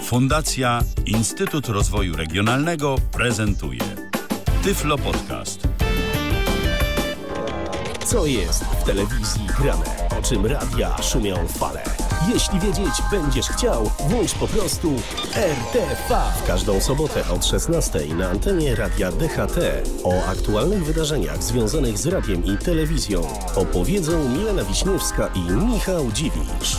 Fundacja Instytut Rozwoju Regionalnego prezentuje Tyflo Podcast. Co jest w telewizji grane? O czym radia szumią fale? Jeśli wiedzieć będziesz chciał, włącz po prostu RTV. W każdą sobotę od 16:00 na antenie Radia DHT o aktualnych wydarzeniach związanych z radiem i telewizją opowiedzą Milena Wiśniewska i Michał Dziwisz.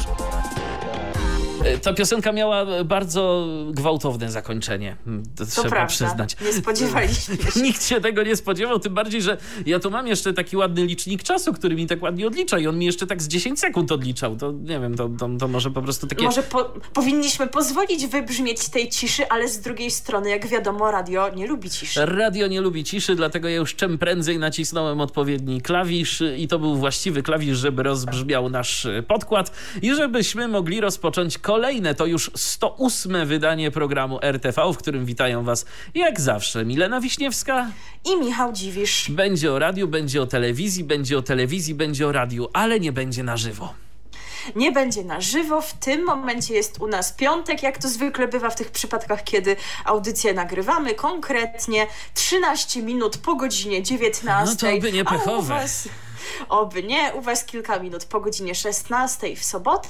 Ta piosenka miała bardzo gwałtowne zakończenie, to trzeba prawda. przyznać. Nie spodziewaliśmy się. Nikt się tego nie spodziewał, tym bardziej, że ja tu mam jeszcze taki ładny licznik czasu, który mi tak ładnie odlicza i on mi jeszcze tak z 10 sekund odliczał. To nie wiem, to może po prostu takie... Może powinniśmy pozwolić wybrzmieć tej ciszy, ale z drugiej strony, jak wiadomo, radio nie lubi ciszy. Radio nie lubi ciszy, dlatego ja już czym prędzej nacisnąłem odpowiedni klawisz i to był właściwy klawisz, żeby rozbrzmiał nasz podkład i żebyśmy mogli rozpocząć kolejne, to już 108. wydanie programu RTV, w którym witają Was jak zawsze Milena Wiśniewska I Michał Dziwisz. Będzie o radiu, będzie o telewizji, będzie o radiu, ale nie będzie na żywo. Nie będzie na żywo. W tym momencie jest u nas piątek, jak to zwykle bywa w tych przypadkach, kiedy audycję nagrywamy. Konkretnie 13 minut po godzinie 19. No to by nie pechowe. Oby nie, u Was kilka minut po godzinie 16 w sobotę.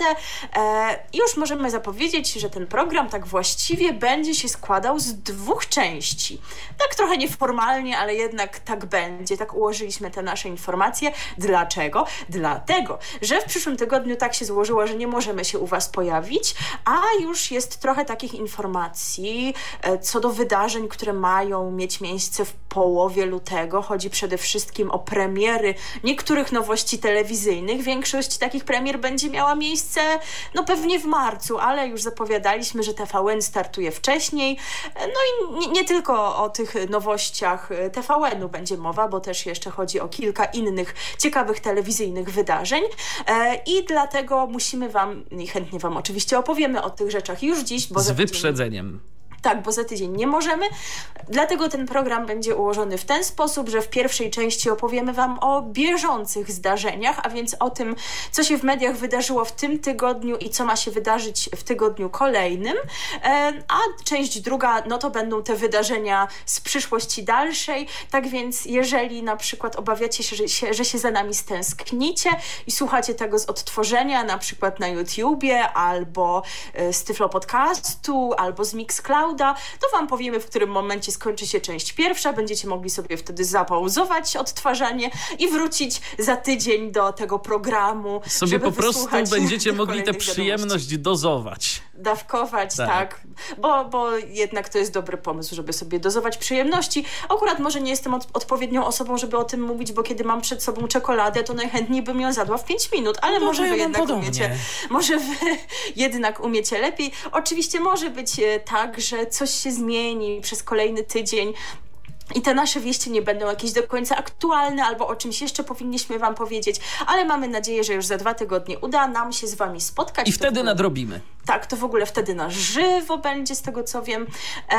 Już możemy zapowiedzieć, że ten program tak właściwie będzie się składał z 2 części. Tak trochę nieformalnie, ale jednak tak będzie. Tak ułożyliśmy te nasze informacje. Dlaczego? Dlatego, że w przyszłym tygodniu tak się złożyło, że nie możemy się u Was pojawić, a już jest trochę takich informacji co do wydarzeń, które mają mieć miejsce w połowie lutego. Chodzi przede wszystkim o premiery niektórych nowości telewizyjnych. Większość takich premier będzie miała miejsce pewnie w marcu, ale już zapowiadaliśmy, że TVN startuje wcześniej. No i nie tylko o tych nowościach TVN-u będzie mowa, bo też jeszcze chodzi o kilka innych ciekawych telewizyjnych wydarzeń i dlatego musimy Wam, i chętnie Wam oczywiście opowiemy o tych rzeczach już dziś, bo z wyprzedzeniem. Tak, bo za tydzień nie możemy. Dlatego ten program będzie ułożony w ten sposób, że w pierwszej części opowiemy Wam o bieżących zdarzeniach, a więc o tym, co się w mediach wydarzyło w tym tygodniu i co ma się wydarzyć w tygodniu kolejnym. A część druga, to będą te wydarzenia z przyszłości dalszej. Tak więc jeżeli na przykład obawiacie się, że się za nami stęsknicie i słuchacie tego z odtworzenia, na przykład na YouTubie, albo z Tyflo Podcastu, albo z Mixclouda, to Wam powiemy, w którym momencie skończy się część pierwsza. Będziecie mogli sobie wtedy zapauzować odtwarzanie i wrócić za tydzień do tego programu. Sobie po prostu będziecie mogli tę przyjemność dozować. Dawkować, tak. Bo jednak to jest dobry pomysł, żeby sobie dozować przyjemności. Akurat może nie jestem odpowiednią osobą, żeby o tym mówić, bo kiedy mam przed sobą czekoladę, to najchętniej bym ją zjadła w 5 minut, ale może wy jednak umiecie. Może wy jednak umiecie lepiej. Oczywiście może być tak, że coś się zmieni przez kolejny tydzień i te nasze wieści nie będą jakieś do końca aktualne, albo o czymś jeszcze powinniśmy Wam powiedzieć, ale mamy nadzieję, że już za 2 tygodnie uda nam się z Wami spotkać. I wtedy nadrobimy. Tak, to w ogóle wtedy na żywo będzie, z tego co wiem.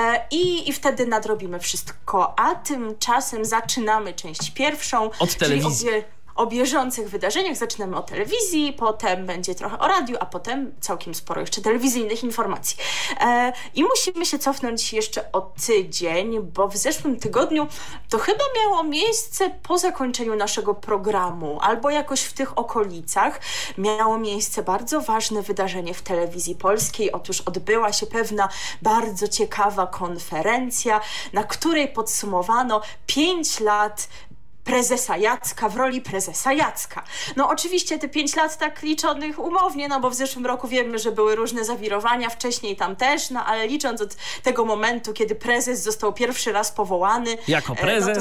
I wtedy nadrobimy wszystko. A tymczasem zaczynamy część pierwszą. Od telewizji. O bieżących wydarzeniach. Zaczynamy o telewizji, potem będzie trochę o radiu, a potem całkiem sporo jeszcze telewizyjnych informacji. I musimy się cofnąć jeszcze o tydzień, bo w zeszłym tygodniu to chyba miało miejsce po zakończeniu naszego programu, albo jakoś w tych okolicach miało miejsce bardzo ważne wydarzenie w telewizji polskiej. Otóż odbyła się pewna bardzo ciekawa konferencja, na której podsumowano 5 lat prezesa Jacka w roli prezesa Jacka. Oczywiście te 5 lat tak liczonych umownie, bo w zeszłym roku wiemy, że były różne zawirowania, wcześniej tam też, ale licząc od tego momentu, kiedy prezes został pierwszy raz powołany. Jako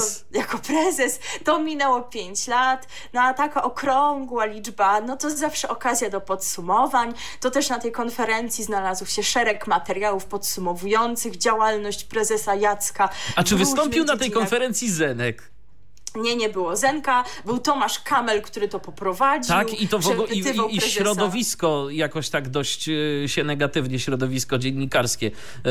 prezes. To minęło 5 lat. A taka okrągła liczba, to zawsze okazja do podsumowań. To też na tej konferencji znalazł się szereg materiałów podsumowujących działalność prezesa Jacka. A czy wystąpił na tej konferencji Zenek? Nie było Zenka, był Tomasz Kamel, który to poprowadził. Tak, i to w ogóle i środowisko jakoś tak dość się negatywnie, środowisko dziennikarskie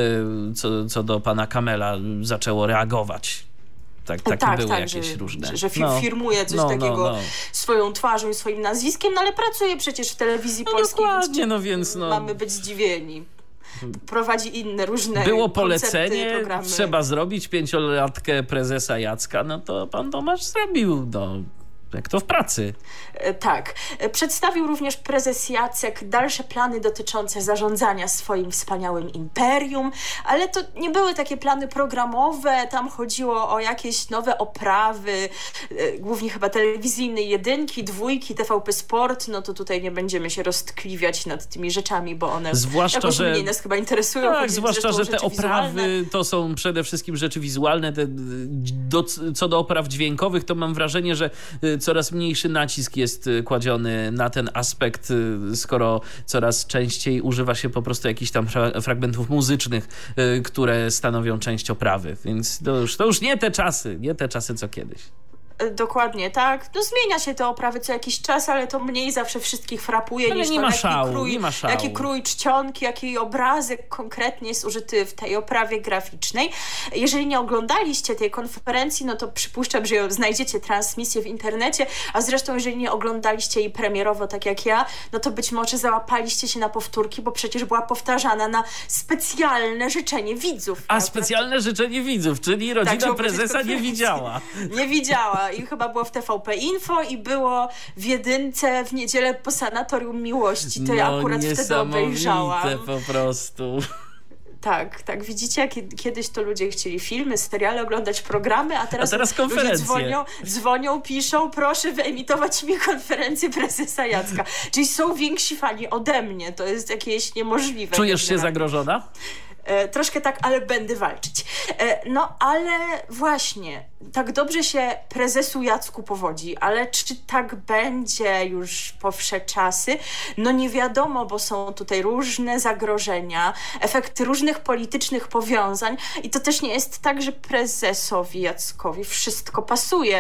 co do pana Kamela zaczęło reagować. Takie były jakieś różne. Że firmuje coś takiego swoją twarzą i swoim nazwiskiem, ale pracuje przecież w telewizji polskiej, dokładnie, więc mamy być zdziwieni. prowadzi inne różne Było koncepty, polecenie, programy. trzeba zrobić 5-latkę prezesa Jacka, no to pan Tomasz zrobił, jak to w pracy. Tak. Przedstawił również prezes Jacek dalsze plany dotyczące zarządzania swoim wspaniałym imperium, ale to nie były takie plany programowe, tam chodziło o jakieś nowe oprawy, głównie chyba telewizyjne, 1, 2, TVP Sport, no to tutaj nie będziemy się roztkliwiać nad tymi rzeczami, bo one Zwłaszcza, że mniej nas chyba interesują. Tak, zwłaszcza, że te oprawy to są przede wszystkim rzeczy wizualne. Co do opraw dźwiękowych, to mam wrażenie, że coraz mniejszy nacisk jest kładziony na ten aspekt, skoro coraz częściej używa się po prostu jakichś tam fragmentów muzycznych, które stanowią część oprawy. Więc to już nie te czasy co kiedyś. Dokładnie, tak. No zmienia się te oprawy co jakiś czas, ale to mniej zawsze wszystkich frapuje Ale niż nie to, ma szału. jaki krój czcionki, jaki obrazek konkretnie jest użyty w tej oprawie graficznej. Jeżeli nie oglądaliście tej konferencji, no to przypuszczam, że znajdziecie transmisję w internecie, a zresztą jeżeli nie oglądaliście jej premierowo, tak jak ja, no to być może załapaliście się na powtórki, bo przecież była powtarzana na specjalne życzenie widzów. A specjalne życzenie widzów, czyli rodzina prezesa nie widziała. Nie widziała. I chyba było w TVP Info i było w Jedynce w niedzielę po Sanatorium Miłości. To ja akurat wtedy obejrzałam. Po prostu. Tak, widzicie, kiedyś to ludzie chcieli filmy, seriale, oglądać programy, a teraz konferencje. Ludzie dzwonią, piszą, proszę wyemitować mi konferencję prezesa Jacka. Czyli są więksi fani ode mnie, to jest jakieś niemożliwe. Czujesz się zagrożona? Troszkę tak, ale będę walczyć. No ale właśnie, tak dobrze się prezesu Jacku powodzi, ale czy tak będzie już po wsze czasy? No nie wiadomo, bo są tutaj różne zagrożenia, efekty różnych politycznych powiązań i to też nie jest tak, że prezesowi Jackowi wszystko pasuje.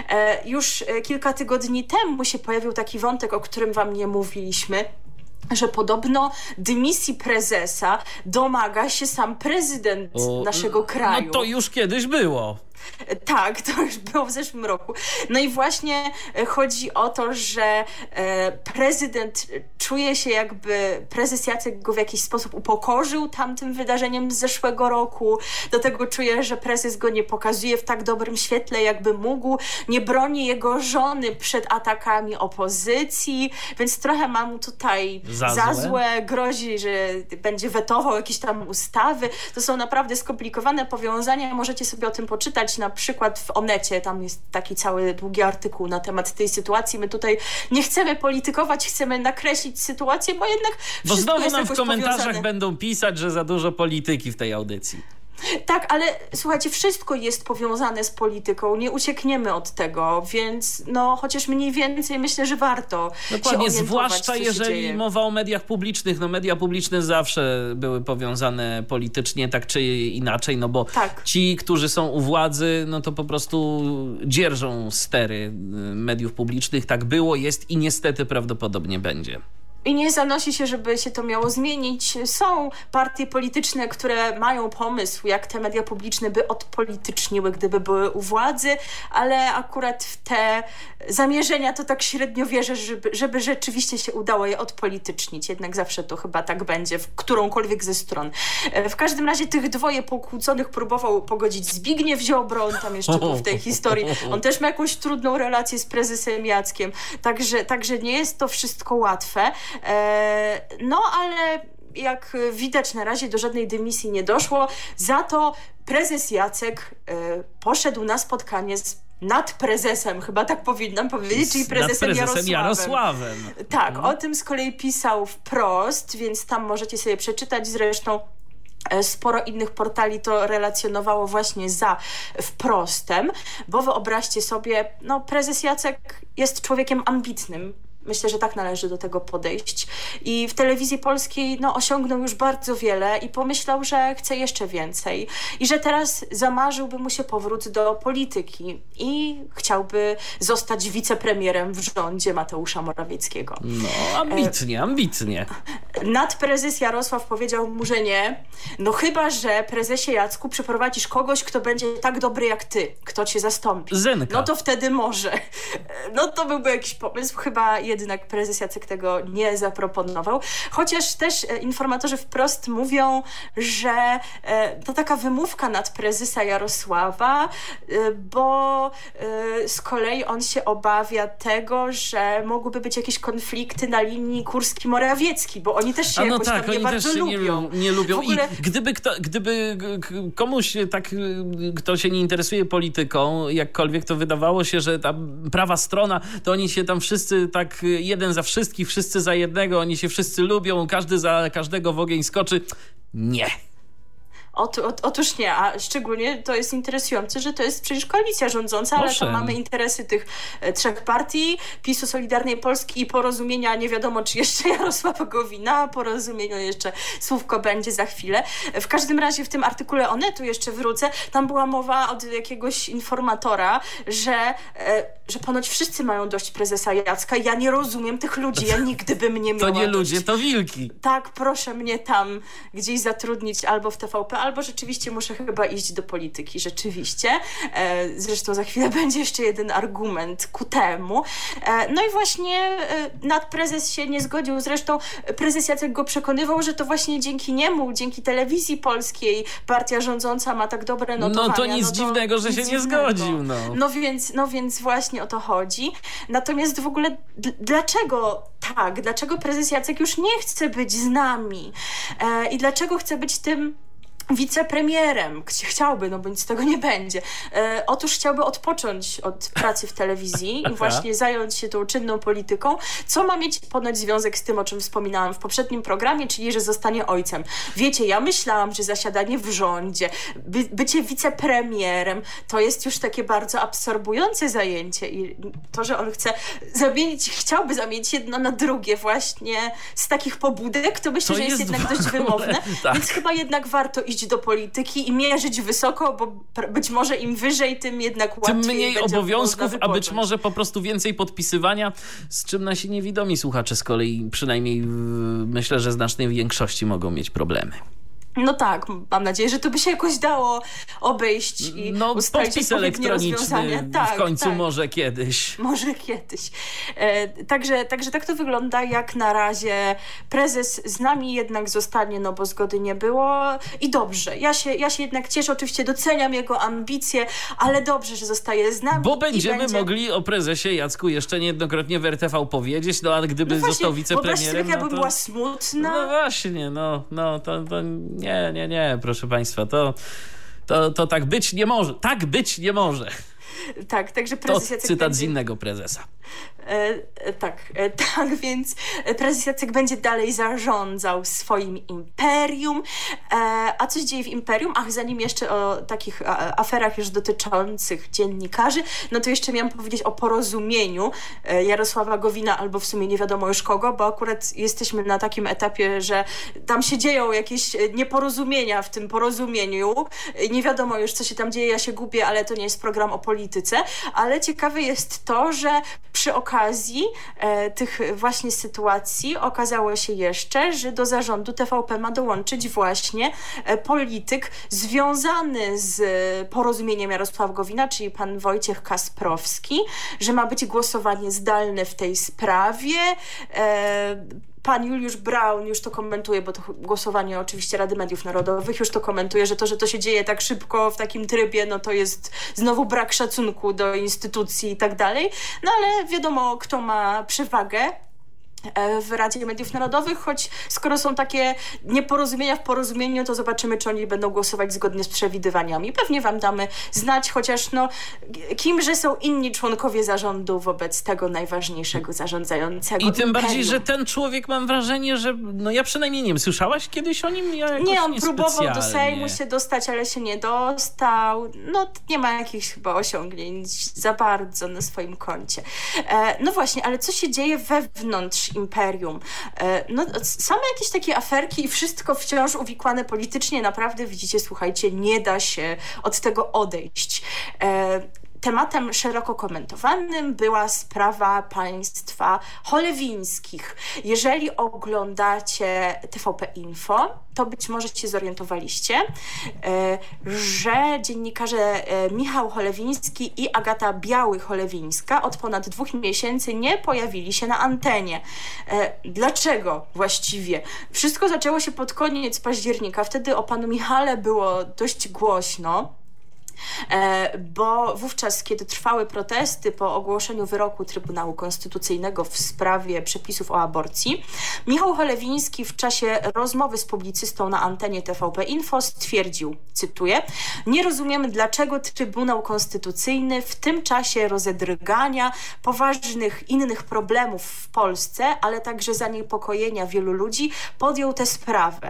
Już kilka tygodni temu się pojawił taki wątek, o którym wam nie mówiliśmy, że podobno dymisji prezesa domaga się sam prezydent naszego kraju. No to już kiedyś było. Tak, to już było w zeszłym roku. No i właśnie chodzi o to, że prezydent czuje się jakby, prezes Jacek go w jakiś sposób upokorzył tamtym wydarzeniem z zeszłego roku. Do tego czuje, że prezes go nie pokazuje w tak dobrym świetle, jakby mógł. Nie broni jego żony przed atakami opozycji, więc trochę ma mu tutaj za złe. Grozi, że będzie wetował jakieś tam ustawy. To są naprawdę skomplikowane powiązania. Możecie sobie o tym poczytać na przykład w Onecie, tam jest taki cały długi artykuł na temat tej sytuacji. My tutaj nie chcemy politykować, chcemy nakreślić sytuację, bo jednak bo wszystko znowu nam w komentarzach powiązane. Będą pisać, że za dużo polityki w tej audycji. Tak, ale słuchajcie, wszystko jest powiązane z polityką, nie uciekniemy od tego, więc no chociaż mniej więcej myślę, że warto Dokładnie, się zwłaszcza jeżeli mowa o mediach publicznych. No media publiczne zawsze były powiązane politycznie, tak czy inaczej, no bo ci, którzy są u władzy, no to po prostu dzierżą stery mediów publicznych. Tak było, jest i niestety prawdopodobnie będzie. I nie zanosi się, żeby się to miało zmienić. Są partie polityczne, które mają pomysł, jak te media publiczne by odpolityczniły, gdyby były u władzy, ale akurat w te zamierzenia to tak średnio wierzę, żeby rzeczywiście się udało je odpolitycznić. Jednak zawsze to chyba tak będzie, w którąkolwiek ze stron. W każdym razie tych dwoje pokłóconych próbował pogodzić Zbigniew Ziobro, on tam jeszcze był w tej historii. On też ma jakąś trudną relację z prezesem Jackiem, także nie jest to wszystko łatwe. No ale jak widać na razie do żadnej dymisji nie doszło, za to prezes Jacek poszedł na spotkanie z nadprezesem, chyba tak powinnam powiedzieć, czyli prezesem Jarosławem. Tak, o tym z kolei pisał wprost, więc tam możecie sobie przeczytać, zresztą sporo innych portali to relacjonowało właśnie za wprostem, bo wyobraźcie sobie, no prezes Jacek jest człowiekiem ambitnym. Myślę, że tak należy do tego podejść. I w telewizji polskiej osiągnął już bardzo wiele i pomyślał, że chce jeszcze więcej. I że teraz zamarzyłby mu się powrót do polityki i chciałby zostać wicepremierem w rządzie Mateusza Morawieckiego. No, ambitnie. Nadprezes Jarosław powiedział mu, że nie. No chyba, że prezesie Jacku przyprowadzisz kogoś, kto będzie tak dobry jak ty. Kto cię zastąpi. Zenka. No to wtedy może. No to byłby jakiś pomysł. Chyba jednak prezes Jacek tego nie zaproponował. Chociaż też informatorzy wprost mówią, że to taka wymówka nad prezesa Jarosława, bo z kolei on się obawia tego, że mogłyby być jakieś konflikty na linii Kurski-Morawiecki, bo oni też się jakoś tam nie bardzo lubią. Nie lubią. ogóle... I gdyby komuś tak, kto się nie interesuje polityką, jakkolwiek, to wydawało się, że ta prawa strona, to oni się tam wszyscy tak jeden za wszystkich, wszyscy za jednego, oni się wszyscy lubią, każdy za każdego w ogień skoczy. Nie. Otóż nie, a szczególnie to jest interesujące, że to jest przecież koalicja rządząca, ale tam mamy interesy tych trzech partii, PiS-u, Solidarnej Polski i Porozumienia, nie wiadomo czy jeszcze Jarosława Gowina, Porozumieniu jeszcze słówko będzie za chwilę. W każdym razie w tym artykule Onetu jeszcze wrócę, tam była mowa od jakiegoś informatora, że ponoć wszyscy mają dość prezesa Jacka. Ja nie rozumiem tych ludzi, ja nigdy bym nie miała To nie dość. ludzie, to wilki. Tak, proszę mnie tam gdzieś zatrudnić albo w TVP, albo rzeczywiście muszę chyba iść do polityki, rzeczywiście. Zresztą za chwilę będzie jeszcze jeden argument ku temu. No i właśnie nadprezes się nie zgodził. Zresztą prezes Jacek go przekonywał, że to właśnie dzięki niemu, dzięki Telewizji Polskiej partia rządząca ma tak dobre notowania. No to nic dziwnego, że się nie zgodził. No więc właśnie o to chodzi. Natomiast w ogóle dlaczego tak? Dlaczego prezes Jacek już nie chce być z nami? I dlaczego chce być tym wicepremierem? Chciałby, no bo nic z tego nie będzie. Otóż chciałby odpocząć od pracy w telewizji i właśnie zająć się tą czynną polityką, co ma mieć ponoć związek z tym, o czym wspominałam w poprzednim programie, czyli że zostanie ojcem. Wiecie, ja myślałam, że zasiadanie w rządzie, bycie wicepremierem, to jest już takie bardzo absorbujące zajęcie i to, że on chciałby zamienić jedno na drugie właśnie z takich pobudek, to myślę, że jest jednak dość wymowne, tak. Więc chyba jednak warto iść do polityki i mierzyć wysoko, bo być może im wyżej, tym jednak łatwiej. Tym mniej obowiązków, a być wypocząć. może po prostu więcej podpisywania, z czym nasi niewidomi słuchacze z kolei, przynajmniej myślę, że znacznej większości mogą mieć problemy. No tak, mam nadzieję, że to by się jakoś dało obejść i ustalić podpis odpowiednie rozwiązanie. w końcu może kiedyś. Może kiedyś. Także tak to wygląda. Jak na razie prezes z nami jednak zostanie, no bo zgody nie było. I dobrze. Ja się jednak cieszę. Oczywiście doceniam jego ambicje, ale dobrze, że zostaje z nami. Bo będziemy mogli o prezesie Jacku jeszcze niejednokrotnie w RTV powiedzieć, a gdyby został wicepremierem... Ja bym była smutna. No właśnie, to nie, proszę państwa, to tak być nie może. Tak być nie może. Tak, także prezes Jacek cytat z innego prezesa. Tak, więc prezes Jacek będzie dalej zarządzał swoim imperium. A co się dzieje w imperium? Zanim jeszcze o takich aferach już dotyczących dziennikarzy, no to jeszcze miałam powiedzieć o porozumieniu Jarosława Gowina, albo w sumie nie wiadomo już kogo, bo akurat jesteśmy na takim etapie, że tam się dzieją jakieś nieporozumienia w tym porozumieniu. Nie wiadomo już, co się tam dzieje, ja się gubię, ale to nie jest program o polityce, ale ciekawe jest to, że przy okazji tych właśnie sytuacji okazało się jeszcze, że do zarządu TVP ma dołączyć właśnie polityk związany z porozumieniem Jarosława Gowina, czyli pan Wojciech Kasprowski, że ma być głosowanie zdalne w tej sprawie. Pan Juliusz Braun już to komentuje, bo to głosowanie oczywiście Rady Mediów Narodowych już to komentuje, że to się dzieje tak szybko w takim trybie, no to jest znowu brak szacunku do instytucji i tak dalej. No ale wiadomo, kto ma przewagę w Radzie Mediów Narodowych, choć skoro są takie nieporozumienia w porozumieniu, to zobaczymy, czy oni będą głosować zgodnie z przewidywaniami. Pewnie wam damy znać, chociaż kimże są inni członkowie zarządu wobec tego najważniejszego zarządzającego. I tym bardziej, że ten człowiek, mam wrażenie, że ja przynajmniej nie wiem, słyszałaś kiedyś o nim? Nie, on próbował do Sejmu się dostać, ale się nie dostał. Nie ma jakichś chyba osiągnięć za bardzo na swoim koncie. No właśnie, ale co się dzieje wewnątrz imperium? Same jakieś takie aferki i wszystko wciąż uwikłane politycznie. Naprawdę, widzicie, słuchajcie, nie da się od tego odejść. tematem szeroko komentowanym była sprawa państwa cholewińskich. Jeżeli oglądacie TVP Info, to być może się zorientowaliście, że dziennikarze Michał Cholewiński i Agata Biały-Cholewińska od ponad 2 miesięcy nie pojawili się na antenie. Dlaczego właściwie? Wszystko zaczęło się pod koniec października. Wtedy o panu Michale było dość głośno, bo wówczas, kiedy trwały protesty po ogłoszeniu wyroku Trybunału Konstytucyjnego w sprawie przepisów o aborcji, Michał Cholewiński w czasie rozmowy z publicystą na antenie TVP Info stwierdził, cytuję: nie rozumiemy, dlaczego Trybunał Konstytucyjny w tym czasie rozedrgania poważnych innych problemów w Polsce, ale także zaniepokojenia wielu ludzi, podjął tę sprawę.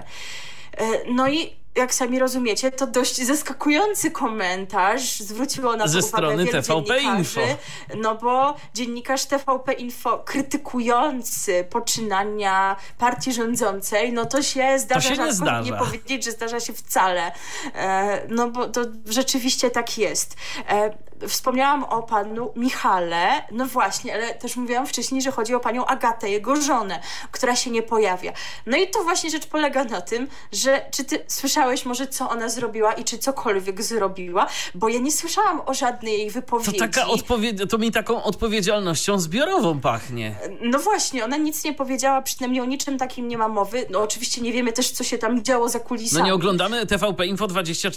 No i jak sami rozumiecie, to dość zaskakujący komentarz. Zwróciło na to ze uwagę strony wielu TVP Info. No bo dziennikarz TVP Info krytykujący poczynania partii rządzącej, no to się zdarza, rzadko nie powiedzieć, że zdarza się wcale. No bo to rzeczywiście tak jest. Wspomniałam o panu Michale, no właśnie, ale też mówiłam wcześniej, że chodzi o panią Agatę, jego żonę, która się nie pojawia. No i to właśnie rzecz polega na tym, że czy ty słyszałeś może, co ona zrobiła i czy cokolwiek zrobiła? Bo ja nie słyszałam o żadnej jej wypowiedzi. To mi taką odpowiedzialnością zbiorową pachnie. No właśnie, ona nic nie powiedziała, przynajmniej o niczym takim nie ma mowy. No oczywiście nie wiemy też, co się tam działo za kulisami. No nie oglądamy TVP Info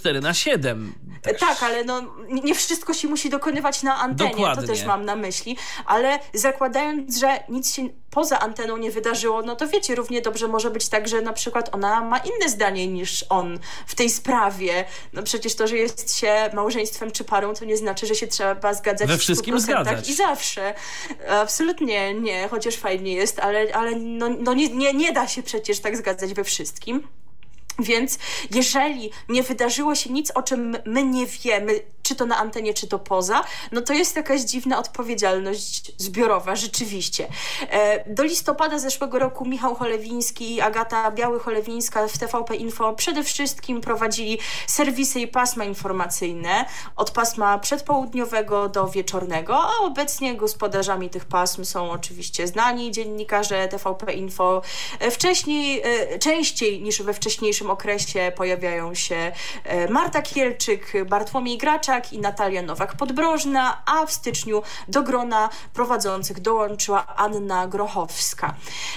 24/7. Też. Tak, ale no nie wszystko się musi dokonywać na antenie, Dokładnie. to też mam na myśli, ale zakładając, że nic się poza anteną nie wydarzyło, no to wiecie, równie dobrze może być tak, że na przykład ona ma inne zdanie niż on w tej sprawie. No przecież to, że jest się małżeństwem czy parą, to nie znaczy, że się trzeba zgadzać we wszystkim w 100% zgadzać. I zawsze. Absolutnie nie, chociaż fajnie jest, ale no nie da się przecież tak zgadzać we wszystkim. Więc jeżeli nie wydarzyło się nic, o czym my nie wiemy, czy to na antenie, czy to poza, no to jest jakaś dziwna odpowiedzialność zbiorowa, rzeczywiście. Do listopada zeszłego roku Michał Cholewiński i Agata Biały-Cholewińska w TVP Info przede wszystkim prowadzili serwisy i pasma informacyjne od pasma przedpołudniowego do wieczornego, a obecnie gospodarzami tych pasm są oczywiście znani dziennikarze TVP Info. Częściej niż we wcześniejszym okresie pojawiają się Marta Kielczyk, Bartłomiej Graczak i Natalia Nowak-Podbrożna, a w styczniu do grona prowadzących dołączyła Anna Grochowska.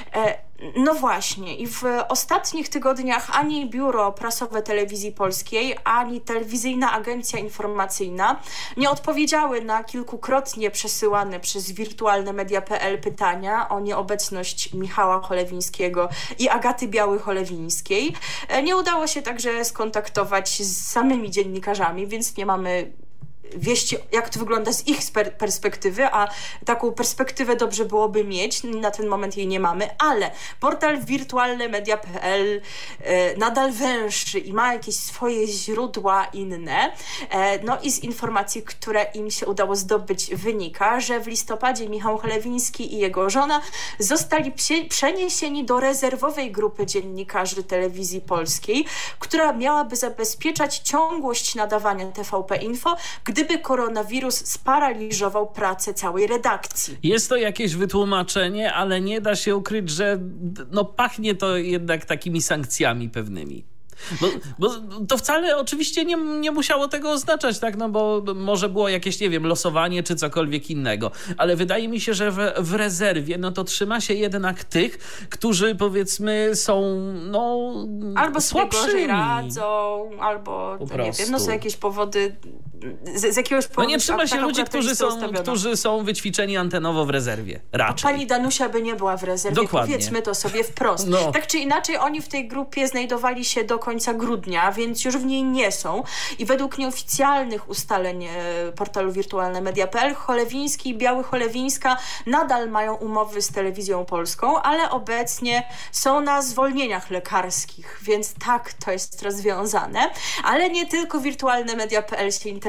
No właśnie, i w ostatnich tygodniach ani Biuro Prasowe Telewizji Polskiej, ani Telewizyjna Agencja Informacyjna nie odpowiedziały na kilkukrotnie przesyłane przez wirtualnemedia.pl pytania o nieobecność Michała Cholewińskiego i Agaty Biały-Cholewińskiej. Nie udało się także skontaktować z samymi dziennikarzami, więc nie mamy wieści, jak to wygląda z ich perspektywy, a taką perspektywę dobrze byłoby mieć. Na ten moment jej nie mamy, ale portal wirtualnemedia.pl nadal węszy i ma jakieś swoje źródła inne. No i z informacji, które im się udało zdobyć, wynika, że w listopadzie Michał Cholewiński i jego żona zostali przeniesieni do rezerwowej grupy dziennikarzy Telewizji Polskiej, która miałaby zabezpieczać ciągłość nadawania TVP Info, gdyby koronawirus sparaliżował pracę całej redakcji. Jest to jakieś wytłumaczenie, ale nie da się ukryć, że no pachnie to jednak takimi sankcjami pewnymi. Bo to wcale oczywiście nie musiało tego oznaczać, tak? No bo może było jakieś, nie wiem, losowanie czy cokolwiek innego. Ale wydaje mi się, że w rezerwie no to trzyma się jednak tych, którzy powiedzmy są no albo sobie słabszymi. gorzej radzą, albo nie wiem, no są jakieś powody z jakiegoś powodu. No nie trzyma się ludzi, którzy są wyćwiczeni antenowo w rezerwie. Raczej. Pani Danusia by nie była w rezerwie. Dokładnie. Powiedzmy to sobie wprost. No. Tak czy inaczej oni w tej grupie znajdowali się do końca grudnia, więc już w niej nie są. I według nieoficjalnych ustaleń portalu wirtualnemedia.pl Cholewiński i Biały-Cholewińska nadal mają umowy z Telewizją Polską, ale obecnie są na zwolnieniach lekarskich, więc tak to jest rozwiązane. Ale nie tylko wirtualnemedia.pl się interesuje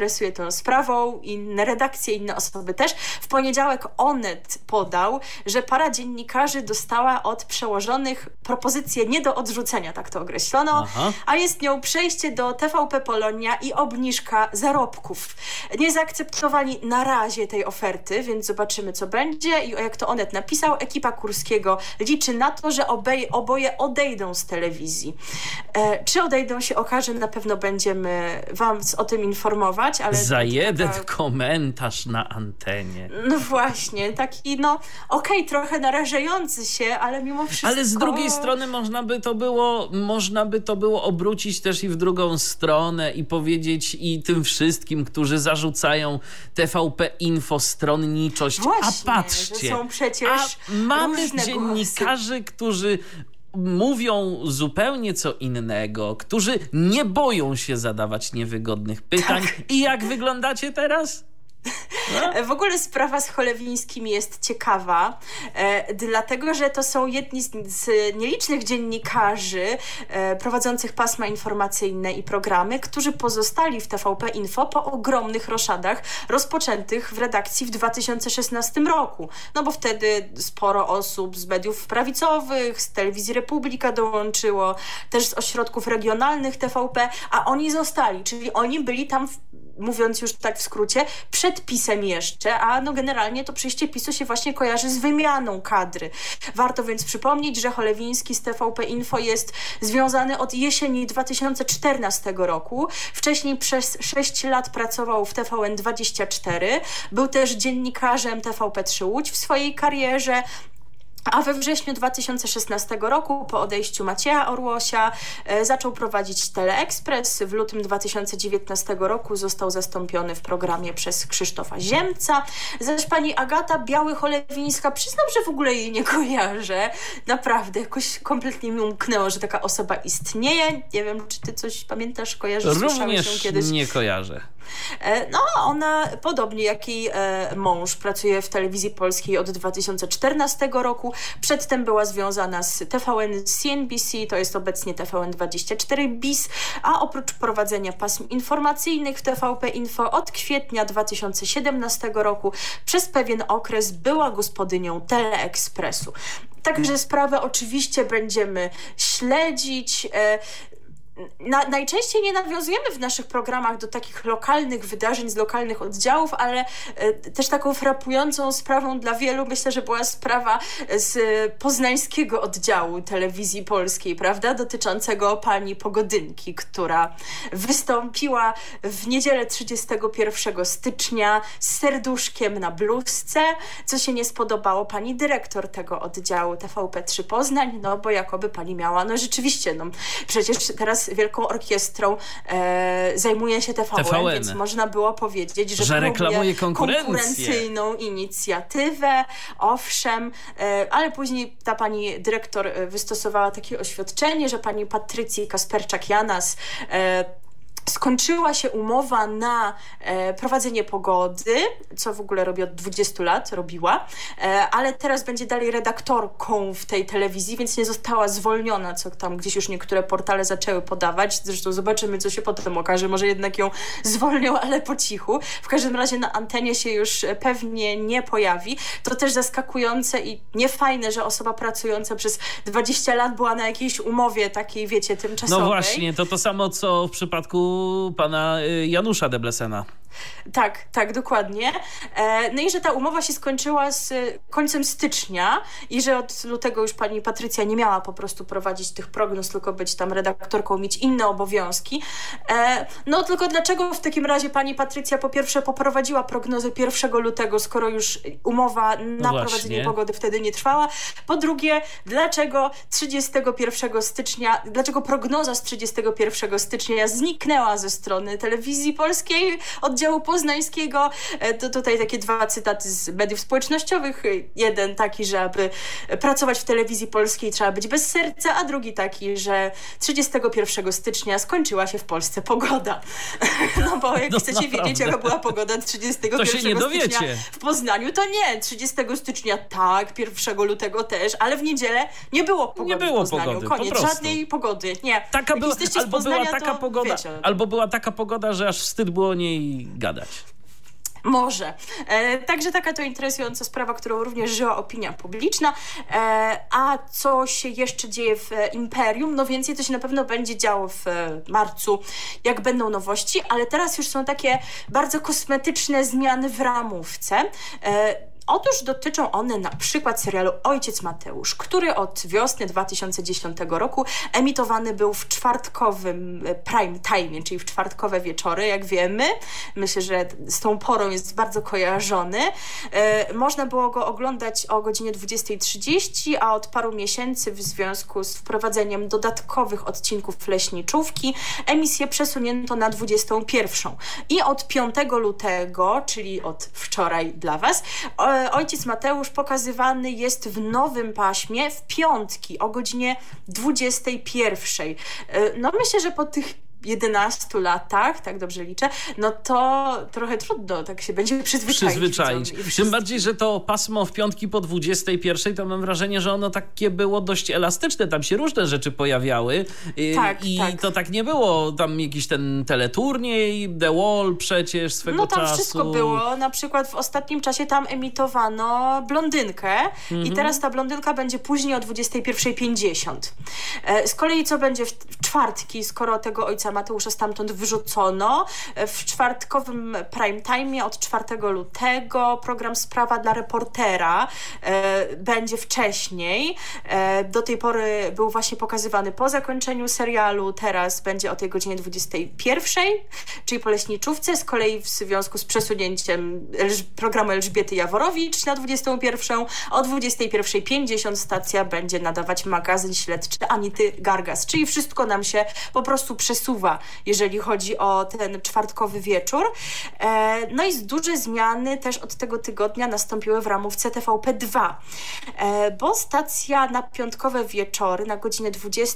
interesuje tą sprawą, inne redakcje, inne osoby też. W poniedziałek Onet podał, że para dziennikarzy dostała od przełożonych propozycję nie do odrzucenia, tak to określono, a jest nią przejście do TVP Polonia i obniżka zarobków. Nie zaakceptowali na razie tej oferty, więc zobaczymy, co będzie. I jak to Onet napisał, ekipa Kurskiego liczy na to, że oboje odejdą z telewizji. Czy odejdą, się okaże, na pewno będziemy wam o tym informować, ale... Za jeden komentarz na antenie. No właśnie, taki trochę narażający się, ale mimo wszystko... Ale z drugiej strony można by to było obrócić też i w drugą stronę i powiedzieć i tym wszystkim, którzy zarzucają TVP Info stronniczość. Właśnie, a patrzcie, że są przecież mamy dziennikarzy, którzy mówią zupełnie co innego, którzy nie boją się zadawać niewygodnych pytań. Tak. I jak wyglądacie teraz? No? W ogóle sprawa z Cholewińskim jest ciekawa, dlatego, że to są jedni z nielicznych dziennikarzy prowadzących pasma informacyjne i programy, którzy pozostali w TVP Info po ogromnych roszadach rozpoczętych w redakcji w 2016 roku. No bo wtedy sporo osób z mediów prawicowych, z Telewizji Republika dołączyło, też z ośrodków regionalnych TVP, a oni zostali, czyli oni byli tam mówiąc już tak w skrócie, przed PiS-em jeszcze, a generalnie to przyjście PiS-u się właśnie kojarzy z wymianą kadry. Warto więc przypomnieć, że Cholewiński z TVP Info jest związany od jesieni 2014 roku. Wcześniej przez 6 lat pracował w TVN24. Był też dziennikarzem TVP3 Łódź w swojej karierze. A we wrześniu 2016 roku, po odejściu Macieja Orłosia, zaczął prowadzić Teleekspres. W lutym 2019 roku został zastąpiony w programie przez Krzysztofa Ziemca. Zaś pani Agata Biały-Cholewińska, przyznam, że w ogóle jej nie kojarzę. Naprawdę, jakoś kompletnie mi umknęło, że taka osoba istnieje. Nie wiem, czy ty coś pamiętasz, kojarzysz? Również kiedyś? Nie kojarzę. Ona, podobnie jak jej mąż, pracuje w Telewizji Polskiej od 2014 roku. Przedtem była związana z TVN CNBC, to jest obecnie TVN24 BIS, a oprócz prowadzenia pasm informacyjnych w TVP Info od kwietnia 2017 roku przez pewien okres była gospodynią Teleekspresu. Także sprawę oczywiście będziemy śledzić. Najczęściej nie nawiązujemy w naszych programach do takich lokalnych wydarzeń z lokalnych oddziałów, ale też taką frapującą sprawą dla wielu, myślę, że była sprawa z poznańskiego oddziału Telewizji Polskiej, prawda, dotyczącego pani Pogodynki, która wystąpiła w niedzielę 31 stycznia z serduszkiem na bluzce, co się nie spodobało pani dyrektor tego oddziału TVP3 Poznań, bo jakoby pani miała, rzeczywiście, przecież teraz Wielką Orkiestrą zajmuje się TVN, więc można było powiedzieć, że reklamuje konkurencyjną inicjatywę, owszem, ale później ta pani dyrektor wystosowała takie oświadczenie, że pani Patrycji Kasperczak-Janas skończyła się umowa na prowadzenie Pogody, co w ogóle robi od 20 lat, ale teraz będzie dalej redaktorką w tej telewizji, więc nie została zwolniona, co tam gdzieś już niektóre portale zaczęły podawać. Zresztą zobaczymy, co się potem okaże. Może jednak ją zwolnią, ale po cichu. W każdym razie na antenie się już pewnie nie pojawi. To też zaskakujące i niefajne, że osoba pracująca przez 20 lat była na jakiejś umowie takiej, wiecie, tymczasowej. No właśnie, to samo, co w przypadku pana Janusza Deblesena. Tak, dokładnie. No i że ta umowa się skończyła z końcem stycznia i że od lutego już pani Patrycja nie miała po prostu prowadzić tych prognoz, tylko być tam redaktorką, mieć inne obowiązki. Tylko dlaczego w takim razie pani Patrycja po pierwsze poprowadziła prognozę 1 lutego, skoro już umowa na prowadzenie Pogody wtedy nie trwała? Po drugie, dlaczego prognoza z 31 stycznia zniknęła ze strony Telewizji Polskiej, oddziału poznańskiego? To tutaj takie 2 cytaty z mediów społecznościowych. Jeden taki, że aby pracować w Telewizji Polskiej trzeba być bez serca, a drugi taki, że 31 stycznia skończyła się w Polsce pogoda. Bo jak chcecie wiedzieć, jaka była pogoda 31 stycznia w Poznaniu, to nie. 30 stycznia tak, 1 lutego też, ale w niedzielę nie było pogody w Poznaniu. Koniec, żadnej pogody. Nie. Albo była taka pogoda, że aż wstyd było o niej gadać. Może. Także taka to interesująca sprawa, którą również żyła opinia publiczna. A co się jeszcze dzieje w Imperium? No więcej to się na pewno będzie działo w marcu, jak będą nowości, ale teraz już są takie bardzo kosmetyczne zmiany w ramówce. Otóż dotyczą one na przykład serialu Ojciec Mateusz, który od wiosny 2010 roku emitowany był w czwartkowym prime time, czyli w czwartkowe wieczory, jak wiemy. Myślę, że z tą porą jest bardzo kojarzony. Można było go oglądać o godzinie 20:30, a od paru miesięcy w związku z wprowadzeniem dodatkowych odcinków Leśniczówki emisję przesunięto na 21. I od 5 lutego, czyli od wczoraj dla Was, Ojciec Mateusz pokazywany jest w nowym paśmie w piątki o godzinie 21. No myślę, że po tych 11 latach, tak dobrze liczę, no to trochę trudno, tak się będzie przyzwyczaić. Tym bardziej, że to pasmo w piątki po 21, to mam wrażenie, że ono takie było dość elastyczne, tam się różne rzeczy pojawiały tak. To tak nie było, tam jakiś ten teleturniej, The Wall przecież swego czasu. No tam wszystko było, na przykład w ostatnim czasie tam emitowano Blondynkę i teraz ta Blondynka będzie później o 21:50. Z kolei co będzie w czwartki, skoro tego Ojca Mateusza stamtąd wyrzucono. W czwartkowym prime time od 4 lutego program Sprawa dla reportera będzie wcześniej. Do tej pory był właśnie pokazywany po zakończeniu serialu, teraz będzie o tej godzinie 21, czyli po Leśniczówce. Z kolei w związku z przesunięciem programu Elżbiety Jaworowicz na 21, o 21:50 stacja będzie nadawać magazyn śledczy Anity Gargas, czyli wszystko nam się po prostu przesuwa, jeżeli chodzi o ten czwartkowy wieczór. No i duże zmiany też od tego tygodnia nastąpiły w ramówce TVP2, bo stacja na piątkowe wieczory na godzinę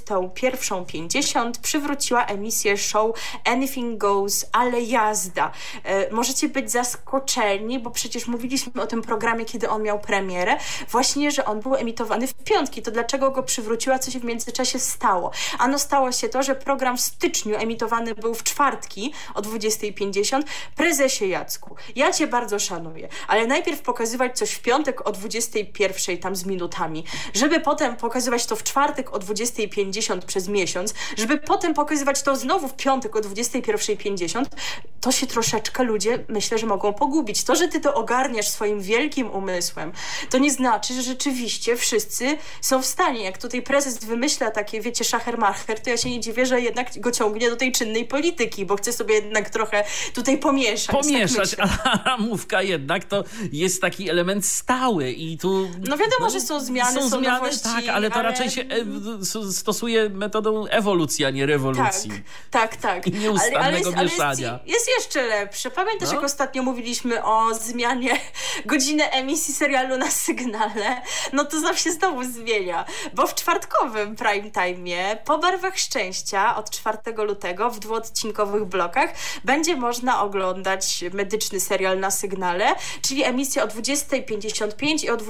21:50 przywróciła emisję show Anything Goes, ale jazda. Możecie być zaskoczeni, bo przecież mówiliśmy o tym programie, kiedy on miał premierę, właśnie, że on był emitowany w piątki. To dlaczego go przywróciła? Co się w międzyczasie stało? Ano stało się to, że program w styczniu emitowany był w czwartki o 20:50. Prezesie Jacku, ja Cię bardzo szanuję, ale najpierw pokazywać coś w piątek o 21:00 tam z minutami, żeby potem pokazywać to w czwartek o 20:50 przez miesiąc, żeby potem pokazywać to znowu w piątek o 21:50, to się troszeczkę ludzie, myślę, że mogą pogubić. To, że Ty to ogarniasz swoim wielkim umysłem, to nie znaczy, że rzeczywiście wszyscy są w stanie. Jak tutaj prezes wymyśla takie, wiecie, szachermacher, to ja się nie dziwię, że jednak go ciągnie do tej czynnej polityki, bo chce sobie jednak trochę tutaj pomieszać. Tak, a ramówka jednak to jest taki element stały i tu... No wiadomo, że są zmiany, są nowości. Tak, ale to raczej się stosuje metodą ewolucji, a nie rewolucji. Tak. I nieustannego mieszania. Jest jeszcze lepsze. Pamiętasz, jak ostatnio mówiliśmy o zmianie godziny emisji serialu na Sygnale? No to się znowu zmienia, bo w czwartkowym prime time'ie po Barwach Szczęścia od 4 lutego w 2-odcinkowych blokach będzie można oglądać medyczny serial na Sygnale, czyli emisję o 20:55 i o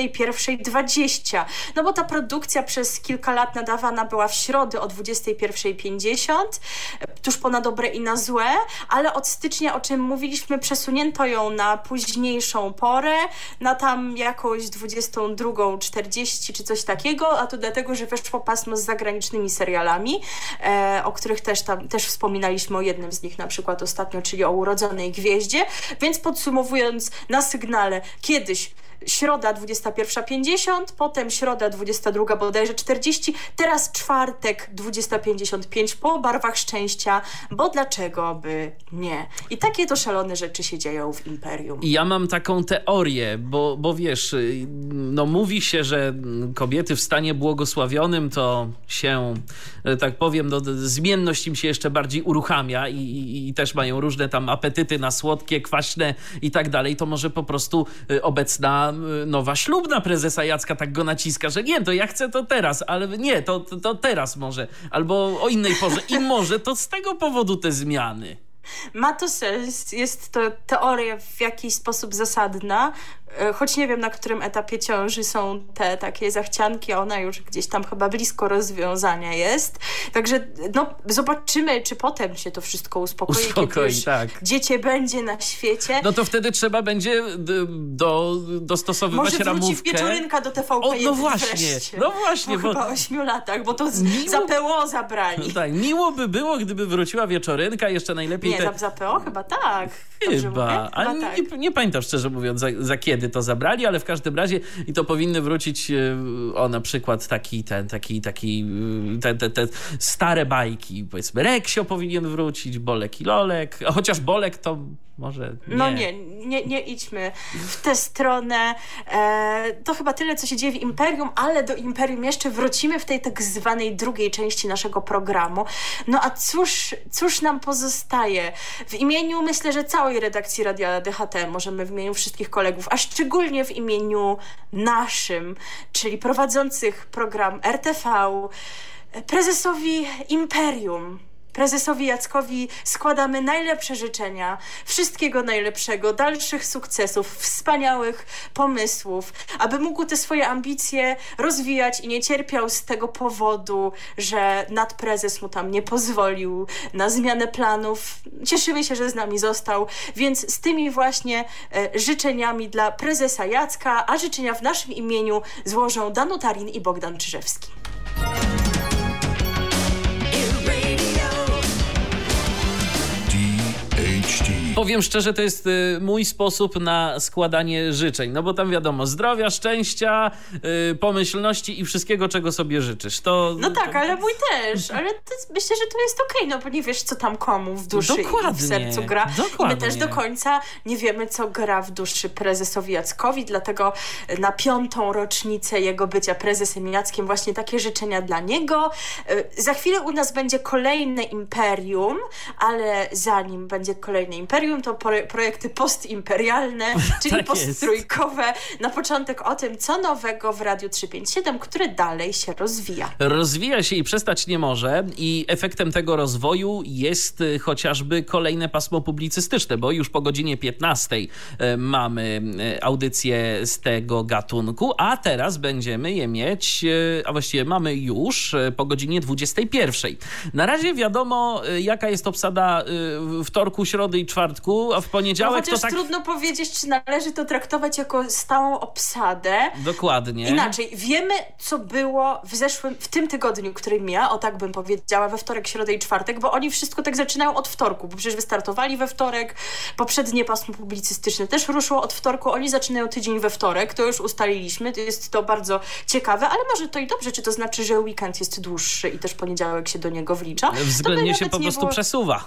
21:20. No bo ta produkcja przez kilka lat nadawana była w środę o 21:50, tuż po na dobre i na złe, ale od stycznia, o czym mówiliśmy, przesunięto ją na późniejszą porę, na tam jakąś 22:40 czy coś takiego, a to dlatego, że weszło pasmo z zagranicznymi serialami, o których też wspominaliśmy, o jednym z nich na przykład ostatnio, czyli o Urodzonej Gwieździe, więc podsumowując, na Sygnale kiedyś środa 21:50, potem środa 22 bodajże 40, teraz czwartek 20:55 po Barwach Szczęścia, bo dlaczego by nie? I takie to szalone rzeczy się dzieją w Imperium. I ja mam taką teorię, bo wiesz, no mówi się, że kobiety w stanie błogosławionym to się, tak powiem, zmienność im się jeszcze bardziej uruchamia i też mają różne tam apetyty na słodkie, kwaśne i tak dalej, to może po prostu obecna nowa ślubna prezesa Jacka tak go naciska, że nie, to ja chcę to teraz, ale nie, to teraz może, albo o innej porze i może to z tego powodu te zmiany. Ma to sens, jest to teoria w jakiś sposób zasadna. choć nie wiem, na którym etapie ciąży są te takie zachcianki, ona już gdzieś tam chyba blisko rozwiązania jest. Także zobaczymy, czy potem się to wszystko uspokoi, kiedy już tak. dziecię będzie na świecie. No to wtedy trzeba będzie dostosowywać ramówkę. Może wróci wieczorynka do TVP1 no właśnie. Po chyba 8 latach, bo to za PO zabrali. No tak, miło by było, gdyby wróciła wieczorynka, jeszcze najlepiej... Nie, za PO chyba tak. Chyba, ale tak. Nie pamiętam, szczerze mówiąc, za kiedy to zabrali, ale w każdym razie i to powinny wrócić na przykład te stare bajki, powiedzmy Reksio powinien wrócić, Bolek i Lolek, chociaż Bolek to może nie. No nie idźmy w tę stronę. To chyba tyle, co się dzieje w Imperium, ale do Imperium jeszcze wrócimy w tej tak zwanej drugiej części naszego programu. No a cóż nam pozostaje? W imieniu, myślę, że całej redakcji Radia DHT, możemy w imieniu wszystkich kolegów, a szczególnie w imieniu naszym, czyli prowadzących program RTV, prezesowi Imperium, prezesowi Jackowi składamy najlepsze życzenia, wszystkiego najlepszego, dalszych sukcesów, wspaniałych pomysłów, aby mógł te swoje ambicje rozwijać i nie cierpiał z tego powodu, że nadprezes mu tam nie pozwolił na zmianę planów. Cieszymy się, że z nami został, więc z tymi właśnie życzeniami dla prezesa Jacka, a życzenia w naszym imieniu złożą Danuta Rin i Bogdan Czyżewski. Powiem szczerze, to jest mój sposób na składanie życzeń, no bo tam wiadomo, zdrowia, szczęścia, pomyślności i wszystkiego, czego sobie życzysz. No tak, ale mój też, ale myślę, że to jest okej, no bo nie wiesz, co tam komu w duszy i w sercu gra. Dokładnie. I my też do końca nie wiemy, co gra w duszy prezesowi Jackowi, dlatego na 5. rocznicę jego bycia prezesem Jackiem właśnie takie życzenia dla niego. Za chwilę u nas będzie kolejne Imperium, ale zanim będzie kolejne Imperium, to projekty postimperialne, czyli tak posttrójkowe. Na początek o tym, co nowego w Radiu 357, które dalej się rozwija. Rozwija się i przestać nie może i efektem tego rozwoju jest chociażby kolejne pasmo publicystyczne, bo już po godzinie 15 mamy audycje z tego gatunku, a teraz będziemy je mieć, a właściwie mamy już po godzinie 21. Na razie wiadomo, jaka jest obsada wtorku, środy i czwartku, a w poniedziałek chociaż to tak... trudno powiedzieć, czy należy to traktować jako stałą obsadę. Dokładnie. Inaczej, wiemy, co było w tym tygodniu, który mija, tak bym powiedziała, we wtorek, środę i czwartek, bo oni wszystko tak zaczynają od wtorku, bo przecież wystartowali we wtorek, poprzednie pasmo publicystyczne też ruszyło od wtorku, oni zaczynają tydzień we wtorek, to już ustaliliśmy, jest to bardzo ciekawe, ale może to i dobrze, czy to znaczy, że weekend jest dłuższy i też poniedziałek się do niego wlicza. Względnie się po prostu przesuwa.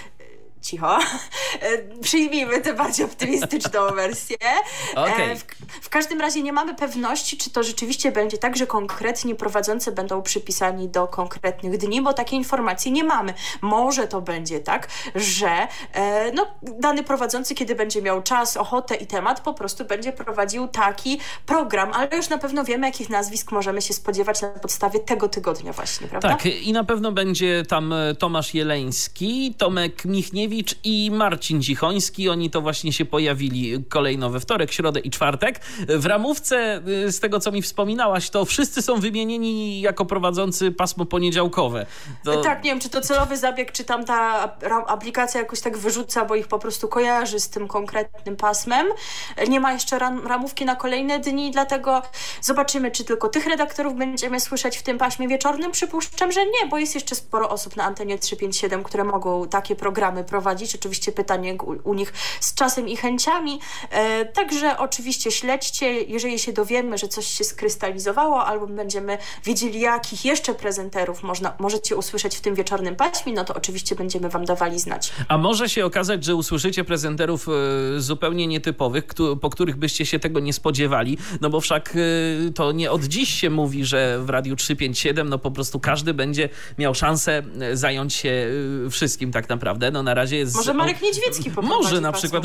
Cicho. Przyjmijmy tę bardziej optymistyczną wersję. Okay. W każdym razie nie mamy pewności, czy to rzeczywiście będzie tak, że konkretni prowadzący będą przypisani do konkretnych dni, bo takiej informacji nie mamy. Może to będzie tak, że dany prowadzący, kiedy będzie miał czas, ochotę i temat, po prostu będzie prowadził taki program, ale już na pewno wiemy, jakich nazwisk możemy się spodziewać na podstawie tego tygodnia właśnie, prawda? Tak, i na pewno będzie tam Tomasz Jeleński, Tomek Michniewicz i Marcin Cichoński. Oni to właśnie się pojawili kolejno we wtorek, środę i czwartek. W ramówce, z tego co mi wspominałaś, to wszyscy są wymienieni jako prowadzący pasmo poniedziałkowe. Tak, nie wiem, czy to celowy zabieg, czy tam ta aplikacja jakoś tak wyrzuca, bo ich po prostu kojarzy z tym konkretnym pasmem. Nie ma jeszcze ramówki na kolejne dni, dlatego zobaczymy, czy tylko tych redaktorów będziemy słyszeć w tym paśmie wieczornym. Przypuszczam, że nie, bo jest jeszcze sporo osób na antenie 357, które mogą takie programy prowadzić. Oczywiście pytanie u nich z czasem i chęciami. Także oczywiście śledźcie, jeżeli się dowiemy, że coś się skrystalizowało, albo będziemy wiedzieli, jakich jeszcze prezenterów możecie usłyszeć w tym wieczornym paśmie, no to oczywiście będziemy wam dawali znać. A może się okazać, że usłyszycie prezenterów zupełnie nietypowych, po których byście się tego nie spodziewali, no bo wszak to nie od dziś się mówi, że w Radiu 357 no po prostu każdy będzie miał szansę zająć się wszystkim tak naprawdę. No na razie razie jest... Może Marek Niedźwiecki poprowadzi może na przykład.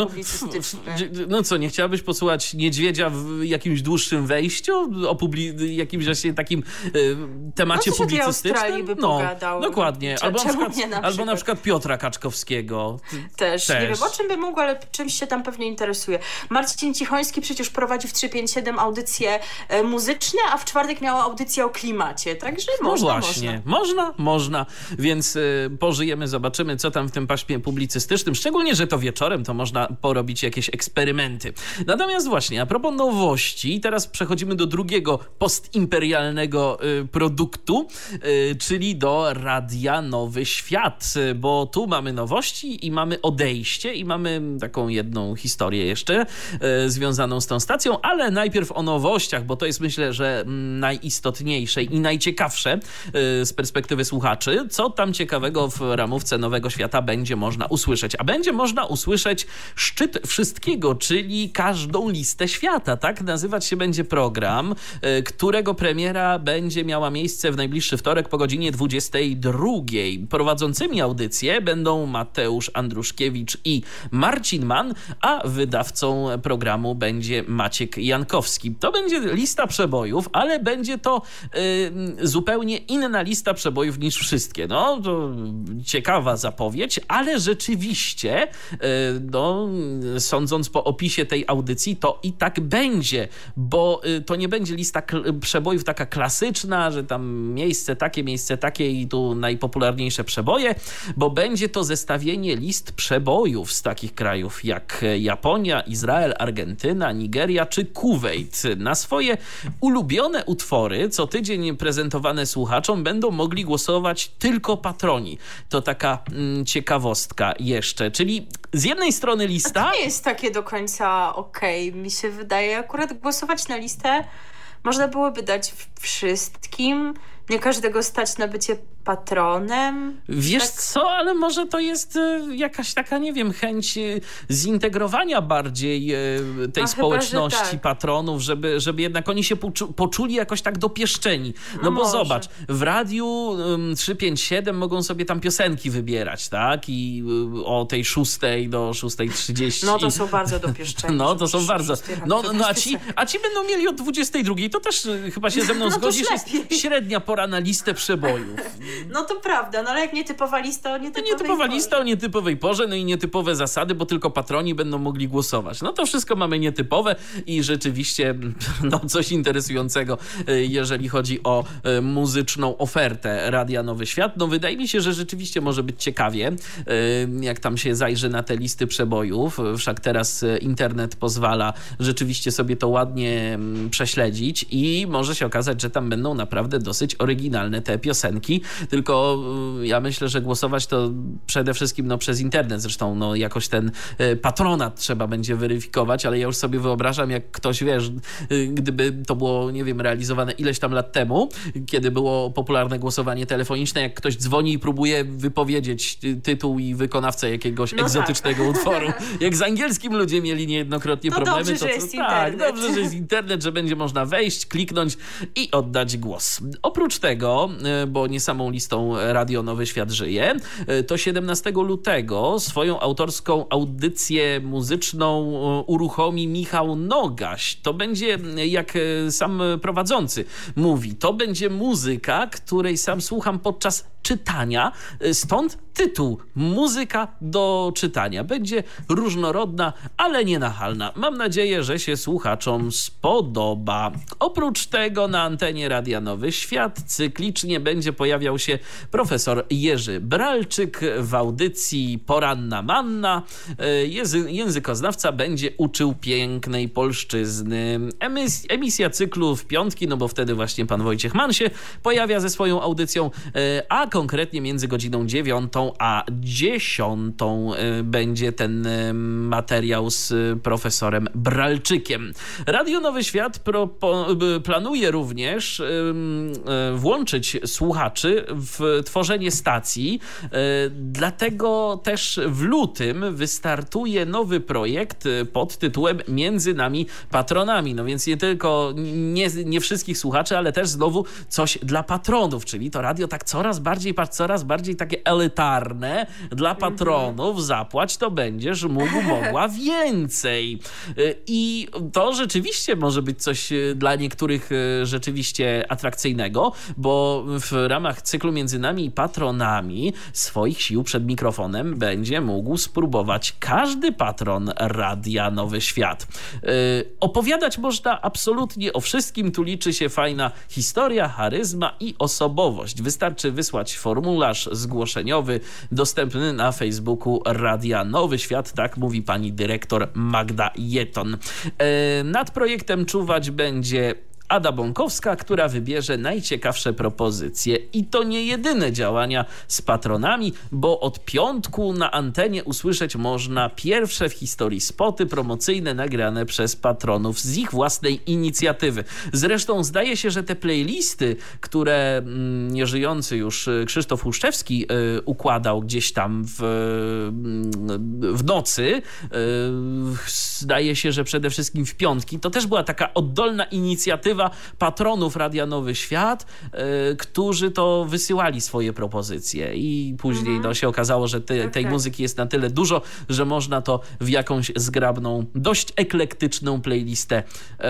No co, nie chciałabyś posłuchać Niedźwiedzia w jakimś dłuższym wejściu? O jakimś właśnie takim temacie publicystycznym? Australii by pogadał. Dokładnie. Albo na przykład Piotra Kaczkowskiego. Też. Nie wiem, o czym by mógł, ale czymś się tam pewnie interesuje. Marcin Cichoński przecież prowadzi w 357 audycje muzyczne, a w czwartek miała audycję o klimacie. Także można. Więc pożyjemy, zobaczymy, co tam w tym paśmie publicystycznym. Szczególnie, że to wieczorem to można porobić jakieś eksperymenty. Natomiast właśnie, a propos nowości, teraz przechodzimy do drugiego postimperialnego produktu, czyli do Radia Nowy Świat, bo tu mamy nowości i mamy odejście i mamy taką jedną historię jeszcze związaną z tą stacją, ale najpierw o nowościach, bo to jest, myślę, że najistotniejsze i najciekawsze z perspektywy słuchaczy, co tam ciekawego w ramówce Nowego Świata będzie można usłyszeć. A będzie można usłyszeć szczyt wszystkiego, czyli każdą listę świata, tak? Nazywać się będzie program, którego premiera będzie miała miejsce w najbliższy wtorek po godzinie 22. Prowadzącymi audycję będą Mateusz Andruszkiewicz i Marcin Mann, a wydawcą programu będzie Maciek Jankowski. To będzie lista przebojów, ale będzie to zupełnie inna lista przebojów niż wszystkie. No, to ciekawa zapowiedź, ale rzeczywiście, sądząc po opisie tej audycji, to i tak będzie, bo to nie będzie lista przebojów taka klasyczna, że tam miejsce takie i tu najpopularniejsze przeboje, bo będzie to zestawienie list przebojów z takich krajów jak Japonia, Izrael, Argentyna, Nigeria czy Kuwejt. Na swoje ulubione utwory co tydzień prezentowane słuchaczom będą mogli głosować tylko patroni. To taka ciekawostka jeszcze, czyli z jednej strony lista... A to nie jest takie do końca okej, mi się wydaje. Akurat głosować na listę można byłoby dać wszystkim. Nie każdego stać na bycie patronem. Wiesz co, ale może to jest jakaś taka, nie wiem, chęć zintegrowania bardziej tej społeczności chyba, tak. Patronów, żeby jednak oni się poczuli jakoś tak dopieszczeni. No bo może. Zobacz, w radiu 357 mogą sobie tam piosenki wybierać, tak? I o tej 6 do 6:30. No to są bardzo dopieszczeni. No to są bardzo. No a ci będą mieli od 22. To też chyba się ze mną zgodzisz, jest średnia pora na listę przebojów. No to prawda, no ale jak nietypowa lista o nietypowej porze, no i nietypowe zasady, bo tylko patroni będą mogli głosować. No to wszystko mamy nietypowe i rzeczywiście coś interesującego, jeżeli chodzi o muzyczną ofertę Radia Nowy Świat. No wydaje mi się, że rzeczywiście może być ciekawie, jak tam się zajrzy na te listy przebojów. Wszak teraz internet pozwala rzeczywiście sobie to ładnie prześledzić i może się okazać, że tam będą naprawdę dosyć oryginalne te piosenki. Tylko ja myślę, że głosować to przede wszystkim przez internet. Zresztą jakoś ten patronat trzeba będzie weryfikować, ale ja już sobie wyobrażam, jak ktoś, wiesz, gdyby to było, nie wiem, realizowane ileś tam lat temu, kiedy było popularne głosowanie telefoniczne, jak ktoś dzwoni i próbuje wypowiedzieć tytuł i wykonawcę jakiegoś egzotycznego utworu. Jak z angielskim ludzie mieli niejednokrotnie problemy. Dobrze, że jest internet. Dobrze, że jest internet, że będzie można wejść, kliknąć i oddać głos. Oprócz tego, bo nie samą listą Radio Nowy Świat żyje, to 17 lutego swoją autorską audycję muzyczną uruchomi Michał Nogaś. To będzie, jak sam prowadzący mówi, to będzie muzyka, której sam słucham podczas czytania, stąd tytuł Muzyka do czytania. Będzie różnorodna, ale nie nachalna. Mam nadzieję, że się słuchaczom spodoba. Oprócz tego na antenie Radia Nowy Świat cyklicznie będzie pojawiał się profesor Jerzy Bralczyk w audycji Poranna Manna. Językoznawca będzie uczył pięknej polszczyzny. Emisja cyklu w piątki, no bo wtedy właśnie pan Wojciech Mann się pojawia ze swoją audycją, a konkretnie między godziną 9 a 10 będzie ten materiał z profesorem Bralczykiem. Radio Nowy Świat planuje również włączyć słuchaczy w tworzenie stacji. Dlatego też w lutym wystartuje nowy projekt pod tytułem Między nami patronami. No więc nie tylko nie wszystkich słuchaczy, ale też znowu coś dla patronów, czyli to radio tak coraz bardziej coraz bardziej takie elitarne dla patronów. Zapłać, to będziesz mogła więcej. I to rzeczywiście może być coś dla niektórych rzeczywiście atrakcyjnego, bo w ramach cyklu Między nami i patronami swoich sił przed mikrofonem będzie mógł spróbować każdy patron Radia Nowy Świat. Opowiadać można absolutnie o wszystkim. Tu liczy się fajna historia, charyzma i osobowość. Wystarczy wysłać formularz zgłoszeniowy dostępny na Facebooku Radia Nowy Świat, tak mówi pani dyrektor Magda Jeton. Nad projektem czuwać będzie Ada Bąkowska, która wybierze najciekawsze propozycje. I to nie jedyne działania z patronami, bo od piątku na antenie usłyszeć można pierwsze w historii spoty promocyjne nagrane przez patronów z ich własnej inicjatywy. Zresztą zdaje się, że te playlisty, które nieżyjący już Krzysztof Łuszczewski układał gdzieś tam w nocy, zdaje się, że przede wszystkim w piątki, to też była taka oddolna inicjatywa patronów Radia Nowy Świat, którzy to wysyłali swoje propozycje i później się okazało, że tej muzyki jest na tyle dużo, że można to w jakąś zgrabną, dość eklektyczną playlistę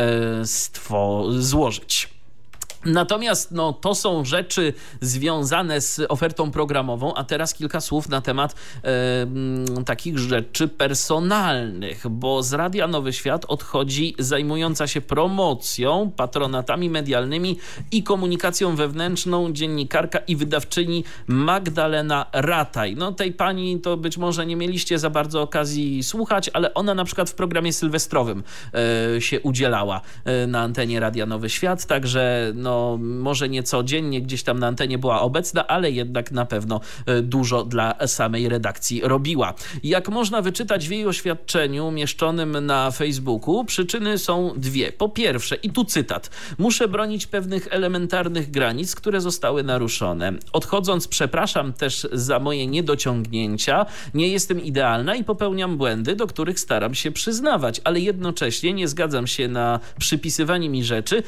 złożyć. Natomiast to są rzeczy związane z ofertą programową, a teraz kilka słów na temat takich rzeczy personalnych, bo z Radia Nowy Świat odchodzi zajmująca się promocją, patronatami medialnymi i komunikacją wewnętrzną dziennikarka i wydawczyni Magdalena Rataj. Tej pani to być może nie mieliście za bardzo okazji słuchać, ale ona na przykład w programie sylwestrowym się udzielała na antenie Radia Nowy Świat, także może nie codziennie gdzieś tam na antenie była obecna, ale jednak na pewno dużo dla samej redakcji robiła. Jak można wyczytać w jej oświadczeniu umieszczonym na Facebooku, przyczyny są dwie. Po pierwsze, i tu cytat: muszę bronić pewnych elementarnych granic, które zostały naruszone. Odchodząc, przepraszam też za moje niedociągnięcia. Nie jestem idealna i popełniam błędy, do których staram się przyznawać, ale jednocześnie nie zgadzam się na przypisywanie mi rzeczy,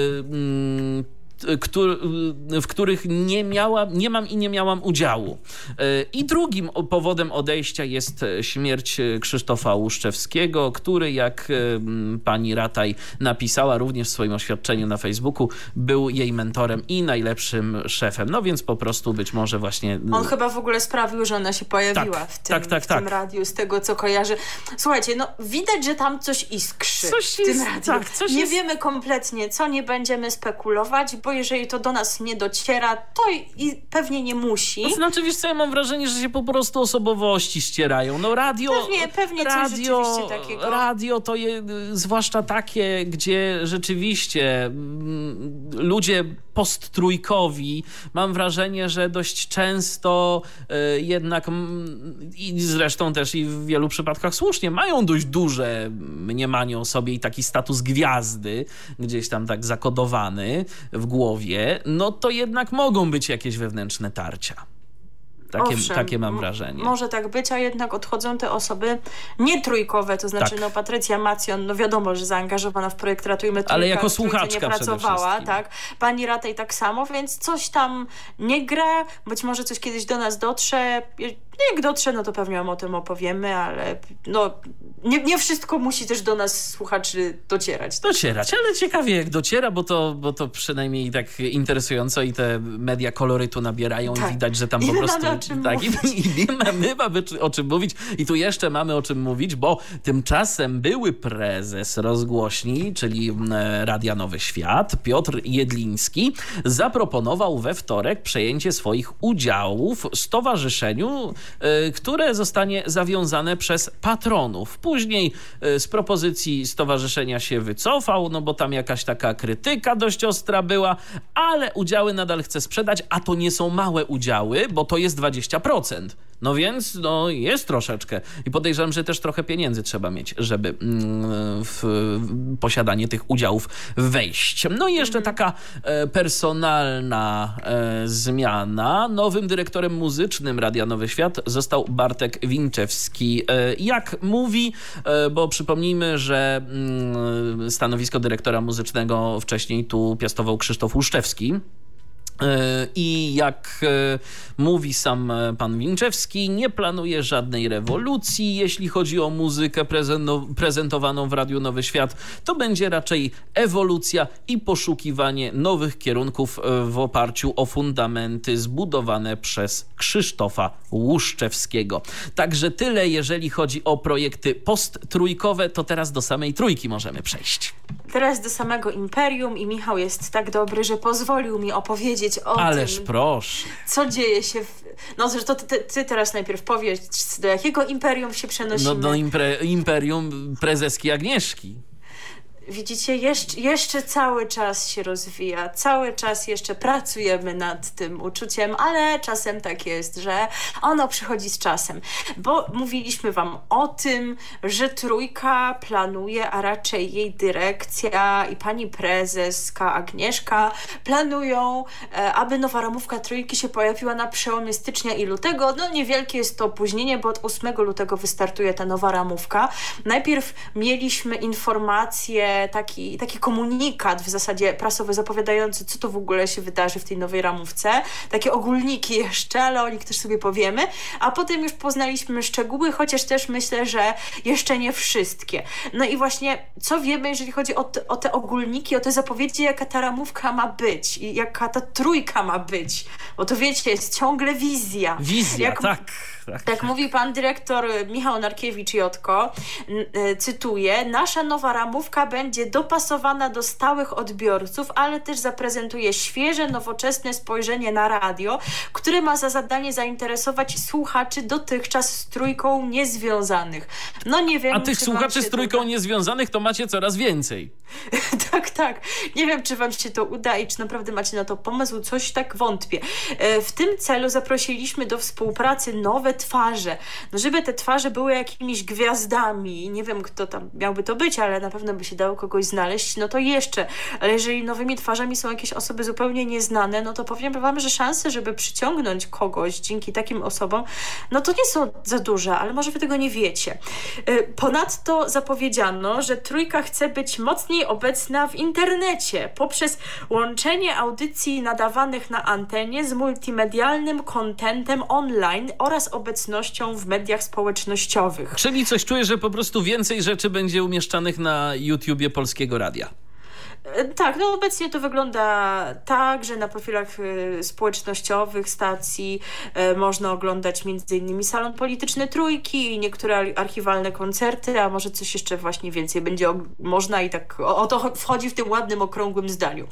w których nie mam i nie miałam udziału. I drugim powodem odejścia jest śmierć Krzysztofa Łuszczewskiego, który, jak pani Rataj napisała również w swoim oświadczeniu na Facebooku, był jej mentorem i najlepszym szefem. Więc po prostu być może właśnie... On chyba w ogóle sprawił, że ona się pojawiła w tym radiu, z tego co kojarzy. Słuchajcie, widać, że tam coś iskrzy w tym radiu. Nie wiemy kompletnie co, nie będziemy spekulować, bo jeżeli to do nas nie dociera, to i pewnie nie musi. To znaczy, wiesz co, ja mam wrażenie, że się po prostu osobowości ścierają. Radio... Pewnie coś rzeczywiście takiego. Radio to zwłaszcza takie, gdzie rzeczywiście ludzie posttrójkowi, mam wrażenie, że dość często jednak i zresztą też i w wielu przypadkach słusznie mają dość duże mniemanie o sobie i taki status gwiazdy gdzieś tam tak zakodowany w głowie, to jednak mogą być jakieś wewnętrzne tarcia. Takie mam wrażenie. Może tak być, a jednak odchodzą te osoby nietrójkowe, to znaczy Patrycja Macjon, wiadomo, że zaangażowana w projekt Ratujmy Trójkę, ale jako słuchaczka nie pracowała, tak. Pani Rataj tak samo, więc coś tam nie gra, być może coś kiedyś do nas dotrze. Jak dotrze, to pewnie o tym opowiemy, ale nie wszystko musi też do nas słuchaczy docierać, ale ciekawie jak dociera, bo to przynajmniej tak interesująco i te media kolorytu nabierają i widać, że tam po prostu mamy o czym mówić i tu jeszcze mamy o czym mówić, bo tymczasem były prezes rozgłośni, czyli Radia Nowy Świat, Piotr Jedliński, zaproponował we wtorek przejęcie swoich udziałów stowarzyszeniu, które zostanie zawiązane przez patronów. Później z propozycji stowarzyszenia się wycofał, bo tam jakaś taka krytyka dość ostra była, ale udziały nadal chce sprzedać, a to nie są małe udziały, bo to jest 20%. Więc jest troszeczkę. I podejrzewam, że też trochę pieniędzy trzeba mieć, żeby w posiadanie tych udziałów wejść. I jeszcze taka personalna zmiana. Nowym dyrektorem muzycznym Radia Nowy Świat został Bartek Winczewski. Jak mówi, bo przypomnijmy, że stanowisko dyrektora muzycznego wcześniej tu piastował Krzysztof Łuszczewski. I jak mówi sam pan Winczewski, nie planuje żadnej rewolucji, jeśli chodzi o muzykę prezentowaną w Radiu Nowy Świat. To będzie raczej ewolucja i poszukiwanie nowych kierunków w oparciu o fundamenty zbudowane przez Krzysztofa Łuszczewskiego. Także tyle, jeżeli chodzi o projekty posttrójkowe, to teraz do samej trójki możemy przejść. Teraz do samego Imperium i Michał jest tak dobry, że pozwolił mi opowiedzieć o Ależ tym, proszę. co dzieje się No zresztą ty teraz najpierw powiedz, do jakiego Imperium się przenosimy. No do Imperium prezeski Agnieszki. Widzicie, jeszcze cały czas się rozwija, cały czas jeszcze pracujemy nad tym uczuciem, ale czasem tak jest, że ono przychodzi z czasem. Bo mówiliśmy wam o tym, że trójka planuje, a raczej jej dyrekcja i pani prezeska Agnieszka planują, aby nowa ramówka trójki się pojawiła na przełomie stycznia i lutego. No niewielkie jest to opóźnienie, bo od 8 lutego wystartuje ta nowa ramówka. Najpierw mieliśmy informacje, taki komunikat w zasadzie prasowy zapowiadający, co to w ogóle się wydarzy w tej nowej ramówce. Takie ogólniki jeszcze, ale o nich też sobie powiemy. A potem już poznaliśmy szczegóły, chociaż też myślę, że jeszcze nie wszystkie. No i właśnie, co wiemy, jeżeli chodzi o te ogólniki, o te zapowiedzi, jaka ta ramówka ma być i jaka ta trójka ma być. Bo to wiecie, jest ciągle wizja. Wizja, tak. Jak mówi pan dyrektor Michał Narkiewicz-Jotko, cytuję, nasza nowa ramówka będzie dopasowana do stałych odbiorców, ale też zaprezentuje świeże, nowoczesne spojrzenie na radio, które ma za zadanie zainteresować słuchaczy dotychczas z trójką niezwiązanych. No nie wiem, a tych słuchaczy z trójką niezwiązanych to macie coraz więcej. Tak. Nie wiem, czy wam się to uda i czy naprawdę macie na to pomysł. Coś tak wątpię. W tym celu zaprosiliśmy do współpracy nowe twarze. No, żeby te twarze były jakimiś gwiazdami. Nie wiem, kto tam miałby to być, ale na pewno by się dało kogoś znaleźć. No to jeszcze. Ale jeżeli nowymi twarzami są jakieś osoby zupełnie nieznane, no to powiem wam, że szanse, żeby przyciągnąć kogoś dzięki takim osobom, no to nie są za duże, ale może wy tego nie wiecie. Ponadto zapowiedziano, że trójka chce być mocniej obecna w internecie poprzez łączenie audycji nadawanych na antenie z multimedialnym contentem online oraz obecnością w mediach społecznościowych. Czyli coś czuję, że po prostu więcej rzeczy będzie umieszczanych na YouTubie Polskiego Radia. Tak, no obecnie to wygląda tak, że na profilach społecznościowych stacji można oglądać m.in. Salon Polityczny Trójki i niektóre archiwalne koncerty, a może coś jeszcze właśnie więcej będzie można i tak o to wchodzi w tym ładnym, okrągłym zdaniu.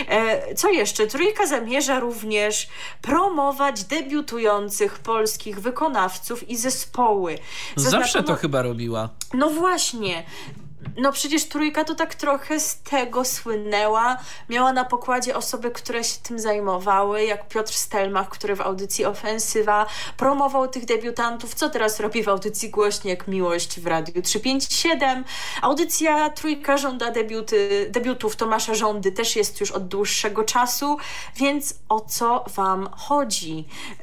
Co jeszcze? Trójka zamierza również promować debiutujących polskich wykonawców i zespoły. Zawsze to chyba robiła. No właśnie. No przecież trójka to tak trochę z tego słynęła. Miała na pokładzie osoby, które się tym zajmowały, jak Piotr Stelmach, który w audycji Ofensywa promował tych debiutantów. Co teraz robi w audycji Głośnie jak Miłość w Radiu 357? Audycja Trójka żąda debiutów Tomasza Żądy też jest już od dłuższego czasu, więc o co wam chodzi?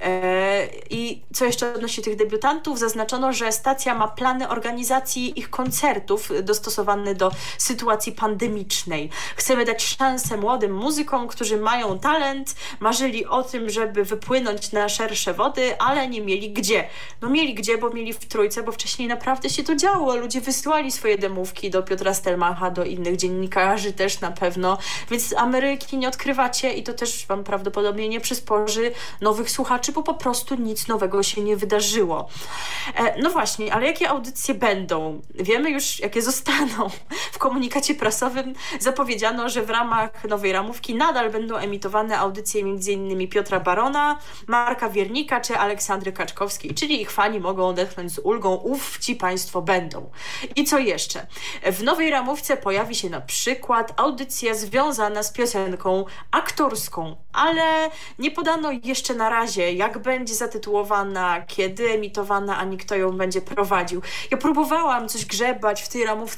I co jeszcze odnośnie tych debiutantów? Zaznaczono, że stacja ma plany organizacji ich koncertów dostosowane do sytuacji pandemicznej. Chcemy dać szansę młodym muzykom, którzy mają talent, marzyli o tym, żeby wypłynąć na szersze wody, ale nie mieli gdzie. No mieli gdzie, bo mieli w trójce, bo wcześniej naprawdę się to działo. Ludzie wysyłali swoje demówki do Piotra Stelmacha, do innych dziennikarzy też na pewno, więc Ameryki nie odkrywacie i to też wam prawdopodobnie nie przysporzy nowych słuchaczy, bo po prostu nic nowego się nie wydarzyło. No właśnie, ale jakie audycje będą? Wiemy już, jakie zostaną. W komunikacie prasowym zapowiedziano, że w ramach nowej ramówki nadal będą emitowane audycje m.in. Piotra Barona, Marka Wiernika czy Aleksandry Kaczkowskiej, czyli ich fani mogą odetchnąć z ulgą, ci państwo będą. I co jeszcze? W nowej ramówce pojawi się na przykład audycja związana z piosenką aktorską, ale nie podano jeszcze na razie, jak będzie zatytułowana, kiedy emitowana, ani kto ją będzie prowadził. Ja próbowałam coś grzebać w tej ramówce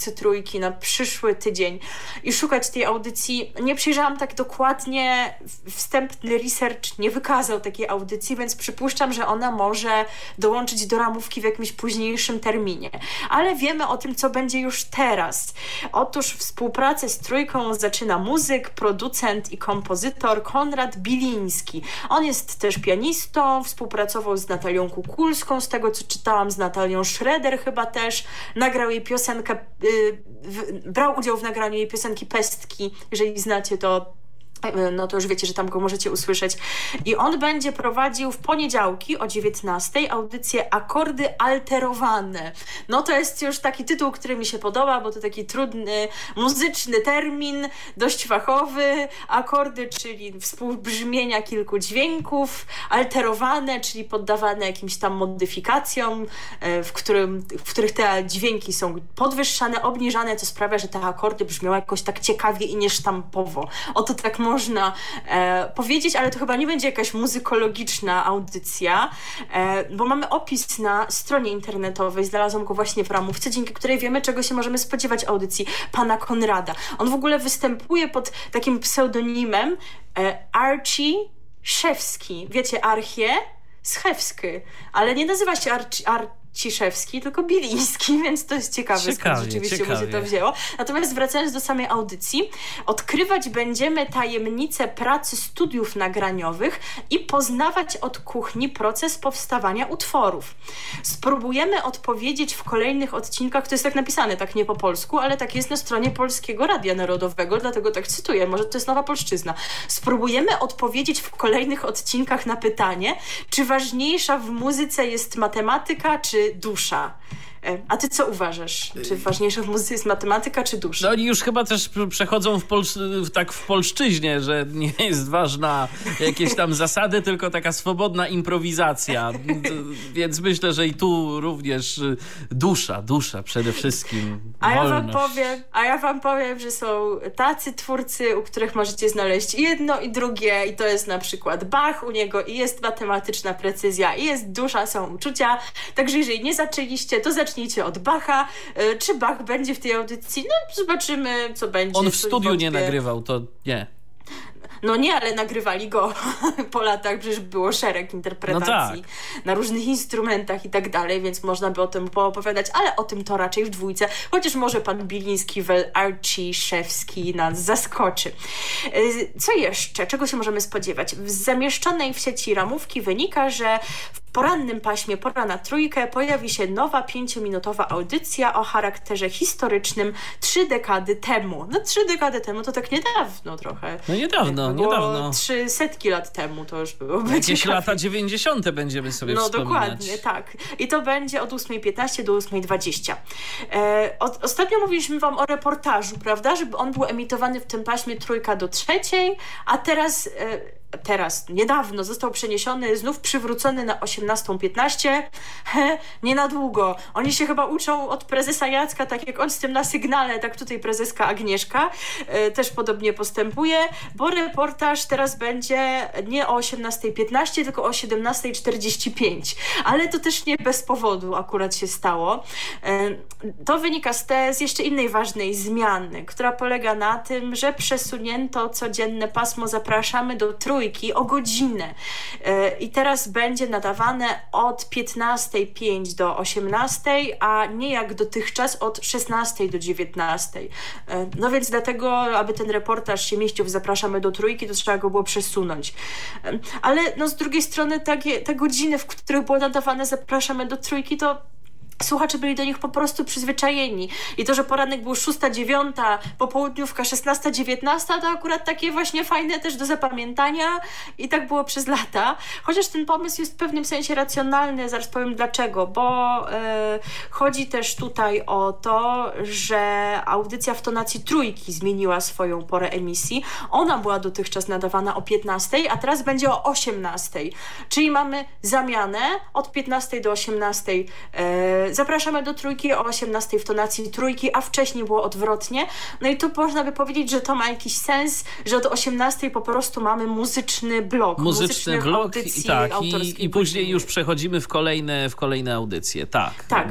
rozpisce Trójki na przyszły tydzień i szukać tej audycji. Nie przyjrzałam tak dokładnie, wstępny research nie wykazał takiej audycji, więc przypuszczam, że ona może dołączyć do ramówki w jakimś późniejszym terminie. Ale wiemy o tym, co będzie już teraz. Otóż współpracę z Trójką zaczyna muzyk, producent i kompozytor Konrad Biliński. On jest też pianistą, współpracował z Natalią Kukulską, z tego co czytałam, z Natalią Schroeder chyba też. Nagrał jej piosenkę, brał udział w nagraniu jej piosenki Pestki. Jeżeli znacie to, no to już wiecie, że tam go możecie usłyszeć. I on będzie prowadził w poniedziałki o 19:00 audycję Akordy Alterowane. No to jest już taki tytuł, który mi się podoba, bo to taki trudny, muzyczny termin, dość fachowy. Akordy, czyli współbrzmienia kilku dźwięków. Alterowane, czyli poddawane jakimś tam modyfikacjom, w których te dźwięki są podwyższane, obniżane, co sprawia, że te akordy brzmią jakoś tak ciekawie i niesztampowo. Oto tak można powiedzieć, ale to chyba nie będzie jakaś muzykologiczna audycja, bo mamy opis na stronie internetowej, znalazłam go właśnie w ramówce, dzięki której wiemy, czego się możemy spodziewać audycji pana Konrada. On w ogóle występuje pod takim pseudonimem Archie Szewski. Wiecie, Archie Schewski, ale nie nazywa się Ciszewski, tylko Biliński, więc to jest ciekawe, skąd rzeczywiście mu się to wzięło. Natomiast wracając do samej audycji, odkrywać będziemy tajemnice pracy studiów nagraniowych i poznawać od kuchni proces powstawania utworów. Spróbujemy odpowiedzieć w kolejnych odcinkach, to jest tak napisane, tak nie po polsku, ale tak jest na stronie Polskiego Radia Narodowego, dlatego tak cytuję, może to jest nowa polszczyzna. Spróbujemy odpowiedzieć w kolejnych odcinkach na pytanie, czy ważniejsza w muzyce jest matematyka, czy dusza. A ty co uważasz? Czy ważniejsza w muzyce jest matematyka, czy dusza? No oni już chyba też przechodzą w polszczyźnie, że nie jest ważna jakieś tam zasady, tylko taka swobodna improwizacja. Więc myślę, że i tu również dusza przede wszystkim. A ja wam powiem, że są tacy twórcy, u których możecie znaleźć jedno i drugie, i to jest na przykład Bach, u niego i jest matematyczna precyzja, i jest dusza, są uczucia. Także jeżeli nie zaczęliście, to zacznijcie od Bacha. Czy Bach będzie w tej audycji? No zobaczymy, co będzie. On w studiu nie nagrywał, to nie. No nie, ale nagrywali go po latach, przecież było szereg interpretacji na różnych instrumentach i tak dalej, więc można by o tym poopowiadać, ale o tym to raczej w dwójce, chociaż może pan Biliński, Archie Szewski nas zaskoczy. Co jeszcze? Czego się możemy spodziewać? Z zamieszczonej w sieci ramówki wynika, że w porannym paśmie Pora na Trójkę pojawi się nowa 5-minutowa audycja o charakterze historycznym 3 dekady temu. No 3 dekady temu to tak niedawno trochę. No niedawno. 300 lat temu to już było. Jakieś lata 90. będziemy sobie wspominać. No dokładnie, tak. I to będzie od 8:15 do 8:20. Ostatnio mówiliśmy wam o reportażu, prawda? Żeby on był emitowany w tym paśmie 2 do 3, a teraz niedawno został przeniesiony, znów przywrócony na 18:15. Nie na długo. Oni się chyba uczą od prezesa Jacka, tak jak on z tym na Sygnale, tak tutaj prezeska Agnieszka też podobnie postępuje, bo reportaż teraz będzie nie o 18:15, tylko o 17:45. Ale to też nie bez powodu akurat się stało. To wynika z jeszcze innej ważnej zmiany, która polega na tym, że przesunięto codzienne pasmo Zapraszamy do Trójki o godzinę. I teraz będzie nadawane od 15:05 do 18:00, a nie jak dotychczas od 16:00 do 19:00. No więc dlatego, aby ten reportaż się mieścił w Zapraszamy do Trójki, to trzeba go było przesunąć. Ale no z drugiej strony te godziny, w których było nadawane Zapraszamy do Trójki, to słuchacze byli do nich po prostu przyzwyczajeni. I to, że poranek był 6:09, popołudniówka 16:19, to akurat takie właśnie fajne też do zapamiętania i tak było przez lata. Chociaż ten pomysł jest w pewnym sensie racjonalny, zaraz powiem dlaczego, bo chodzi też tutaj o to, że audycja w tonacji Trójki zmieniła swoją porę emisji. Ona była dotychczas nadawana o 15:00, a teraz będzie o 18:00. Czyli mamy zamianę od 15:00 do 18:00 Zapraszamy do Trójki o 18:00 w tonacji Trójki, a wcześniej było odwrotnie. No i tu można by powiedzieć, że to ma jakiś sens, że od 18:00 po prostu mamy muzyczny blok. Muzyczny blok audycji i później już przechodzimy w kolejne audycje. Tak,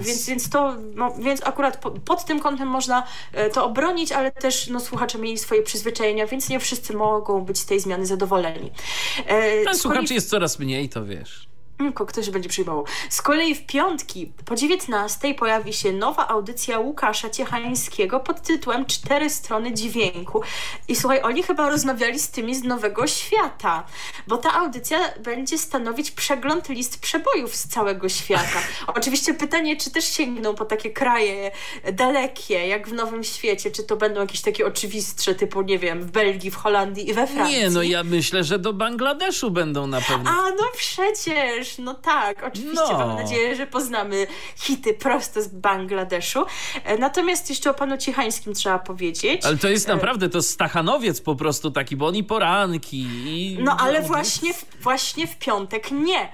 więc akurat pod tym kątem można to obronić, ale też słuchacze mieli swoje przyzwyczajenia, więc nie wszyscy mogą być z tej zmiany zadowoleni. Słuchaczy jest coraz mniej, to wiesz. Ktoś będzie przyjmował. Z kolei w piątki po 19:00 pojawi się nowa audycja Łukasza Ciechańskiego pod tytułem 4 strony dźwięku. I słuchaj, oni chyba rozmawiali z tymi z Nowego Świata, bo ta audycja będzie stanowić przegląd list przebojów z całego świata. Oczywiście pytanie, czy też sięgną po takie kraje dalekie, jak w Nowym Świecie, czy to będą jakieś takie oczywistsze, typu, nie wiem, w Belgii, w Holandii i we Francji. Nie, ja myślę, że do Bangladeszu będą na pewno. Przecież, tak, oczywiście mam nadzieję, że poznamy hity prosto z Bangladeszu. Natomiast jeszcze o panu Ciechańskim trzeba powiedzieć. Ale to jest naprawdę, to Stachanowiec po prostu taki, bo oni poranki i... ale właśnie w piątek nie.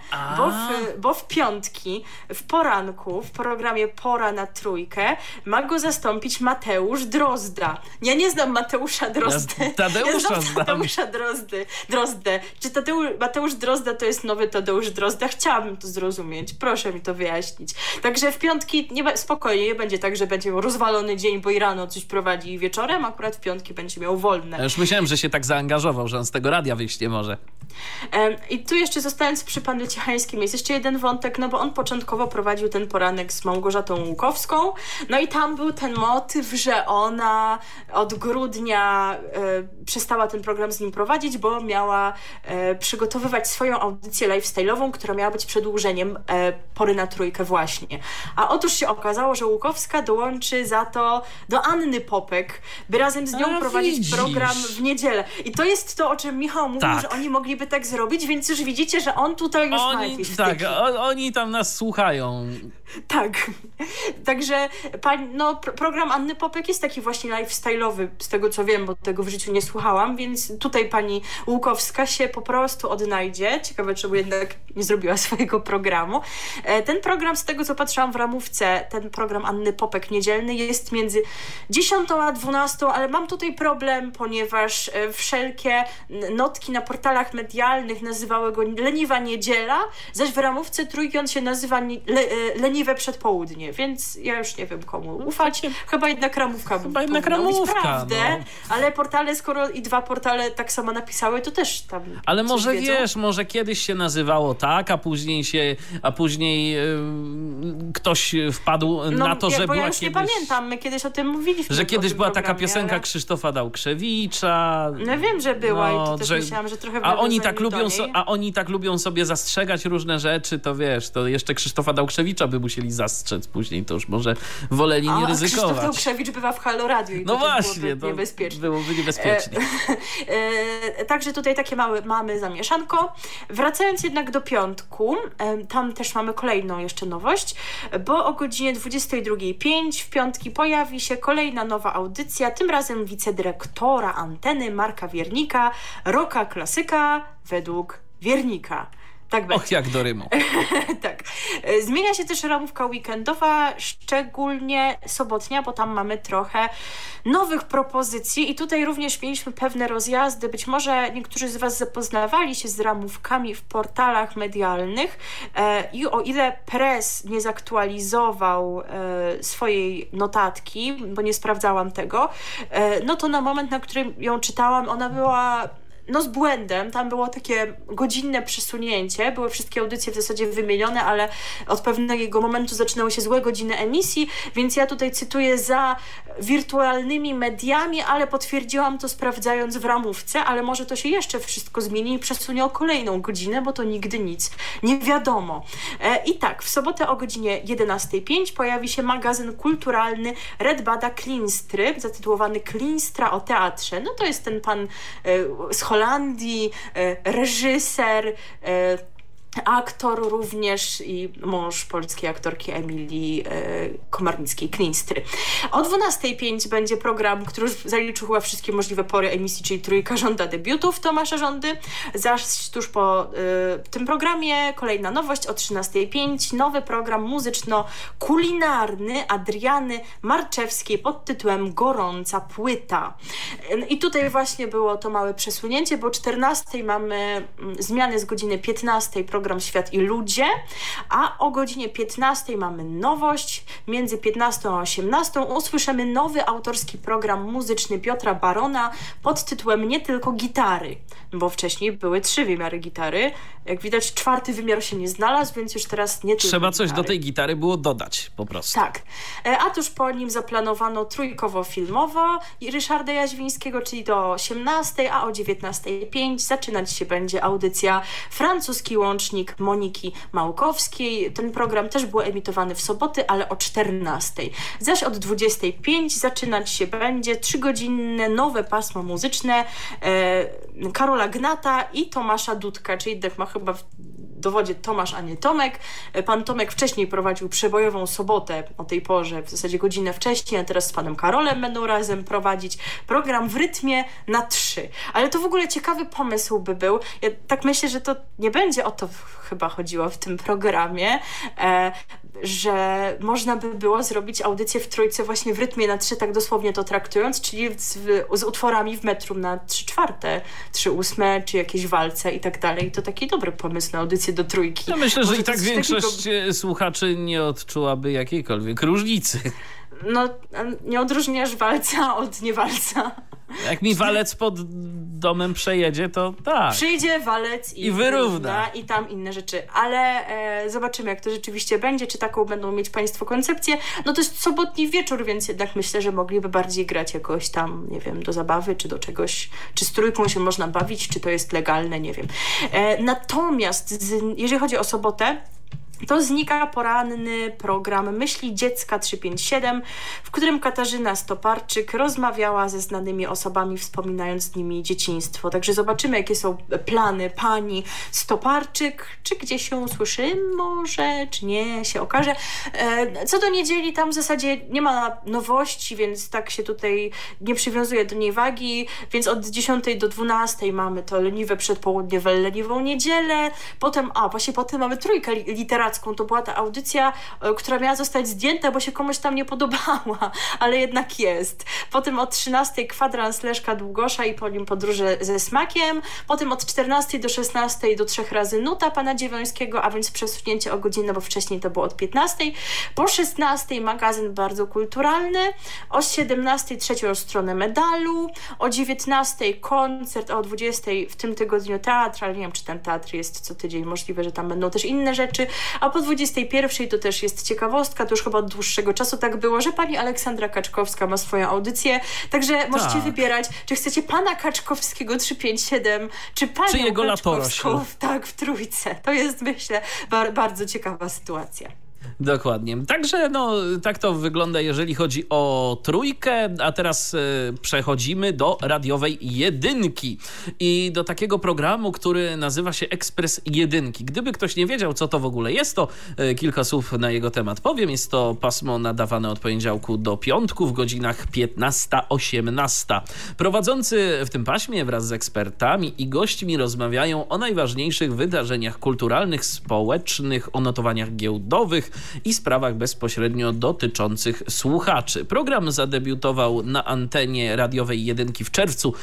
Bo w piątki, w poranku, w programie Pora na Trójkę ma go zastąpić Mateusz Drozda. Ja nie znam Mateusza Drozdy. Tadeusza znam. Tadeusza Drozdę. Czy Mateusz Drozda to jest nowy Tadeusz Drozda? Chciałabym to zrozumieć. Proszę mi to wyjaśnić. Także w piątki spokojnie, nie będzie tak, że będzie miał rozwalony dzień, bo i rano coś prowadzi i wieczorem. Akurat w piątki będzie miał wolne. Ja już myślałem, że się tak zaangażował, że on z tego radia wyjść nie może. I tu jeszcze zostając przy panu Ciechańskim jest jeszcze jeden wątek, bo on początkowo prowadził ten poranek z Małgorzatą Łukowską. No i tam był ten motyw, że ona od grudnia przestała ten program z nim prowadzić, bo miała przygotowywać swoją audycję lifestyle'ową, która miała być przedłużeniem Pory na Trójkę właśnie. A otóż się okazało, że Łukowska dołączy za to do Anny Popek, by razem z nią prowadzić program w niedzielę. I to jest to, o czym Michał mówił, że oni mogliby tak zrobić, więc już widzicie, że on tutaj już ma jakieś wtyki. Tak, oni tam nas słuchają. Tak. Także program Anny Popek jest taki właśnie lifestyle'owy, z tego co wiem, bo tego w życiu nie słuchałam, więc tutaj pani Łukowska się po prostu odnajdzie. Ciekawe, czemu jednak nie zrobiła swojego programu. Ten program, z tego co patrzyłam w ramówce, ten program Anny Popek niedzielny jest między 10 a 12, ale mam tutaj problem, ponieważ wszelkie notki na portalach medialnych nazywały go Leniwa Niedziela, zaś w ramówce Trójki on się nazywa Leniwe Przedpołudnie, więc ja już nie wiem komu ufać. Chyba jednak ramówka prawdę, ale portale, skoro i dwa portale tak samo napisały, to też tam. Ale może wiesz, może kiedyś się nazywało tak, a później ktoś wpadł na to, że była ja już kiedyś... nie pamiętam, my kiedyś o tym mówiliśmy. Że kiedyś była taka piosenka Krzysztofa Dałkrzewicza. No wiem, że była i to też myślałam, że trochę a oni tak lubią sobie zastrzegać różne rzeczy, to wiesz, to jeszcze Krzysztofa Dałkrzewicza by musieli zastrzec później, to już może woleli nie ryzykować. Krzysztof Dałkrzewicz bywa w Halo Radio i no właśnie, to niebezpieczne. Byłoby niebezpiecznie. Także tutaj takie mamy zamieszanko. Wracając jednak do piątku, tam też mamy kolejną jeszcze nowość, bo o godzinie 22:05 w piątki pojawi się kolejna nowa audycja, tym razem wicedyrektora anteny Marka Wiernika, Rocka Klasyka według Wiernika. Tak będzie. Och, jak do rymu. Tak. Zmienia się też ramówka weekendowa, szczególnie sobotnia, bo tam mamy trochę nowych propozycji i tutaj również mieliśmy pewne rozjazdy. Być może niektórzy z was zapoznawali się z ramówkami w portalach medialnych i o ile Press nie zaktualizował swojej notatki, bo nie sprawdzałam tego, no to na moment, na którym ją czytałam, ona była z błędem, tam było takie godzinne przesunięcie, były wszystkie audycje w zasadzie wymienione, ale od pewnego momentu zaczynały się złe godziny emisji, więc ja tutaj cytuję za wirtualnymi mediami, ale potwierdziłam to sprawdzając w ramówce, ale może to się jeszcze wszystko zmieni i przesunie o kolejną godzinę, bo to nigdy nic nie wiadomo. I tak, w sobotę o godzinie 11:05 pojawi się magazyn kulturalny Redbada Klinstry, zatytułowany Klinstra o teatrze. No to jest ten pan z Holandii, reżyser, aktor również i mąż polskiej aktorki Emilii Komarnickiej-Knistry. O 12:05 będzie program, który już zaliczył chyba wszystkie możliwe pory emisji, czyli Trójka żąda debiutów Tomasza Żądy. Zaś tuż po tym programie kolejna nowość o 13:05, nowy program muzyczno-kulinarny Adriany Marczewskiej pod tytułem Gorąca płyta. I tutaj właśnie było to małe przesunięcie, bo o 14:00 mamy zmiany z godziny 15:00 program Świat i Ludzie, a o godzinie 15:00 mamy nowość. Między 15:00 a 18:00 usłyszymy nowy autorski program muzyczny Piotra Barona pod tytułem Nie tylko gitary, bo wcześniej były 3 wymiary gitary. Jak widać 4. wymiar się nie znalazł, więc już teraz nie tylko Trzeba coś gitary. do tej gitary było dodać po prostu. Tak. A tuż po nim zaplanowano trójkowo-filmowo i Ryszarda Jaźwińskiego, czyli do 18:00, a o 19:05 zaczynać się będzie audycja Francuski łącznik Moniki Małkowskiej. Ten program też był emitowany w soboty, ale o 14:00. Zaś od 20:05 zaczynać się będzie 3-godzinne nowe pasmo muzyczne Karola Gnata i Tomasza Dudka, czyli Dech ma chyba w dowodzie Tomasz, a nie Tomek. Pan Tomek wcześniej prowadził Przebojową Sobotę o tej porze, w zasadzie godzinę wcześniej, a teraz z panem Karolem będą razem prowadzić program w rytmie na 3. Ale to w ogóle ciekawy pomysł by był. Ja tak myślę, że to nie będzie o to chyba chodziło w tym programie, że można by było zrobić audycję w trójce właśnie w rytmie na 3, tak dosłownie to traktując, czyli z utworami w metrum na 3/4, 3/8, czy jakieś walce i tak dalej. To taki dobry pomysł na audycję do trójki. Ja myślę, że Może i tak większość słuchaczy nie odczułaby jakiejkolwiek różnicy. No, nie odróżniasz walca od niewalca. Jak mi walec pod domem przejedzie, to tak. Przyjdzie walec i wyrówna. I tam inne rzeczy. Ale zobaczymy, jak to rzeczywiście będzie, czy taką będą mieć państwo koncepcję. No to jest sobotni wieczór, więc jednak myślę, że mogliby bardziej grać jakoś tam, nie wiem, do zabawy, czy do czegoś, czy z trójką się można bawić, czy to jest legalne, nie wiem. Natomiast jeżeli chodzi o sobotę, to znika poranny program Myśli Dziecka 357, w którym Katarzyna Stoparczyk rozmawiała ze znanymi osobami, wspominając z nimi dzieciństwo. Także zobaczymy, jakie są plany pani Stoparczyk, czy gdzieś ją słyszy, może, czy nie, się okaże. Co do niedzieli, tam w zasadzie nie ma nowości, więc tak się tutaj nie przywiązuje do niej wagi, więc od 10 do 12 mamy to leniwe przedpołudnie w leniwą niedzielę, potem mamy trójkę literacką. To była ta audycja, która miała zostać zdjęta, bo się komuś tam nie podobała, ale jednak jest. Potem od 13 kwadrans Leszka Długosza i po nim Podróże ze smakiem. Potem od 14 do 16 do 3 razy Nuta pana Dziewońskiego, a więc przesunięcie o godzinę, bo wcześniej to było od 15. Po 16 magazyn bardzo kulturalny. O 17 trzecią stronę medalu. O 19 koncert, a o 20 w tym tygodniu teatr, ale nie wiem, czy ten teatr jest co tydzień. Możliwe, że tam będą też inne rzeczy. A po 21 to też jest ciekawostka, to już chyba od dłuższego czasu tak było, że pani Aleksandra Kaczkowska ma swoją audycję, także możecie wybierać, czy chcecie pana Kaczkowskiego 357, czy panią jego Kaczkowską w trójce. To jest, myślę, bardzo ciekawa sytuacja. Dokładnie. Także tak to wygląda, jeżeli chodzi o trójkę, a teraz przechodzimy do radiowej jedynki i do takiego programu, który nazywa się Ekspres Jedynki. Gdyby ktoś nie wiedział, co to w ogóle jest, to kilka słów na jego temat powiem. Jest to pasmo nadawane od poniedziałku do piątku w godzinach 15-18. Prowadzący w tym paśmie wraz z ekspertami i gośćmi rozmawiają o najważniejszych wydarzeniach kulturalnych, społecznych, o notowaniach giełdowych i sprawach bezpośrednio dotyczących słuchaczy. Program zadebiutował na antenie radiowej jedynki w czerwcu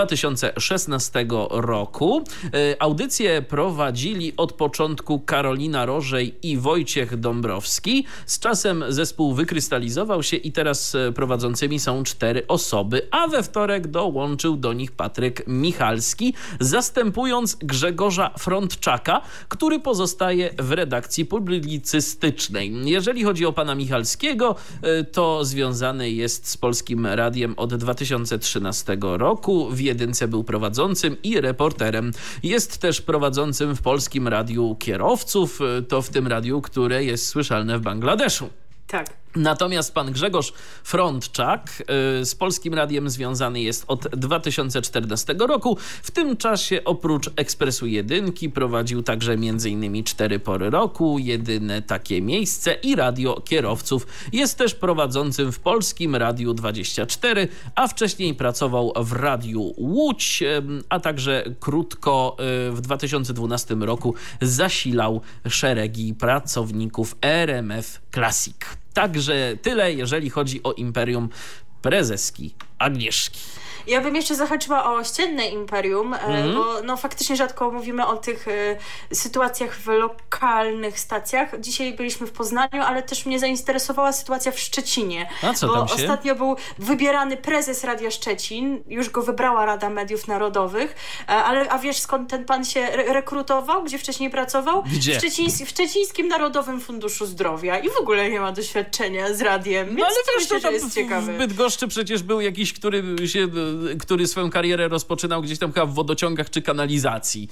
2016 roku. Audycję prowadzili od początku Karolina Rożej i Wojciech Dąbrowski. Z czasem zespół wykrystalizował się i teraz prowadzącymi są 4 osoby, a we wtorek dołączył do nich Patryk Michalski, zastępując Grzegorza Frądczaka, który pozostaje w redakcji publicystycznej. Jeżeli chodzi o pana Michalskiego, to związany jest z Polskim Radiem od 2013 roku. W jedynce był prowadzącym i reporterem. Jest też prowadzącym w Polskim Radiu Kierowców, to w tym radiu, które jest słyszalne w Bangladeszu. Tak. Natomiast pan Grzegorz Frądczak z Polskim Radiem związany jest od 2014 roku. W tym czasie oprócz Ekspresu Jedynki prowadził także m.in. 4 pory roku, Jedyne takie miejsce i Radio Kierowców. Jest też prowadzącym w Polskim Radiu 24, a wcześniej pracował w Radiu Łódź, a także krótko w 2012 roku zasilał szeregi pracowników RMF Classic. Także tyle, jeżeli chodzi o imperium prezeski Agnieszki. Ja bym jeszcze zahaczyła o ościenne imperium, bo no, faktycznie rzadko mówimy o tych sytuacjach w lokalnych stacjach. Dzisiaj byliśmy w Poznaniu, ale też mnie zainteresowała sytuacja w Szczecinie. A co bo tam się? Ostatnio był wybierany prezes Radia Szczecin, już go wybrała Rada Mediów Narodowych, a wiesz skąd ten pan się rekrutował, gdzie wcześniej pracował? Gdzie? W Szczecińskim Narodowym Funduszu Zdrowia i w ogóle nie ma doświadczenia z radiem, więc No ale to wiesz, myślę, to tam że jest ciekawe. w Bydgoszczy przecież był jakiś, który swoją karierę rozpoczynał gdzieś tam chyba w wodociągach czy kanalizacji.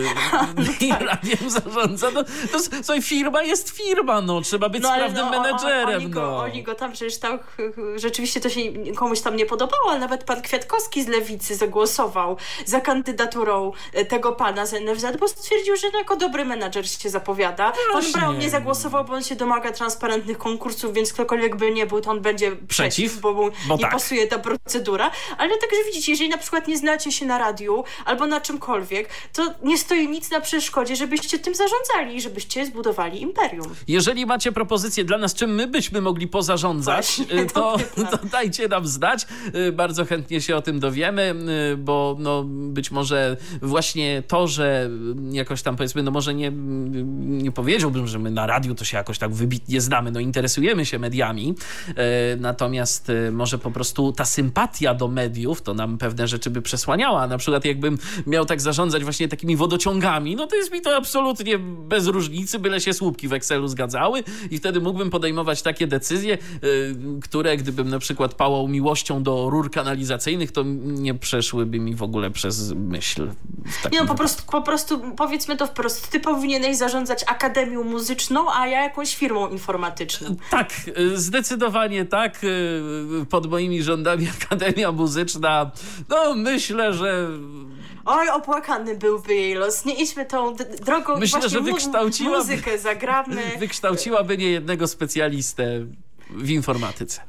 I radiem zarządza. No, słuchaj, firma jest firma, no. Trzeba być sprawnym menedżerem. Oni go tam przecież tam rzeczywiście to się komuś tam nie podobało, ale nawet pan Kwiatkowski z Lewicy zagłosował za kandydaturą tego pana z NFZ, bo stwierdził, że no, jako dobry menedżer się zapowiada. Pan Braun nie zagłosował, bo on się domaga transparentnych konkursów, więc ktokolwiek by nie był, to on będzie przeciw, bo mu nie pasuje ta procedura. Ale także widzicie, jeżeli na przykład nie znacie się na radiu albo na czymkolwiek, to nie stoi nic na przeszkodzie, żebyście tym zarządzali i żebyście zbudowali imperium. Jeżeli macie propozycje dla nas, czym my byśmy mogli pozarządzać, to dajcie nam znać. Bardzo chętnie się o tym dowiemy, bo no, być może właśnie to, że jakoś tam powiedzmy, no może nie powiedziałbym, że my na radiu to się jakoś tak wybitnie znamy, no interesujemy się mediami, natomiast może po prostu ta sympatia do mediów to nam pewne rzeczy by przesłaniała. Na przykład jakbym miał tak zarządzać właśnie takimi wodociągami, no to jest mi to absolutnie bez różnicy, byle się słupki w Excelu zgadzały i wtedy mógłbym podejmować takie decyzje, które gdybym na przykład pałał miłością do rur kanalizacyjnych, to nie przeszłyby mi w ogóle przez myśl. Nie no, po prostu powiedzmy to wprost. Ty powinieneś zarządzać akademią muzyczną, a ja jakąś firmą informatyczną. Tak, zdecydowanie tak. Pod moimi rządami Akademia Muzyczna, no myślę, że... Oj, opłakany byłby jej los. Nie idźmy tą drogą. Myślę, że muzykę zagramy. Wykształciłaby niejednego specjalistę w informatyce.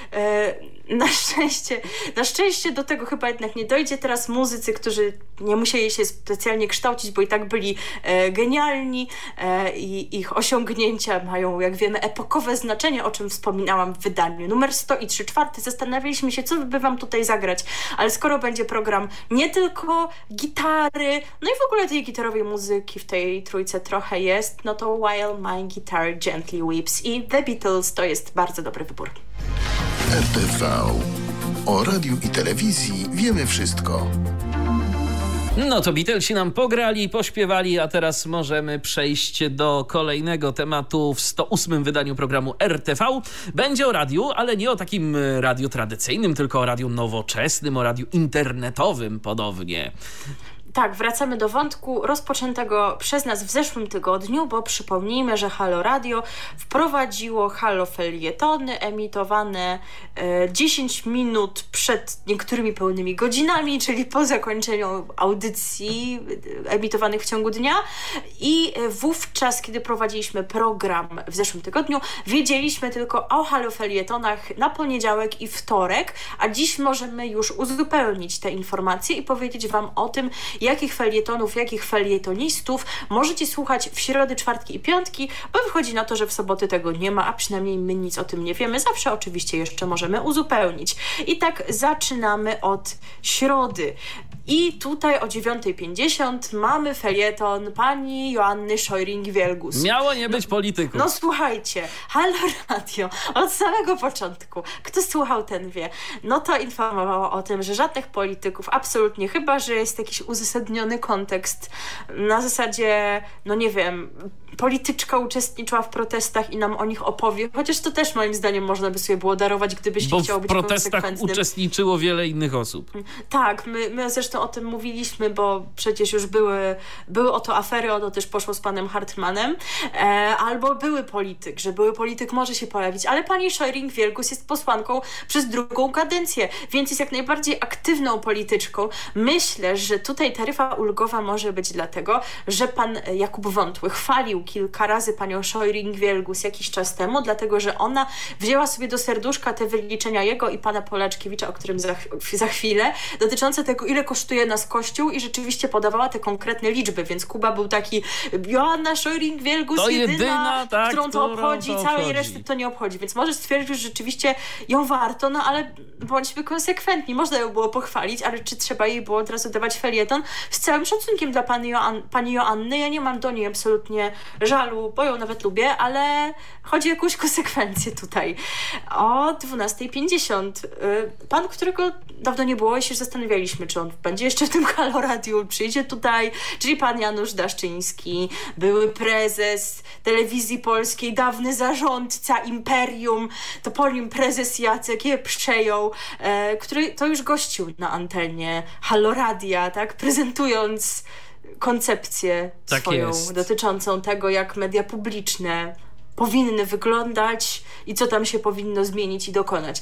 Na szczęście do tego chyba jednak nie dojdzie. Teraz muzycy, którzy nie musieli się specjalnie kształcić, bo i tak byli genialni i ich osiągnięcia mają, jak wiemy, epokowe znaczenie, o czym wspominałam w wydaniu numer 100 i 3/4. Zastanawialiśmy się, co by wam tutaj zagrać, ale skoro będzie program nie tylko gitary, no i w ogóle tej gitarowej muzyki w tej trójce trochę jest, no to While My Guitar Gently Weeps i The Beatles to jest bardzo dobry wybór. RTV. O radiu i telewizji wiemy wszystko. No to Beatlesi nam pograli i pośpiewali, a teraz możemy przejść do kolejnego tematu w 108. wydaniu programu RTV. Będzie o radiu, ale nie o takim radiu tradycyjnym, tylko o radiu nowoczesnym, o radiu internetowym podobnie. Tak, wracamy do wątku rozpoczętego przez nas w zeszłym tygodniu, bo przypomnijmy, że Halo Radio wprowadziło Halo felietony emitowane 10 minut przed niektórymi pełnymi godzinami, czyli po zakończeniu audycji emitowanych w ciągu dnia i wówczas, kiedy prowadziliśmy program w zeszłym tygodniu, wiedzieliśmy tylko o Halo felietonach na poniedziałek i wtorek, a dziś możemy już uzupełnić te informacje i powiedzieć wam o tym, jakich felietonów, jakich felietonistów możecie słuchać w środy, czwartki i piątki, bo wychodzi na to, że w soboty tego nie ma, a przynajmniej my nic o tym nie wiemy. Zawsze oczywiście jeszcze możemy uzupełnić. I tak zaczynamy od środy. I tutaj o 9:50 mamy felieton pani Joanny Szojring-Wielgus. Miało nie być polityków. No słuchajcie, Halo Radio od samego początku, kto słuchał, ten wie, no to informowało o tym, że żadnych polityków, absolutnie, chyba że jest jakieś uzasadniony kontekst. Na zasadzie, no nie wiem, polityczka uczestniczyła w protestach i nam o nich opowie, chociaż to też moim zdaniem można by sobie było darować, gdyby się chciało być konsekwentnym. Bo w protestach uczestniczyło wiele innych osób. Tak, my zresztą o tym mówiliśmy, bo przecież już były o to afery, o to też poszło z panem Hartmanem, albo były polityk może się pojawić, ale pani Scheuring-Wielgus jest posłanką przez drugą kadencję, więc jest jak najbardziej aktywną polityczką. Myślę, że tutaj taryfa ulgowa może być dlatego, że pan Jakub Wątły chwalił kilka razy panią Scheuring-Wielgus jakiś czas temu, dlatego że ona wzięła sobie do serduszka te wyliczenia jego i pana Polaczkiewicza, o którym za chwilę, dotyczące tego, ile kosztuje nas Kościół i rzeczywiście podawała te konkretne liczby, więc Kuba był taki, Joanna Scheuring-Wielgus to jedyna, tak, którą to obchodzi, całej reszty to nie obchodzi, więc może stwierdził, że rzeczywiście ją warto, no ale bądźmy konsekwentni, można ją było pochwalić, ale czy trzeba jej było od razu dawać felieton? Z całym szacunkiem dla pani Joanny, ja nie mam do niej absolutnie żalu, bo ją nawet lubię, ale chodzi o jakąś konsekwencję tutaj. O 12:50 pan, którego dawno nie było i się zastanawialiśmy, czy on będzie jeszcze w tym Halo Radiu, przyjdzie tutaj, czyli pan Janusz Daszczyński, były prezes Telewizji Polskiej, dawny zarządca Imperium, to po nim prezes Jacek je przejął, który to już gościł na antenie Halo Radia, tak, prezentując koncepcję tak swoją jest. Dotyczącą tego, jak media publiczne powinny wyglądać i co tam się powinno zmienić i dokonać.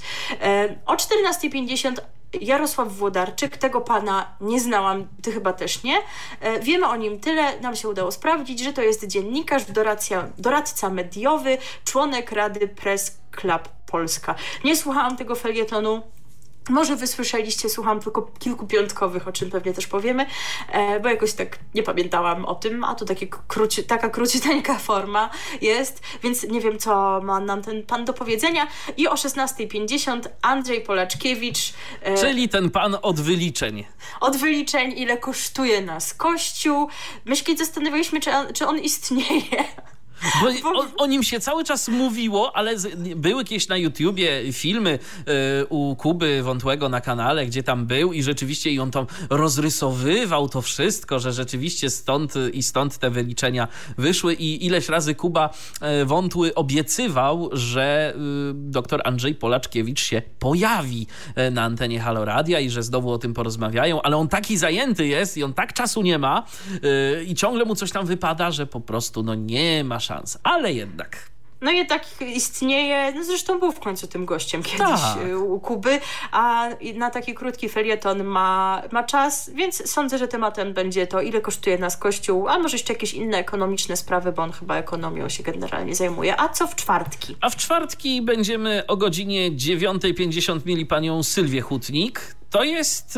O 14:50 Jarosław Włodarczyk, tego pana nie znałam, ty chyba też nie. Wiemy o nim tyle, nam się udało sprawdzić, że to jest dziennikarz, doradca mediowy, członek Rady Press Club Polska. Nie słuchałam tego felietonu. Może wy słyszeliście, słucham tylko kilku piątkowych, o czym pewnie też powiemy, bo jakoś tak nie pamiętałam o tym, a to taka króciuteńka forma jest, więc nie wiem, co ma nam ten pan do powiedzenia. I o 16:50 Andrzej Polaczkiewicz. Czyli ten pan od wyliczeń. Od wyliczeń, ile kosztuje nas Kościół. My się zastanawialiśmy, czy on istnieje. Bo o nim się cały czas mówiło, ale były kiedyś na YouTubie filmy u Kuby Wątłego na kanale, gdzie tam był i rzeczywiście i on tam rozrysowywał to wszystko, że rzeczywiście stąd te wyliczenia wyszły i ileś razy Kuba Wątły obiecywał, że dr Andrzej Polaczkiewicz się pojawi na antenie Halo Radia i że znowu o tym porozmawiają, ale on taki zajęty jest i on tak czasu nie ma i ciągle mu coś tam wypada, że po prostu nie ma szans, ale jednak. No jednak istnieje, no zresztą był w końcu tym gościem kiedyś u Kuby, a na taki krótki felieton ma czas, więc sądzę, że tematem będzie to, ile kosztuje nas Kościół, a może jeszcze jakieś inne ekonomiczne sprawy, bo on chyba ekonomią się generalnie zajmuje. A co w czwartki? A w czwartki będziemy o godzinie 9:50 mieli panią Sylwię Hutnik. To jest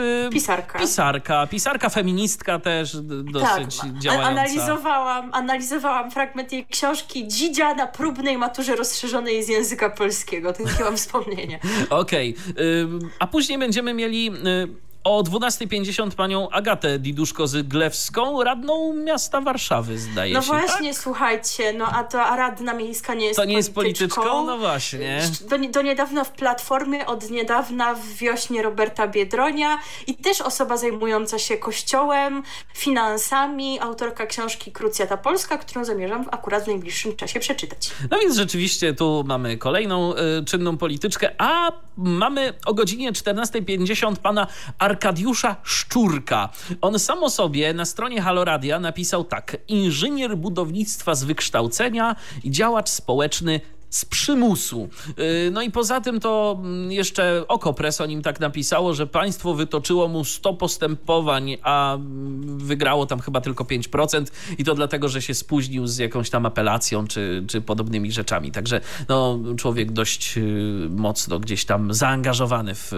pisarka, feministka też dosyć działająca. Analizowałam fragment jej książki Dzidzia na próbnej maturze rozszerzonej z języka polskiego. Takie mam wspomnienie. Okej. A później będziemy mieli o 12:50 panią Agatę Diduszko-Zyglewską, radną miasta Warszawy, zdaje się. No właśnie, tak? Słuchajcie, a radna miejska nie jest polityczką. To nie jest polityczką? No właśnie. Do niedawna w Platformie, od niedawna w Wiośnie Roberta Biedronia i też osoba zajmująca się kościołem, finansami, autorka książki Krucjata Polska, którą zamierzam akurat w najbliższym czasie przeczytać. No więc rzeczywiście tu mamy kolejną czynną polityczkę, a mamy o godzinie 14:50 pana Arkadiusza Szczurka. On sam o sobie na stronie Halo Radia napisał tak: inżynier budownictwa z wykształcenia i działacz społeczny z przymusu. No i poza tym to jeszcze Okopres o nim tak napisało, że państwo wytoczyło mu 100 postępowań, a wygrało tam chyba tylko 5% i to dlatego, że się spóźnił z jakąś tam apelacją czy podobnymi rzeczami. Także człowiek dość mocno gdzieś tam zaangażowany w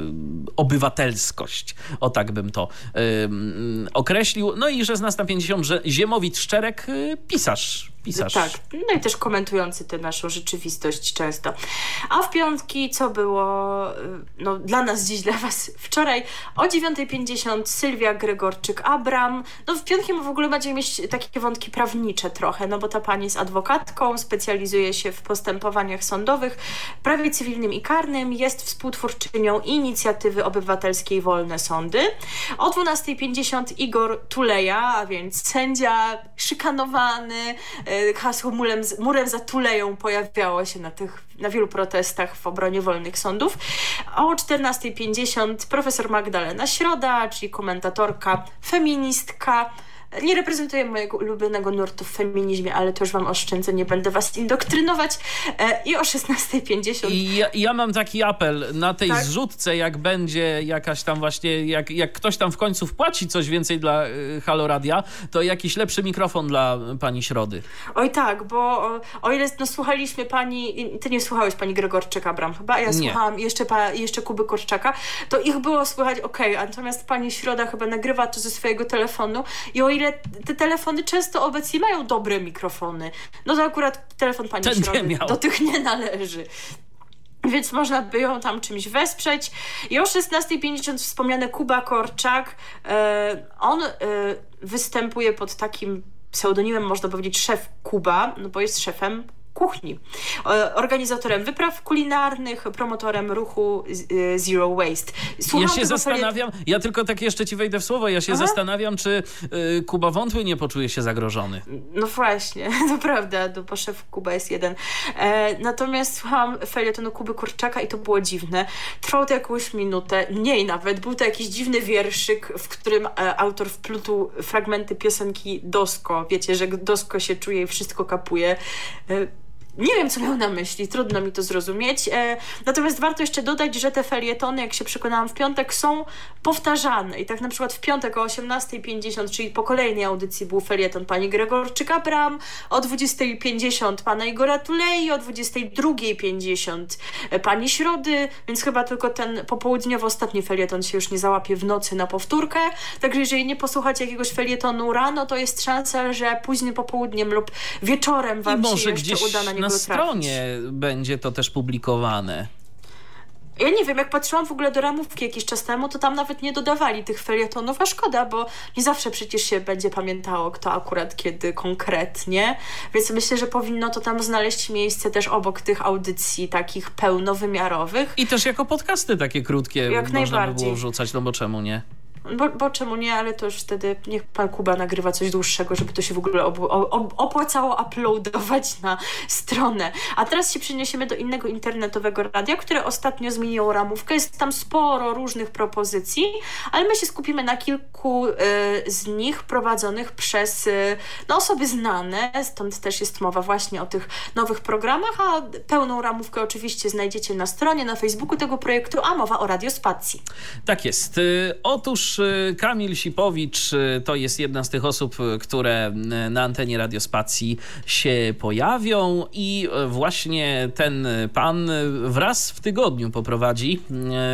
obywatelskość. O tak bym to określił. No i 16:50, że Ziemowit Szczerek, pisarz Pisarz. Tak, no i też komentujący tę naszą rzeczywistość często. A w piątki co było, no dla nas dziś, dla was wczoraj, o 9:50 Sylwia Gregorczyk-Abram. No w piątki w ogóle będziemy mieć takie wątki prawnicze trochę, no bo ta pani jest adwokatką, specjalizuje się w postępowaniach sądowych, prawie cywilnym i karnym, jest współtwórczynią inicjatywy obywatelskiej Wolne Sądy. O 12:50 Igor Tuleja, a więc sędzia szykanowany, hasło murem za Tuleją pojawiało się na wielu protestach w obronie wolnych sądów. O 14:50 profesor Magdalena Środa, czyli komentatorka, feministka. Nie reprezentuję mojego ulubionego nurtu w feminizmie, ale to już wam oszczędzę, nie będę was indoktrynować. I o 16:50... Ja mam taki apel na tej zrzutce, jak będzie jakaś tam właśnie, jak ktoś tam w końcu wpłaci coś więcej dla Halo Radia, to jakiś lepszy mikrofon dla pani Środy. Oj tak, bo o ile słuchaliśmy pani, ty nie słuchałeś pani Gregorczyk-Abram chyba, ja słuchałam jeszcze Kuby Korczaka, to ich było słychać okej, a natomiast pani Środa chyba nagrywa to ze swojego telefonu i o ile te telefony często obecnie mają dobre mikrofony, no to akurat telefon pani Środy do tych nie należy. Więc można by ją tam czymś wesprzeć. I o 16:50 wspomniany Kuba Korczak. On występuje pod takim pseudonimem, można powiedzieć, Szef Kuba, no bo jest szefem kuchni. Organizatorem wypraw kulinarnych, promotorem ruchu Zero Waste. Ja się zastanawiam, ja tylko tak jeszcze ci wejdę w słowo, ja się zastanawiam, czy Kuba Wątły nie poczuje się zagrożony. No właśnie, to prawda, bo szef Kuba jest jeden. Natomiast słuchałam felietonu Kuby Korczaka i to było dziwne. Trwało to jakąś minutę, mniej nawet. Był to jakiś dziwny wierszyk, w którym autor wplótł fragmenty piosenki Dosko. Wiecie, że Dosko się czuje i wszystko kapuje. Nie wiem, co miał na myśli, trudno mi to zrozumieć. Natomiast warto jeszcze dodać, że te felietony, jak się przekonałam, w piątek są powtarzane. I tak na przykład w piątek o 18:50, czyli po kolejnej audycji był felieton pani Gregorczyk-Abram, o 20:50 pana Igora Tulei, o 22:50 pani Środy, więc chyba tylko ten popołudniowo ostatni felieton się już nie załapie w nocy na powtórkę. Także jeżeli nie posłuchacie jakiegoś felietonu rano, to jest szansa, że późnym popołudniem lub wieczorem wam się jeszcze uda na niego na stronie będzie to też publikowane. Ja nie wiem, jak patrzyłam w ogóle do ramówki jakiś czas temu, to tam nawet nie dodawali tych felietonów, a szkoda, bo nie zawsze przecież się będzie pamiętało, kto akurat kiedy konkretnie, więc myślę, że powinno to tam znaleźć miejsce też obok tych audycji takich pełnowymiarowych. I też jako podcasty takie krótkie jak można by było wrzucać, no bo czemu nie? Bo czemu nie, ale to już wtedy niech pan Kuba nagrywa coś dłuższego, żeby to się w ogóle opłacało uploadować na stronę. A teraz się przeniesiemy do innego internetowego radia, które ostatnio zmieniło ramówkę. Jest tam sporo różnych propozycji, ale my się skupimy na kilku z nich prowadzonych przez osoby znane, stąd też jest mowa właśnie o tych nowych programach, a pełną ramówkę oczywiście znajdziecie na stronie, na Facebooku tego projektu, a mowa o Radiospacji. Tak jest. Otóż Kamil Sipowicz to jest jedna z tych osób, które na antenie Radiospacji się pojawią i właśnie ten pan raz w tygodniu poprowadzi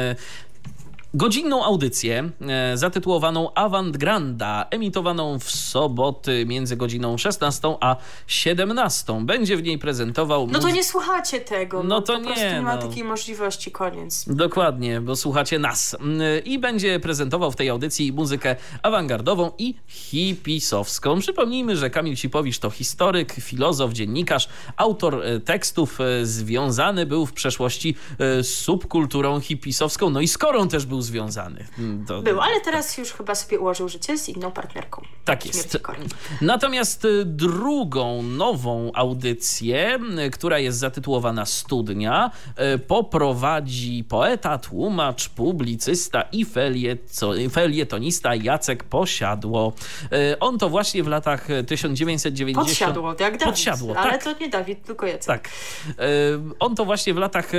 godzinną audycję zatytułowaną Avantgranda, emitowaną w soboty między godziną 16 a 17. Będzie w niej prezentował... No to nie słuchacie tego. No to po prostu nie ma takiej możliwości, koniec. Dokładnie, bo słuchacie nas. I będzie prezentował w tej audycji muzykę awangardową i hipisowską. Przypomnijmy, że Kamil Sipowicz to historyk, filozof, dziennikarz, autor tekstów, związany był w przeszłości z subkulturą hipisowską, no i z Korą też był związany. Był, ale teraz już chyba sobie ułożył życie z inną partnerką. Tak jest. Natomiast drugą nową audycję, która jest zatytułowana Studnia, poprowadzi poeta, tłumacz, publicysta i felietonista Jacek Posiadło. On to właśnie w latach 1990... Podsiadło, jak Dawid, Podsiadło, ale tak. to nie Dawid, tylko Jacek. Tak. On to właśnie w latach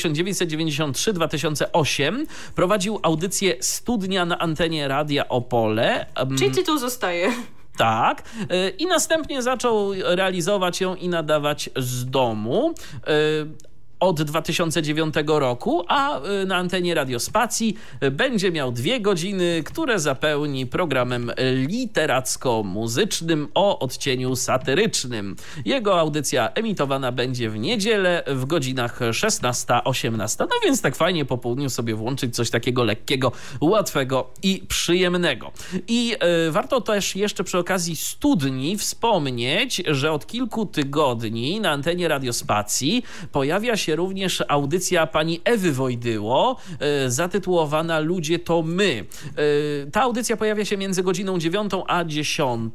1993-2008 prowadził audycję Studnia na antenie Radia Opole. Czyli tytuł zostaje. Tak. I następnie zaczął realizować ją i nadawać z domu. od 2009 roku, a na antenie Radiospacji będzie miał 2 godziny, które zapełni programem literacko-muzycznym o odcieniu satyrycznym. Jego audycja emitowana będzie w niedzielę w godzinach 16-18. No więc tak fajnie po południu sobie włączyć coś takiego lekkiego, łatwego i przyjemnego. I warto też jeszcze przy okazji studni wspomnieć, że od kilku tygodni na antenie Radiospacji pojawia się również audycja pani Ewy Wojdyło, zatytułowana Ludzie to my. Ta audycja pojawia się między godziną 9 a 10.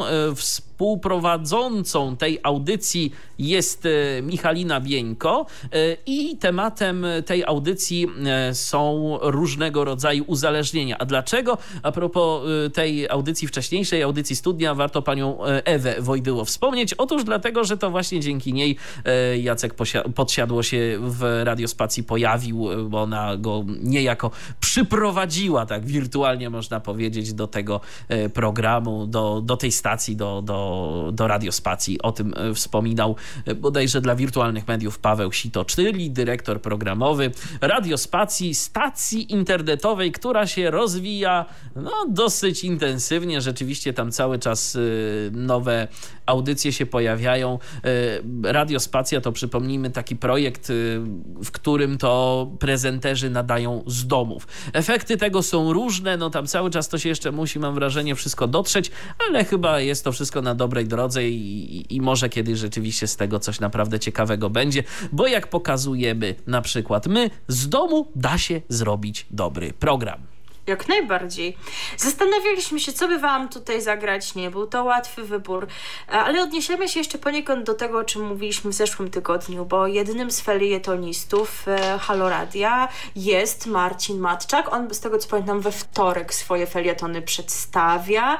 Współprowadzącą tej audycji jest Michalina Bieńko i tematem tej audycji są różnego rodzaju uzależnienia. A dlaczego? A propos tej audycji wcześniejszej, audycji studnia, warto panią Ewę Wojdyło wspomnieć. Otóż dlatego, że to właśnie dzięki niej Jacek Podsiadło się w Radiospacji pojawił, bo ona go niejako przyprowadziła, tak wirtualnie można powiedzieć, do tego programu, do tej stacji, do Radiospacji. O tym wspominał bodajże dla wirtualnych mediów Paweł Sito, czyli dyrektor programowy Radiospacji, stacji internetowej, która się rozwija dosyć intensywnie. Rzeczywiście tam cały czas nowe audycje się pojawiają. Radiospacja to, przypomnijmy, taki projekt, w którym to prezenterzy nadają z domów. Efekty tego są różne, tam cały czas to się jeszcze musi, mam wrażenie, wszystko dotrzeć, ale chyba jest to wszystko na dobrej drodze i może kiedyś rzeczywiście z tego coś naprawdę ciekawego będzie, bo jak pokazujemy na przykład my, z domu da się zrobić dobry program. Jak najbardziej. Zastanawialiśmy się, co by wam tutaj zagrać. Nie był to łatwy wybór, ale odniesiemy się jeszcze poniekąd do tego, o czym mówiliśmy w zeszłym tygodniu, bo jednym z felietonistów Halo Radia jest Marcin Matczak. On, z tego co pamiętam, we wtorek swoje felietony przedstawia.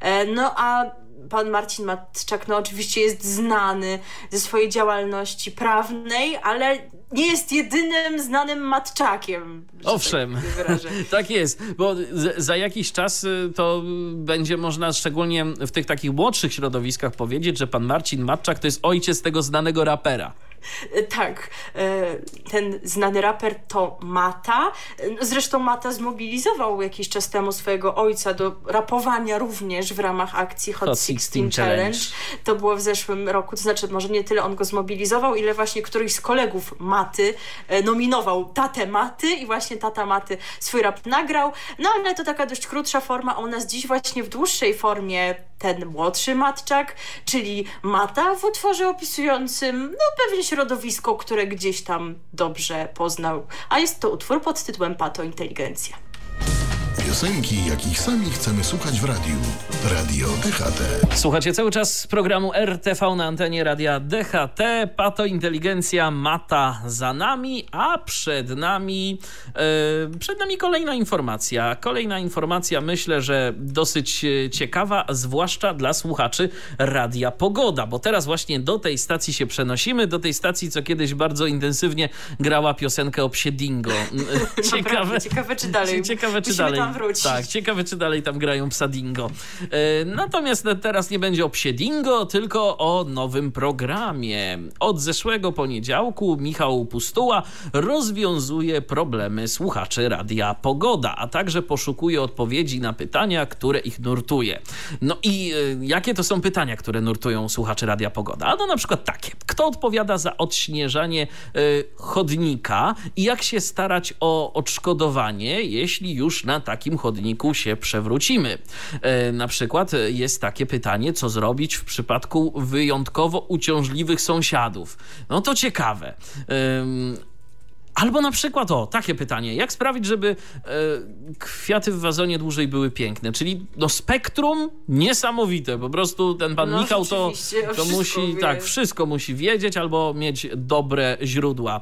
A pan Marcin Matczak oczywiście jest znany ze swojej działalności prawnej, ale nie jest jedynym znanym Matczakiem. Owszem, tak jest, bo za jakiś czas to będzie można szczególnie w tych takich młodszych środowiskach powiedzieć, że pan Marcin Matczak to jest ojciec tego znanego rapera. Tak, ten znany raper to Mata. Zresztą Mata zmobilizował jakiś czas temu swojego ojca do rapowania również w ramach akcji Hot 16 Challenge. To było w zeszłym roku, to znaczy może nie tyle on go zmobilizował, ile właśnie któryś z kolegów Maty nominował tatę Maty i właśnie tata Maty swój rap nagrał. Ale to taka dość krótsza forma, a u nas dziś właśnie w dłuższej formie ten młodszy Matczak, czyli Mata w utworze opisującym pewnie środowisko, które gdzieś tam dobrze poznał. A jest to utwór pod tytułem Patointeligencja. Piosenki, jakich sami chcemy słuchać w radiu. Radio DHT. Słuchacie cały czas programu RTV na antenie radia DHT. Patointeligencja, Mata za nami, a przed nami kolejna informacja. Kolejna informacja, myślę, że dosyć ciekawa, zwłaszcza dla słuchaczy Radia Pogoda, bo teraz właśnie do tej stacji się przenosimy, do tej stacji, co kiedyś bardzo intensywnie grała piosenkę o psie dingo. Ciekawe, czy dalej. Tam wrócić. Tak, ciekawe, czy dalej tam grają psa dingo. Natomiast teraz nie będzie o psie dingo, tylko o nowym programie. Od zeszłego poniedziałku Michał Pustuła rozwiązuje problemy słuchaczy Radia Pogoda, a także poszukuje odpowiedzi na pytania, które ich nurtuje. I jakie to są pytania, które nurtują słuchaczy Radia Pogoda? Na przykład takie. Kto odpowiada za odśnieżanie chodnika i jak się starać o odszkodowanie, jeśli już na takim chodniku się przewrócimy? Na przykład jest takie pytanie, co zrobić w przypadku wyjątkowo uciążliwych sąsiadów. To ciekawe. Albo na przykład takie pytanie, jak sprawić, żeby kwiaty w wazonie dłużej były piękne, czyli spektrum niesamowite, po prostu ten pan Michał to musi, wszystko musi wiedzieć albo mieć dobre źródła.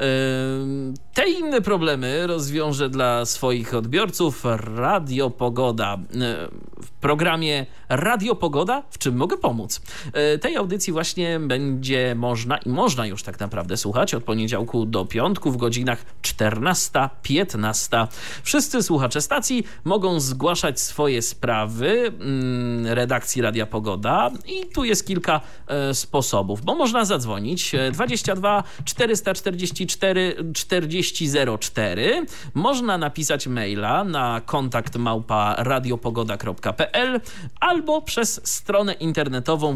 Te inne problemy rozwiąże dla swoich odbiorców Radio Pogoda. W programie Radio Pogoda, w czym mogę pomóc? Tej audycji właśnie będzie można już tak naprawdę słuchać od poniedziałku do piątku w godzinach 14-15. Wszyscy słuchacze stacji mogą zgłaszać swoje sprawy redakcji Radia Pogoda i tu jest kilka sposobów, bo można zadzwonić 22 444 4004, można napisać maila na kontakt@radiopogoda.pl albo przez stronę internetową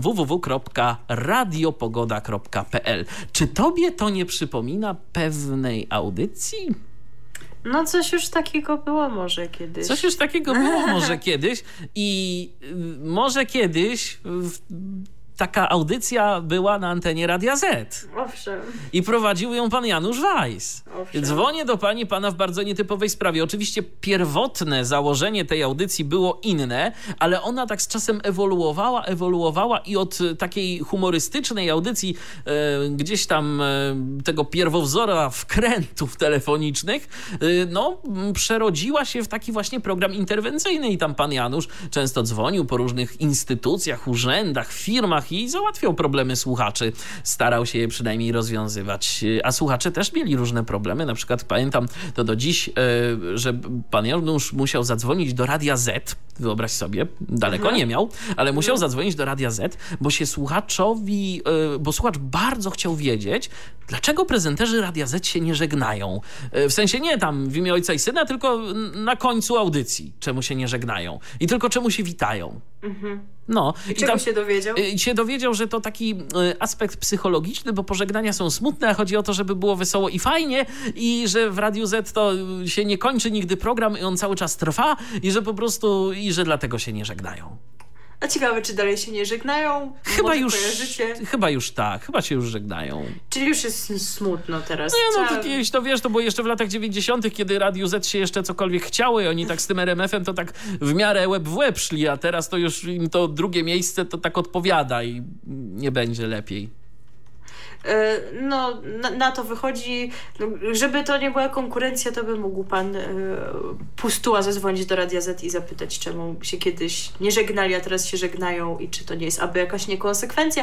www.radiopogoda.pl. Czy tobie to nie przypomina pewnej audycji? No coś już takiego było może kiedyś. Coś już takiego było może kiedyś i może kiedyś taka audycja była na antenie Radia Z. Owszem. I prowadził ją pan Janusz Weiss. Owszem. Dzwonię do pana w bardzo nietypowej sprawie. Oczywiście pierwotne założenie tej audycji było inne, ale ona tak z czasem ewoluowała i od takiej humorystycznej audycji gdzieś tam tego pierwowzora wkrętów telefonicznych przerodziła się w taki właśnie program interwencyjny i tam pan Janusz często dzwonił po różnych instytucjach, urzędach, firmach i załatwiał problemy słuchaczy. Starał się je przynajmniej rozwiązywać. A słuchacze też mieli różne problemy. Na przykład pamiętam to do dziś, że pan Janusz musiał zadzwonić do Radia Z. Wyobraź sobie, daleko nie miał, ale musiał zadzwonić do Radia Z, bo słuchacz bardzo chciał wiedzieć, dlaczego prezenterzy Radia Z się nie żegnają. W sensie nie tam w imię Ojca i Syna, tylko na końcu audycji. Czemu się nie żegnają. I tylko czemu się witają. No. I czego się dowiedział? Się dowiedział, że to taki aspekt psychologiczny, bo pożegnania są smutne, a chodzi o to, żeby było wesoło i fajnie i że w Radiu Z to się nie kończy nigdy program i on cały czas trwa i że po prostu, i że dlatego się nie żegnają. A ciekawe, czy dalej się nie żegnają? Chyba już tak. Chyba się już żegnają. Czyli już jest smutno teraz. To kiedyś, to wiesz, to było jeszcze w latach 90., kiedy Radiu Z się jeszcze cokolwiek chciało i oni tak z tym RMF-em to tak w miarę łeb w łeb szli, a teraz to już im to drugie miejsce to tak odpowiada i nie będzie lepiej. Na to wychodzi, żeby to nie była konkurencja, to by mógł pan Pustuła zadzwonić do Radia Z i zapytać, czemu się kiedyś nie żegnali, a teraz się żegnają i czy to nie jest aby jakaś niekonsekwencja.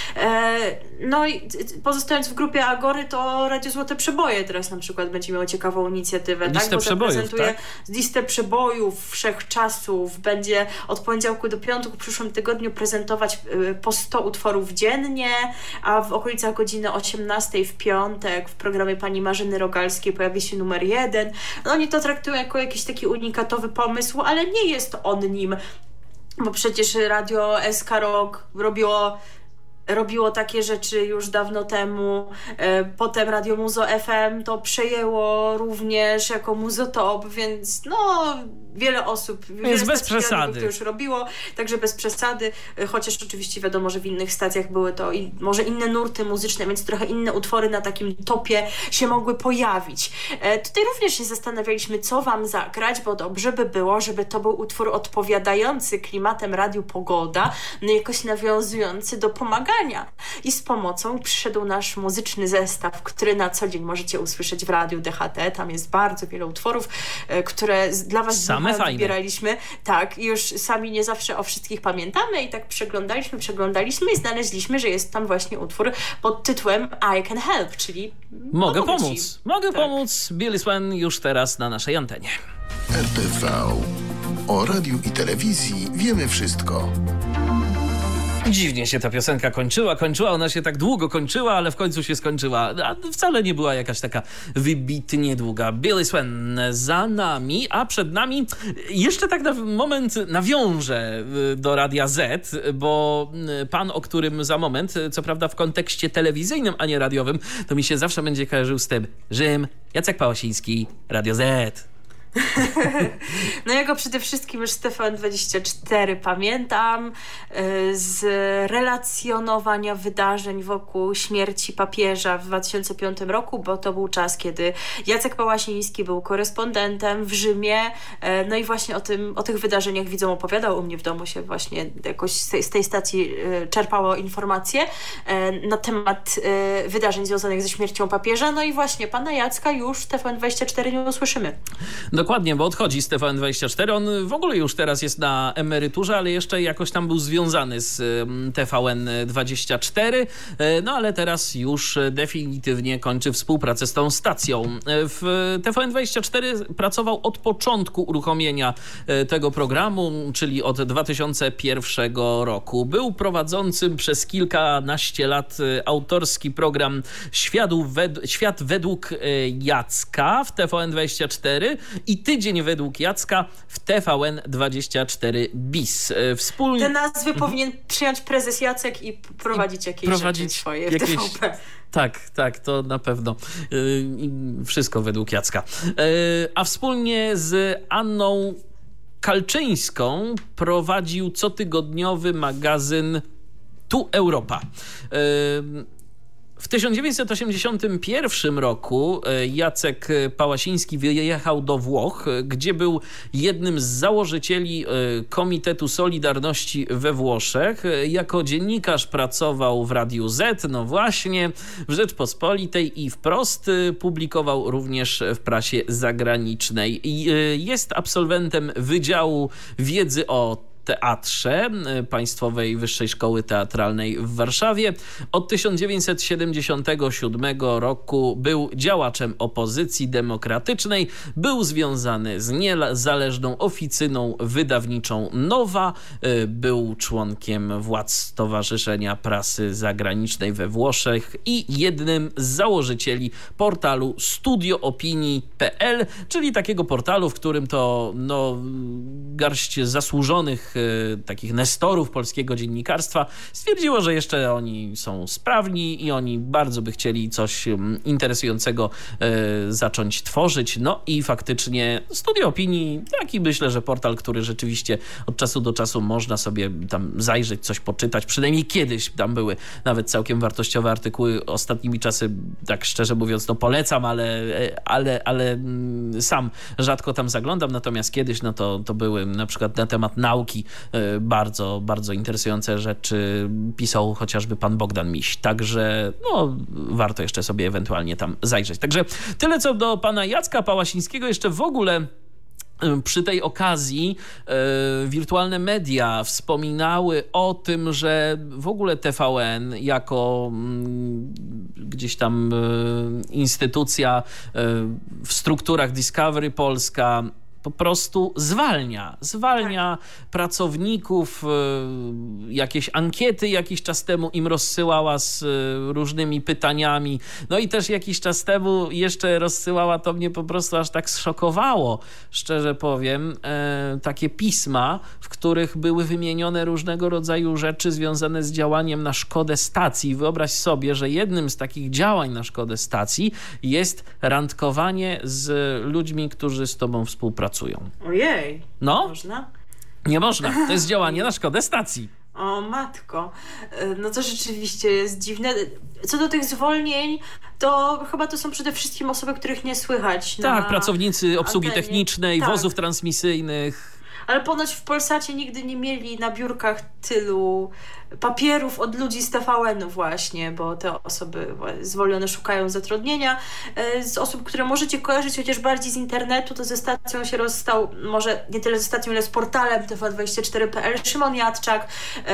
I pozostając w grupie Agory, to Radio Złote Przeboje teraz na przykład będzie miało ciekawą inicjatywę. Listę przebojów, prezentuje listę przebojów wszechczasów. Będzie od poniedziałku do piątku w przyszłym tygodniu prezentować po 100 utworów dziennie, a w okolicach godziny 18 w piątek w programie pani Marzyny Rogalskiej pojawi się numer 1. Oni to traktują jako jakiś taki unikatowy pomysł, ale nie jest on nim, bo przecież Radio SK Rock robiło takie rzeczy już dawno temu. Potem Radio Muzo FM to przejęło również jako Muzotop, więc wiele osób, wiele bez przesady to już robiło, także bez przesady, chociaż oczywiście wiadomo, że w innych stacjach były to może inne nurty muzyczne, więc trochę inne utwory na takim topie się mogły pojawić. Tutaj również się zastanawialiśmy, co wam zagrać, bo dobrze by było, żeby to był utwór odpowiadający klimatem Radiu Pogoda, jakoś nawiązujący do pomagania. I z pomocą przyszedł nasz muzyczny zestaw, który na co dzień możecie usłyszeć w Radiu DHT. Tam jest bardzo wiele utworów, które dla was wybieraliśmy. Tak, już sami nie zawsze o wszystkich pamiętamy i tak przeglądaliśmy i znaleźliśmy, że jest tam właśnie utwór pod tytułem I Can Help, czyli Mogę pomóc. Billy Swan już teraz na naszej antenie. RTV. O radiu i telewizji wiemy wszystko. Dziwnie się ta piosenka kończyła, ona się tak długo kończyła, ale w końcu się skończyła. A wcale nie była jakaś taka wybitnie długa. Billy Swan za nami, a przed nami jeszcze tak na moment nawiążę do Radia Z, bo pan, o którym za moment, co prawda w kontekście telewizyjnym, a nie radiowym, to mi się zawsze będzie kojarzył z tym Rzym, Jacek Pałasiński, Radio Z. Ja go przede wszystkim już z TVN24 pamiętam, z relacjonowania wydarzeń wokół śmierci papieża w 2005 roku, bo to był czas, kiedy Jacek Pałasiński był korespondentem w Rzymie, i właśnie o tych wydarzeniach widzom opowiadał. U mnie w domu się właśnie jakoś z tej stacji czerpało informacje na temat wydarzeń związanych ze śmiercią papieża, i właśnie pana Jacka już w TVN24 nie usłyszymy. Dokładnie, bo odchodzi z TVN24. On w ogóle już teraz jest na emeryturze, ale jeszcze jakoś tam był związany z TVN24. No ale teraz już definitywnie kończy współpracę z tą stacją. W TVN24 pracował od początku uruchomienia tego programu, czyli od 2001 roku. Był prowadzącym przez kilkanaście lat autorski program Świat według Jacka w TVN24 i Tydzień według Jacka w TVN24 bis. Wspólnie... Te nazwy powinien przyjąć prezes Jacek i prowadzić jakieś rzeczy swoje w TVP. Tak, to na pewno. Wszystko według Jacka. A wspólnie z Anną Kalczyńską prowadził cotygodniowy magazyn Tu Europa. W 1981 roku Jacek Pałasiński wyjechał do Włoch, gdzie był jednym z założycieli Komitetu Solidarności we Włoszech. Jako dziennikarz pracował w Radiu Z, no właśnie, w Rzeczpospolitej i Wprost. Publikował również w prasie zagranicznej. Jest absolwentem Wydziału Wiedzy o Teatrze Państwowej Wyższej Szkoły Teatralnej w Warszawie. Od 1977 roku był działaczem opozycji demokratycznej. Był związany z niezależną oficyną wydawniczą Nowa. Był członkiem władz Stowarzyszenia Prasy Zagranicznej we Włoszech i jednym z założycieli portalu studioopinii.pl, czyli takiego portalu, w którym to garść zasłużonych takich nestorów polskiego dziennikarstwa stwierdziło, że jeszcze oni są sprawni i oni bardzo by chcieli coś interesującego zacząć tworzyć. No i faktycznie Studio Opinii, taki myślę, że portal, który rzeczywiście od czasu do czasu można sobie tam zajrzeć, coś poczytać. Przynajmniej kiedyś tam były nawet całkiem wartościowe artykuły. Ostatnimi czasy, tak szczerze mówiąc, polecam, ale sam rzadko tam zaglądam. Natomiast kiedyś to były na przykład na temat nauki bardzo, bardzo interesujące rzeczy pisał chociażby pan Bogdan Miś. Także warto jeszcze sobie ewentualnie tam zajrzeć. Także tyle co do pana Jacka Pałasińskiego. Jeszcze w ogóle przy tej okazji wirtualne media wspominały o tym, że w ogóle TVN jako gdzieś tam instytucja w strukturach Discovery Polska po prostu zwalnia pracowników. Jakieś ankiety jakiś czas temu im rozsyłała z różnymi pytaniami. No i też jakiś czas temu jeszcze rozsyłała, to mnie po prostu aż tak zszokowało, szczerze powiem, takie pisma, w których były wymienione różnego rodzaju rzeczy związane z działaniem na szkodę stacji. Wyobraź sobie, że jednym z takich działań na szkodę stacji jest randkowanie z ludźmi, którzy z tobą współpracują. Ojej. No? Można? Nie można. To jest działanie na szkodę stacji. O matko. No to rzeczywiście jest dziwne. Co do tych zwolnień, to chyba to są przede wszystkim osoby, których nie słychać. Tak, pracownicy obsługi antenie. technicznej, Tak. wozów transmisyjnych. Ale ponoć w Polsacie nigdy nie mieli na biurkach tylu papierów od ludzi z TVN-u właśnie, bo te osoby zwolnione szukają zatrudnienia. Z osób, które możecie kojarzyć chociaż bardziej z internetu, to ze stacją się rozstał, może nie tyle ze stacją, ile z portalem TV24.pl, Szymon Jadczak.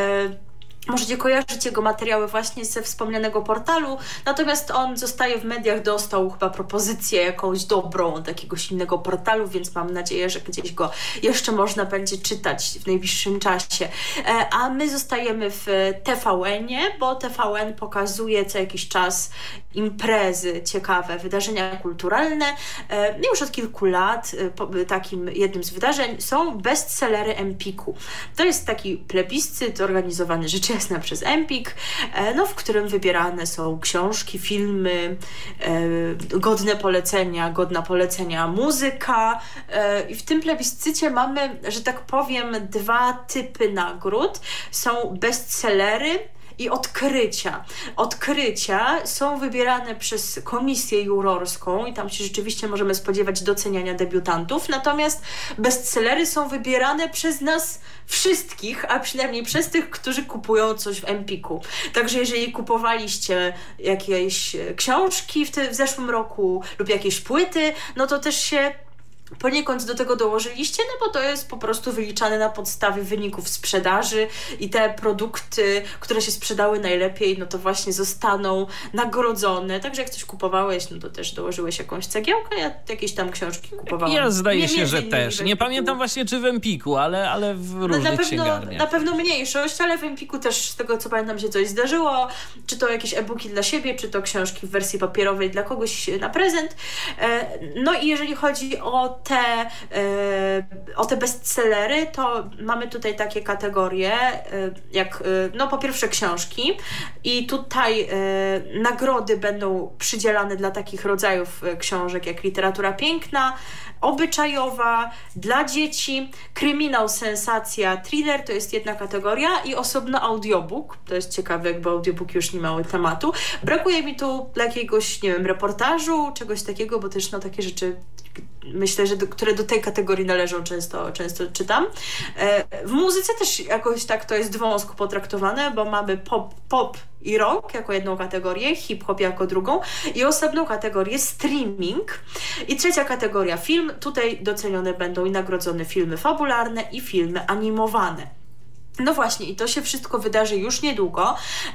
Możecie kojarzyć jego materiały właśnie ze wspomnianego portalu, natomiast on zostaje w mediach, dostał chyba propozycję jakąś dobrą od jakiegoś innego portalu, więc mam nadzieję, że gdzieś go jeszcze można będzie czytać w najbliższym czasie. A my zostajemy w TVN-ie, bo TVN pokazuje co jakiś czas imprezy ciekawe, wydarzenia kulturalne. Już od kilku lat takim jednym z wydarzeń są bestsellery Empiku. To jest taki plebiscyt organizowany rzecz jasna przez Empik, w którym wybierane są książki, filmy, godna polecenia muzyka. I w tym plebiscycie mamy, że tak powiem, dwa typy nagród. Są bestsellery i odkrycia. Odkrycia są wybierane przez komisję jurorską i tam się rzeczywiście możemy spodziewać doceniania debiutantów, natomiast bestsellery są wybierane przez nas wszystkich, a przynajmniej przez tych, którzy kupują coś w Empiku. Także jeżeli kupowaliście jakieś książki w zeszłym roku lub jakieś płyty, no to też się poniekąd do tego dołożyliście, no bo to jest po prostu wyliczane na podstawie wyników sprzedaży i te produkty, które się sprzedały najlepiej, no to właśnie zostaną nagrodzone. Także jak coś kupowałeś, no to też dołożyłeś jakąś cegiełkę, ja jakieś tam książki kupowałam. Ja zdaje się, że też. Nie pamiętam właśnie czy w Empiku, ale w różnych księgarniach. Na pewno mniejszość, ale w Empiku też z tego co pamiętam się coś zdarzyło. Czy to jakieś e-booki dla siebie, czy to książki w wersji papierowej dla kogoś na prezent. No i jeżeli chodzi o te bestsellery, to mamy tutaj takie kategorie jak no po pierwsze książki i tutaj nagrody będą przydzielane dla takich rodzajów książek jak literatura piękna, obyczajowa, dla dzieci, kryminał, sensacja, thriller to jest jedna kategoria i osobno audiobook, to jest ciekawe, jakby audiobooki już nie miały tematu. Brakuje mi tu dla jakiegoś, nie wiem, reportażu, czegoś takiego, bo też no takie rzeczy myślę, że które do tej kategorii należą, często czytam. W muzyce też jakoś tak to jest wąsko potraktowane, bo mamy pop i rock jako jedną kategorię, hip-hop jako drugą i osobną kategorię streaming. I trzecia kategoria film. Tutaj docenione będą i nagrodzone filmy fabularne i filmy animowane. No właśnie, i to się wszystko wydarzy już niedługo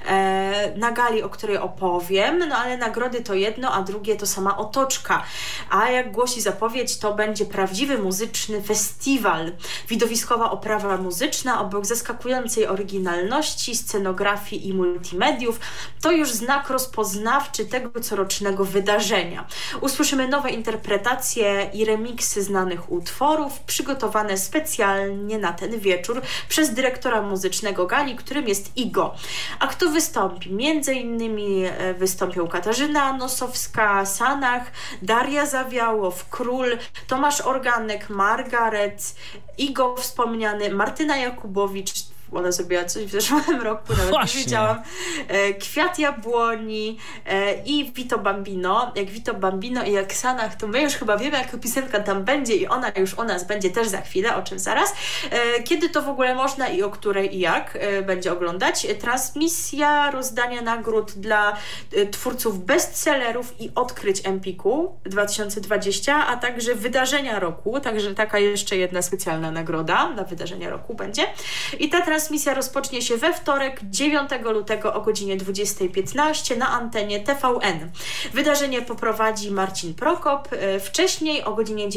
na gali, o której opowiem, no ale nagrody to jedno, a drugie to sama otoczka. A jak głosi zapowiedź, to będzie prawdziwy muzyczny festiwal. Widowiskowa oprawa muzyczna obok zaskakującej oryginalności, scenografii i multimediów. To już znak rozpoznawczy tego corocznego wydarzenia. Usłyszymy nowe interpretacje i remiksy znanych utworów, przygotowane specjalnie na ten wieczór przez dyrektora muzycznego gali, którym jest Igo. A kto wystąpi? Między innymi wystąpią Katarzyna Nosowska, Sanach, Daria Zawiałow, Król, Tomasz Organek, Margaret, Igo wspomniany, Martyna Jakubowicz, ona zrobiła coś w zeszłym roku, nawet właśnie. Nie wiedziałam. Kwiat Jabłoni i Vito Bambino. Jak Vito Bambino i jak Sanach, to my już chyba wiemy, jaka piosenka tam będzie i ona już u nas będzie też za chwilę, o czym zaraz. Kiedy to w ogóle można i o której i jak będzie oglądać? Transmisja rozdania nagród dla twórców bestsellerów i odkryć Empiku 2020, a także wydarzenia roku, także taka jeszcze jedna specjalna nagroda dla wydarzenia roku będzie. I ta transmisja rozpocznie się we wtorek 9 lutego o godzinie 20:15 na antenie TVN. Wydarzenie poprowadzi Marcin Prokop. Wcześniej o godzinie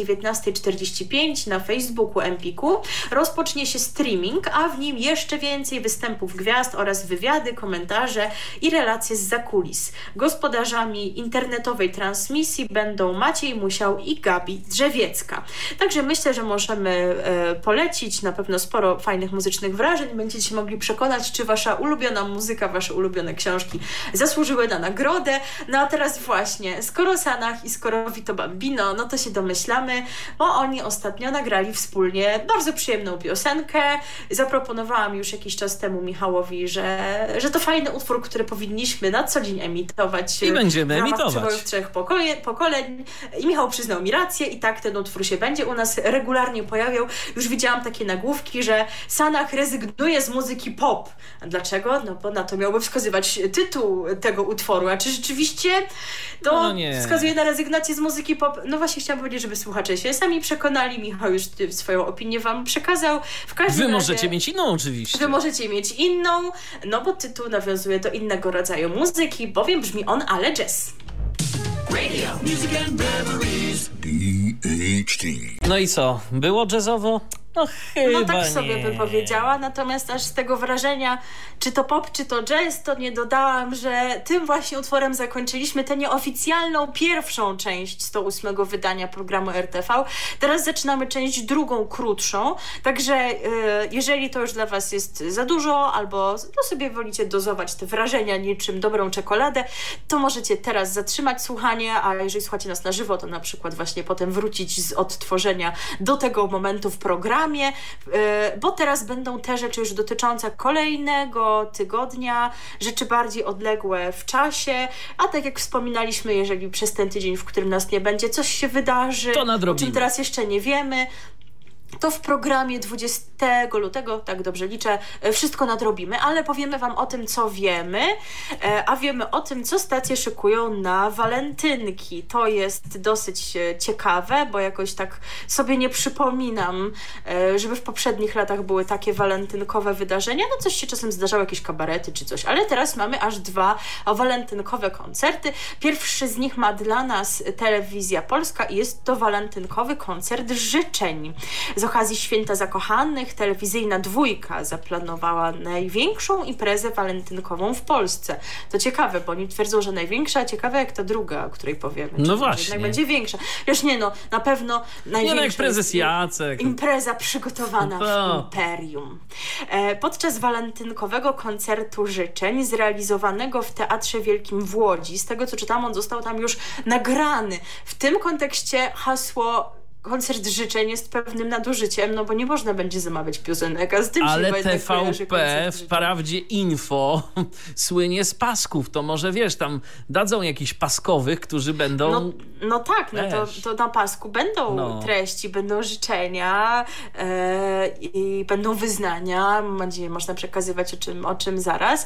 19:45 na Facebooku Empiku rozpocznie się streaming, a w nim jeszcze więcej występów gwiazd oraz wywiady, komentarze i relacje z zakulis. Gospodarzami internetowej transmisji będą Maciej Musiał i Gabi Drzewiecka. Także myślę, że możemy polecić na pewno sporo fajnych muzycznych wrażeń. Będziecie się mogli przekonać, czy wasza ulubiona muzyka, wasze ulubione książki zasłużyły na nagrodę. No a teraz właśnie, skoro Sanach i skoro Vito Bambino, no to się domyślamy, bo oni ostatnio nagrali wspólnie bardzo przyjemną piosenkę. Zaproponowałam już jakiś czas temu Michałowi, że to fajny utwór, który powinniśmy na co dzień emitować. I będziemy emitować. Przebojów 3 pokoleń. I Michał przyznał mi rację i tak ten utwór się będzie u nas regularnie pojawiał. Już widziałam takie nagłówki, że Sanach rezygnuje z muzyki pop. A dlaczego? No bo na to miałby wskazywać tytuł tego utworu. A czy rzeczywiście to wskazuje na rezygnację z muzyki pop? No właśnie chciałam powiedzieć, żeby słuchacze się sami przekonali. Michał już swoją opinię wam przekazał. W każdym razie, możecie mieć inną oczywiście. Wy możecie mieć inną, no bo tytuł nawiązuje do innego rodzaju muzyki, bowiem brzmi on ale jazz. Radio Music and Memories DHT. No i co? Było jazzowo? No chyba no tak nie. sobie bym powiedziała, natomiast aż z tego wrażenia, czy to pop, czy to jazz, to nie dodałam, że tym właśnie utworem zakończyliśmy tę nieoficjalną pierwszą część 108 wydania programu RTV. Teraz zaczynamy część drugą, krótszą, także jeżeli to już dla was jest za dużo, albo no sobie wolicie dozować te wrażenia niczym dobrą czekoladę, to możecie teraz zatrzymać słuchanie, a jeżeli słuchacie nas na żywo, to na przykład właśnie potem wrócić z odtworzenia do tego momentu w programie, bo teraz będą te rzeczy już dotyczące kolejnego tygodnia, rzeczy bardziej odległe w czasie, a tak jak wspominaliśmy, jeżeli przez ten tydzień, w którym nas nie będzie, coś się wydarzy, to nadrobimy. o czym teraz jeszcze nie wiemy, to w programie 20 lutego, tak dobrze liczę, wszystko nadrobimy, ale powiemy wam o tym, co wiemy, a wiemy o tym, co stacje szykują na walentynki. To jest dosyć ciekawe, bo jakoś tak sobie nie przypominam, żeby w poprzednich latach były takie walentynkowe wydarzenia. No coś się czasem zdarzało, jakieś kabarety czy coś, ale teraz mamy aż 2 walentynkowe koncerty. Pierwszy z nich ma dla nas Telewizja Polska i jest to walentynkowy koncert życzeń. Z okazji Święta Zakochanych telewizyjna Dwójka zaplanowała największą imprezę walentynkową w Polsce. To ciekawe, bo oni twierdzą, że największa, a ciekawe jak ta druga, o której powiemy. No właśnie. Jednak będzie większa. Wiesz, na pewno największa. Nie, jak prezes Jacek. Impreza przygotowana w Imperium. Podczas walentynkowego koncertu życzeń zrealizowanego w Teatrze Wielkim w Łodzi, z tego co czytam, on został tam już nagrany. W tym kontekście hasło koncert życzeń jest pewnym nadużyciem, no bo nie można będzie zamawiać piosenek, a z tym ale się TVP wprawdzie info słynie z pasków, to może wiesz, tam dadzą jakichś paskowych, którzy będą... No tak, to na pasku będą treści, będą życzenia i będą wyznania, mam nadzieję, można przekazywać o czym zaraz.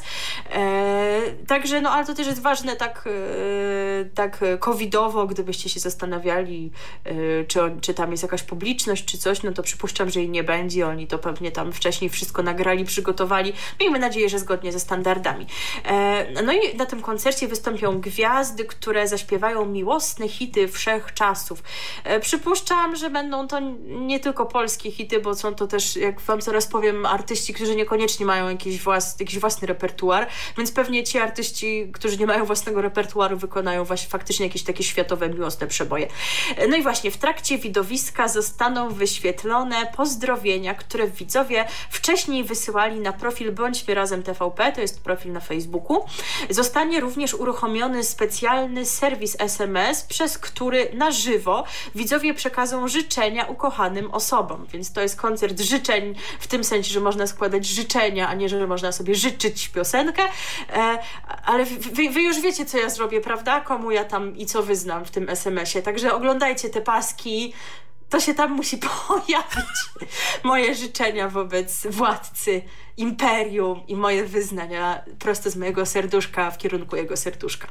Także, ale to też jest ważne tak covidowo, gdybyście się zastanawiali, czy tam jest jakaś publiczność, czy coś, no to przypuszczam, że jej nie będzie. Oni to pewnie tam wcześniej wszystko nagrali, przygotowali. Miejmy nadzieję, że zgodnie ze standardami. No i na tym koncercie wystąpią gwiazdy, które zaśpiewają miłosne hity wszechczasów. Przypuszczam, że będą to nie tylko polskie hity, bo są to też, jak wam zaraz powiem, artyści, którzy niekoniecznie mają jakiś własny repertuar, więc pewnie ci artyści, którzy nie mają własnego repertuaru, wykonają właśnie faktycznie jakieś takie światowe, miłosne przeboje. No i właśnie w trakcie widowiska zostaną wyświetlone pozdrowienia, które widzowie wcześniej wysyłali na profil Bądźmy Razem TVP, to jest profil na Facebooku. Zostanie również uruchomiony specjalny serwis SMS, przez który na żywo widzowie przekażą życzenia ukochanym osobom, więc to jest koncert życzeń w tym sensie, że można składać życzenia, a nie, że można sobie życzyć piosenkę, ale wy już wiecie, co ja zrobię, prawda? Komu ja tam i co wyznam w tym SMS-ie, także oglądajcie te paski, to się tam musi pojawić. Moje życzenia wobec władcy imperium i moje wyznania prosto z mojego serduszka w kierunku jego serduszka.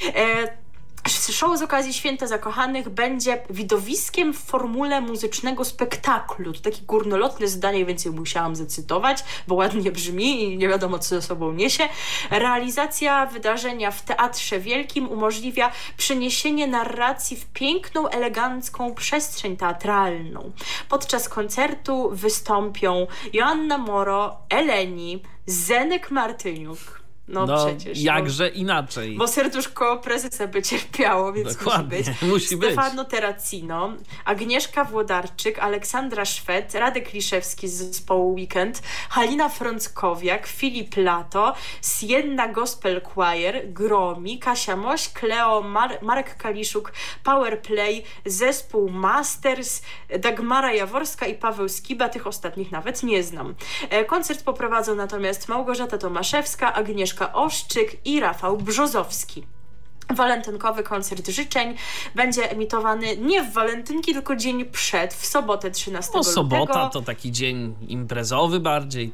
Show z okazji Święta Zakochanych będzie widowiskiem w formule muzycznego spektaklu. To takie górnolotne zdanie, więc je musiałam zacytować, bo ładnie brzmi i nie wiadomo, co ze sobą niesie. Realizacja wydarzenia w Teatrze Wielkim umożliwia przeniesienie narracji w piękną, elegancką przestrzeń teatralną. Podczas koncertu wystąpią Joanna Moro, Eleni, Zenek Martyniuk. No przecież. Jakże inaczej. Bo serduszko prezesa by cierpiało, więc dokładnie, musi być. Stefano Terracino, Agnieszka Włodarczyk, Aleksandra Szwed, Radek Liszewski z zespołu Weekend, Halina Frąckowiak, Filip Lato, Sienna Gospel Choir, Gromi, Kasia Moś, Kleo, Marek Kaliszuk, Powerplay, zespół Masters, Dagmara Jaworska i Paweł Skiba. Tych ostatnich nawet nie znam. Koncert poprowadzą natomiast Małgorzata Tomaszewska, Agnieszka Oszczyk i Rafał Brzozowski. Walentynkowy koncert życzeń będzie emitowany nie w walentynki, tylko dzień przed, w sobotę 13 lutego. Sobota to taki dzień imprezowy bardziej.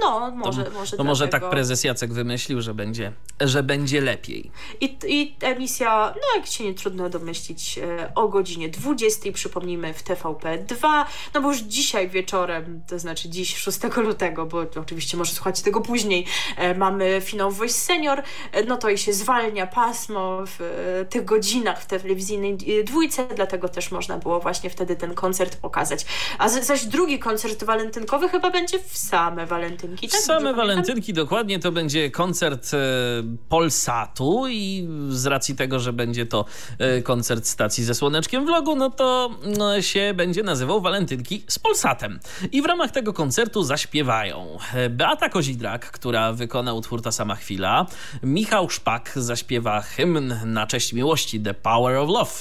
Może tak prezes Jacek wymyślił, że będzie lepiej. I emisja, jak się nie trudno domyślić, o godzinie 20, przypomnijmy, w TVP 2, bo już dzisiaj wieczorem, to znaczy dziś 6 lutego, bo oczywiście może słuchać tego później, mamy finał Voice Senior, to i się zwalnia pasmo w tych godzinach w telewizyjnej dwójce, dlatego też można było właśnie wtedy ten koncert pokazać. A zaś drugi koncert walentynkowy chyba będzie w same walentynki. Tak? W same walentynki, dokładnie, to będzie koncert Polsatu i z racji tego, że będzie to koncert stacji ze słoneczkiem vlogu, to się będzie nazywał Walentynki z Polsatem. I w ramach tego koncertu zaśpiewają Beata Kozidrak, która wykona utwór Ta sama chwila, Michał Szpak zaśpiewa hymn na cześć miłości, The Power of Love.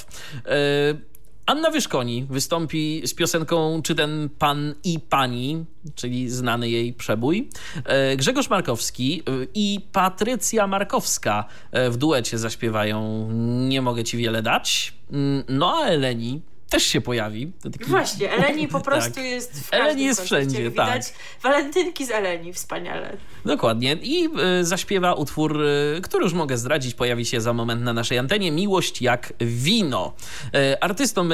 Anna Wyszkoni wystąpi z piosenką Czy ten pan i pani, czyli znany jej przebój. Grzegorz Markowski i Patrycja Markowska w duecie zaśpiewają Nie mogę ci wiele dać. A Eleni też się pojawi. Właśnie, Eleni po prostu jest w każdym Eleni jest wszędzie, widać. Walentynki z Eleni, wspaniale. Dokładnie. I zaśpiewa utwór, który już mogę zdradzić, pojawi się za moment na naszej antenie. Miłość jak wino. Artystom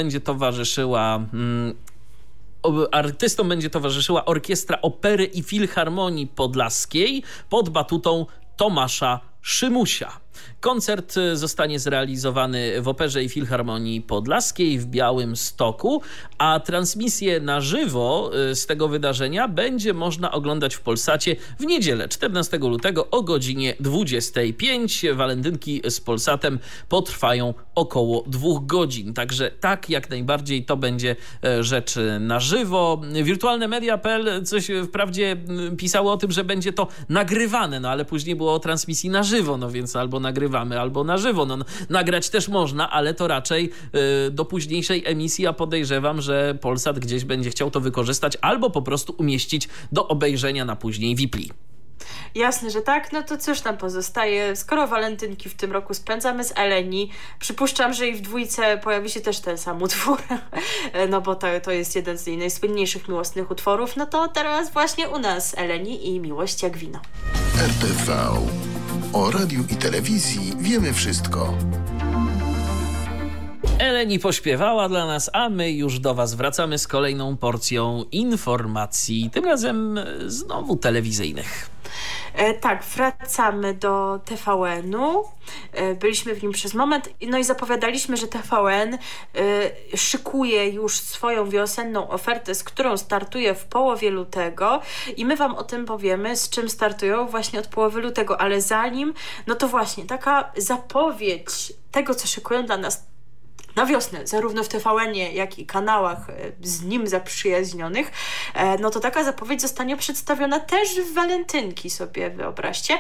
będzie towarzyszyła Orkiestra Opery i Filharmonii Podlaskiej pod batutą Tomasza Szymusia. Koncert zostanie zrealizowany w Operze i Filharmonii Podlaskiej w Białymstoku, a transmisję na żywo z tego wydarzenia będzie można oglądać w Polsacie w niedzielę 14 lutego o godzinie 25. Walentynki z Polsatem potrwają około 2 godzin, także tak, jak najbardziej to będzie rzecz na żywo. Wirtualnemedia.pl coś wprawdzie pisało o tym, że będzie to nagrywane, no ale później było o transmisji na żywo, no więc albo nagrywamy, albo na żywo. No, nagrać też można, ale to raczej do późniejszej emisji, a podejrzewam, że Polsat gdzieś będzie chciał to wykorzystać albo po prostu umieścić do obejrzenia na później Wipli. Jasne, że tak. No to cóż nam pozostaje? Skoro walentynki w tym roku spędzamy z Eleni, przypuszczam, że i w dwójce pojawi się też ten sam utwór, no bo to jest jeden z jej najsłynniejszych miłosnych utworów, no to teraz właśnie u nas Eleni i Miłość jak wino. RTV. O radiu i telewizji wiemy wszystko. Eleni pośpiewała dla nas, a my już do was wracamy z kolejną porcją informacji, tym razem znowu telewizyjnych. Tak, wracamy do TVN-u. Byliśmy w nim przez moment, no i zapowiadaliśmy, że TVN szykuje już swoją wiosenną ofertę, z którą startuje w połowie lutego i my wam o tym powiemy, z czym startują właśnie od połowy lutego, ale zanim, no to właśnie taka zapowiedź tego, co szykują dla nas na wiosnę, zarówno w TVN-ie, jak i kanałach z nim zaprzyjaźnionych, no to taka zapowiedź zostanie przedstawiona też w walentynki, sobie wyobraźcie.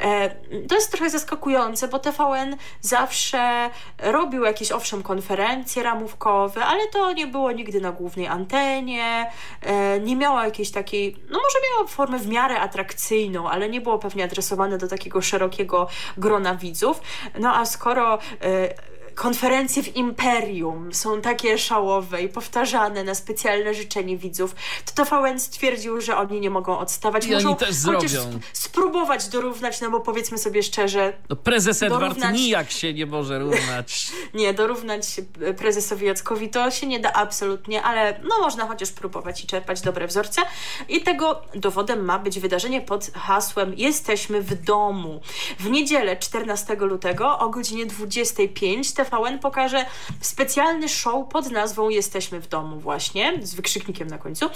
To jest trochę zaskakujące, bo TVN zawsze robił jakieś, owszem, konferencje ramówkowe, ale to nie było nigdy na głównej antenie, nie miało jakiejś takiej, no może miało formę w miarę atrakcyjną, ale nie było pewnie adresowane do takiego szerokiego grona widzów. No a skoro konferencje w Imperium są takie szałowe i powtarzane na specjalne życzenie widzów, to TVN stwierdził, że oni nie mogą odstawać. I muszą oni też chociaż zrobią. Spróbować dorównać, no bo powiedzmy sobie szczerze... No prezes Edward nijak się nie może równać. Nie, dorównać prezesowi Jackowi to się nie da absolutnie, ale no można chociaż próbować i czerpać dobre wzorce. I tego dowodem ma być wydarzenie pod hasłem Jesteśmy w domu. W niedzielę 14 lutego o godzinie 25 TVN pokaże specjalny show pod nazwą Jesteśmy w domu właśnie, z wykrzyknikiem na końcu,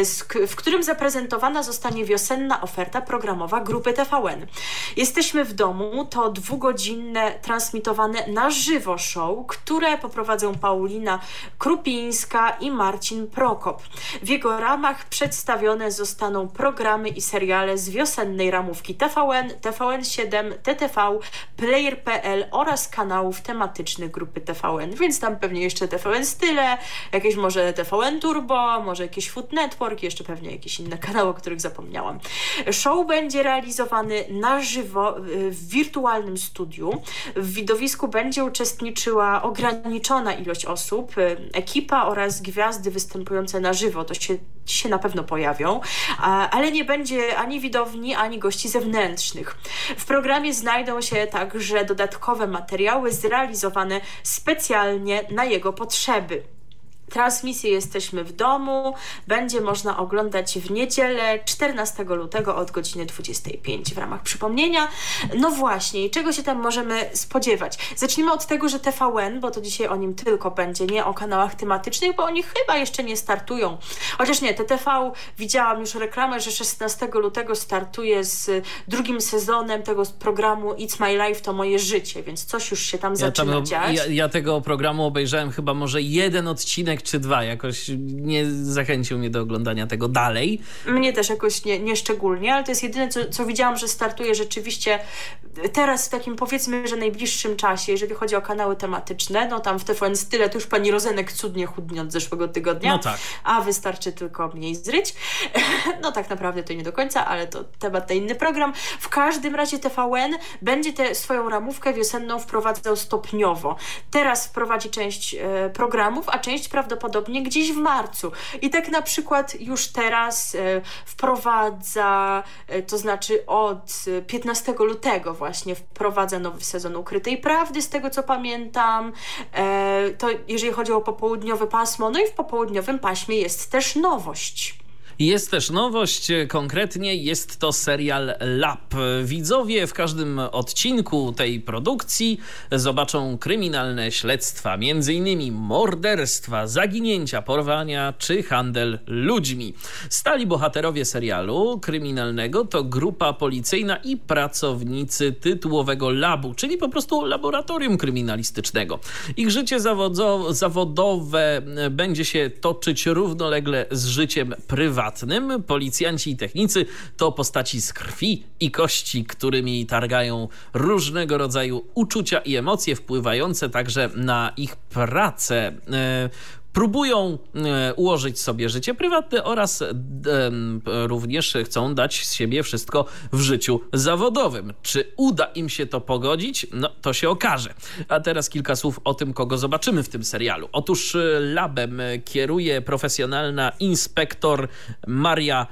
w którym zaprezentowana zostanie wiosenna oferta programowa grupy TVN. Jesteśmy w domu to 2-godzinne, transmitowane na żywo show, które poprowadzą Paulina Krupińska i Marcin Prokop. W jego ramach przedstawione zostaną programy i seriale z wiosennej ramówki TVN, TVN7, TTV, Player.pl oraz kanałów tematycznych grupy TVN, więc tam pewnie jeszcze TVN Style, jakieś może TVN Turbo, może jakiś Food Network, jeszcze pewnie jakieś inne kanały, o których zapomniałam. Show będzie realizowany na żywo w wirtualnym studiu. W widowisku będzie uczestniczyła ograniczona ilość osób, ekipa oraz gwiazdy występujące na żywo, to się na pewno pojawią, ale nie będzie ani widowni, ani gości zewnętrznych. W programie znajdą się także dodatkowe materiały zrealizowane specjalnie na jego potrzeby. Transmisję Jesteśmy w domu będzie można oglądać w niedzielę 14 lutego od godziny 25 w ramach przypomnienia. No właśnie, czego się tam możemy spodziewać? Zacznijmy od tego, że TVN, bo to dzisiaj o nim tylko będzie, nie o kanałach tematycznych, bo oni chyba jeszcze nie startują. Chociaż nie, TTV, widziałam już reklamę, że 16 lutego startuje z drugim sezonem tego programu It's My Life, to moje życie, więc coś już się tam zaczyna dziać. Ja tego programu obejrzałem chyba może jeden odcinek czy 2, jakoś nie zachęcił mnie do oglądania tego dalej. Mnie też jakoś nie szczególnie, ale to jest jedyne, co widziałam, że startuje rzeczywiście teraz w takim, powiedzmy, że najbliższym czasie, jeżeli chodzi o kanały tematyczne. No tam w TVN Style to już pani Rozenek cudnie chudnie od zeszłego tygodnia, no tak. A wystarczy tylko mniej zryć. No tak naprawdę to nie do końca, ale to temat na inny program. W każdym razie TVN będzie tę swoją ramówkę wiosenną wprowadzał stopniowo. Teraz wprowadzi część programów, a część prawdopodobnie gdzieś w marcu. I tak na przykład już teraz wprowadza, to znaczy od 15 lutego właśnie wprowadza nowy sezon Ukrytej Prawdy, z tego co pamiętam. To jeżeli chodzi o popołudniowe pasmo, no i w popołudniowym paśmie jest też nowość. Jest też nowość, konkretnie jest to serial Lab. Widzowie w każdym odcinku tej produkcji zobaczą kryminalne śledztwa, m.in. morderstwa, zaginięcia, porwania czy handel ludźmi. Stali bohaterowie serialu kryminalnego to grupa policyjna i pracownicy tytułowego labu, czyli po prostu laboratorium kryminalistycznego. Ich życie zawodowe będzie się toczyć równolegle z życiem prywatnym. Policjanci i technicy to postaci z krwi i kości, którymi targają różnego rodzaju uczucia i emocje wpływające także na ich pracę. Próbują ułożyć sobie życie prywatne oraz również chcą dać z siebie wszystko w życiu zawodowym. Czy uda im się to pogodzić? No to się okaże. A teraz kilka słów o tym, kogo zobaczymy w tym serialu. Otóż labem kieruje profesjonalna inspektor Maria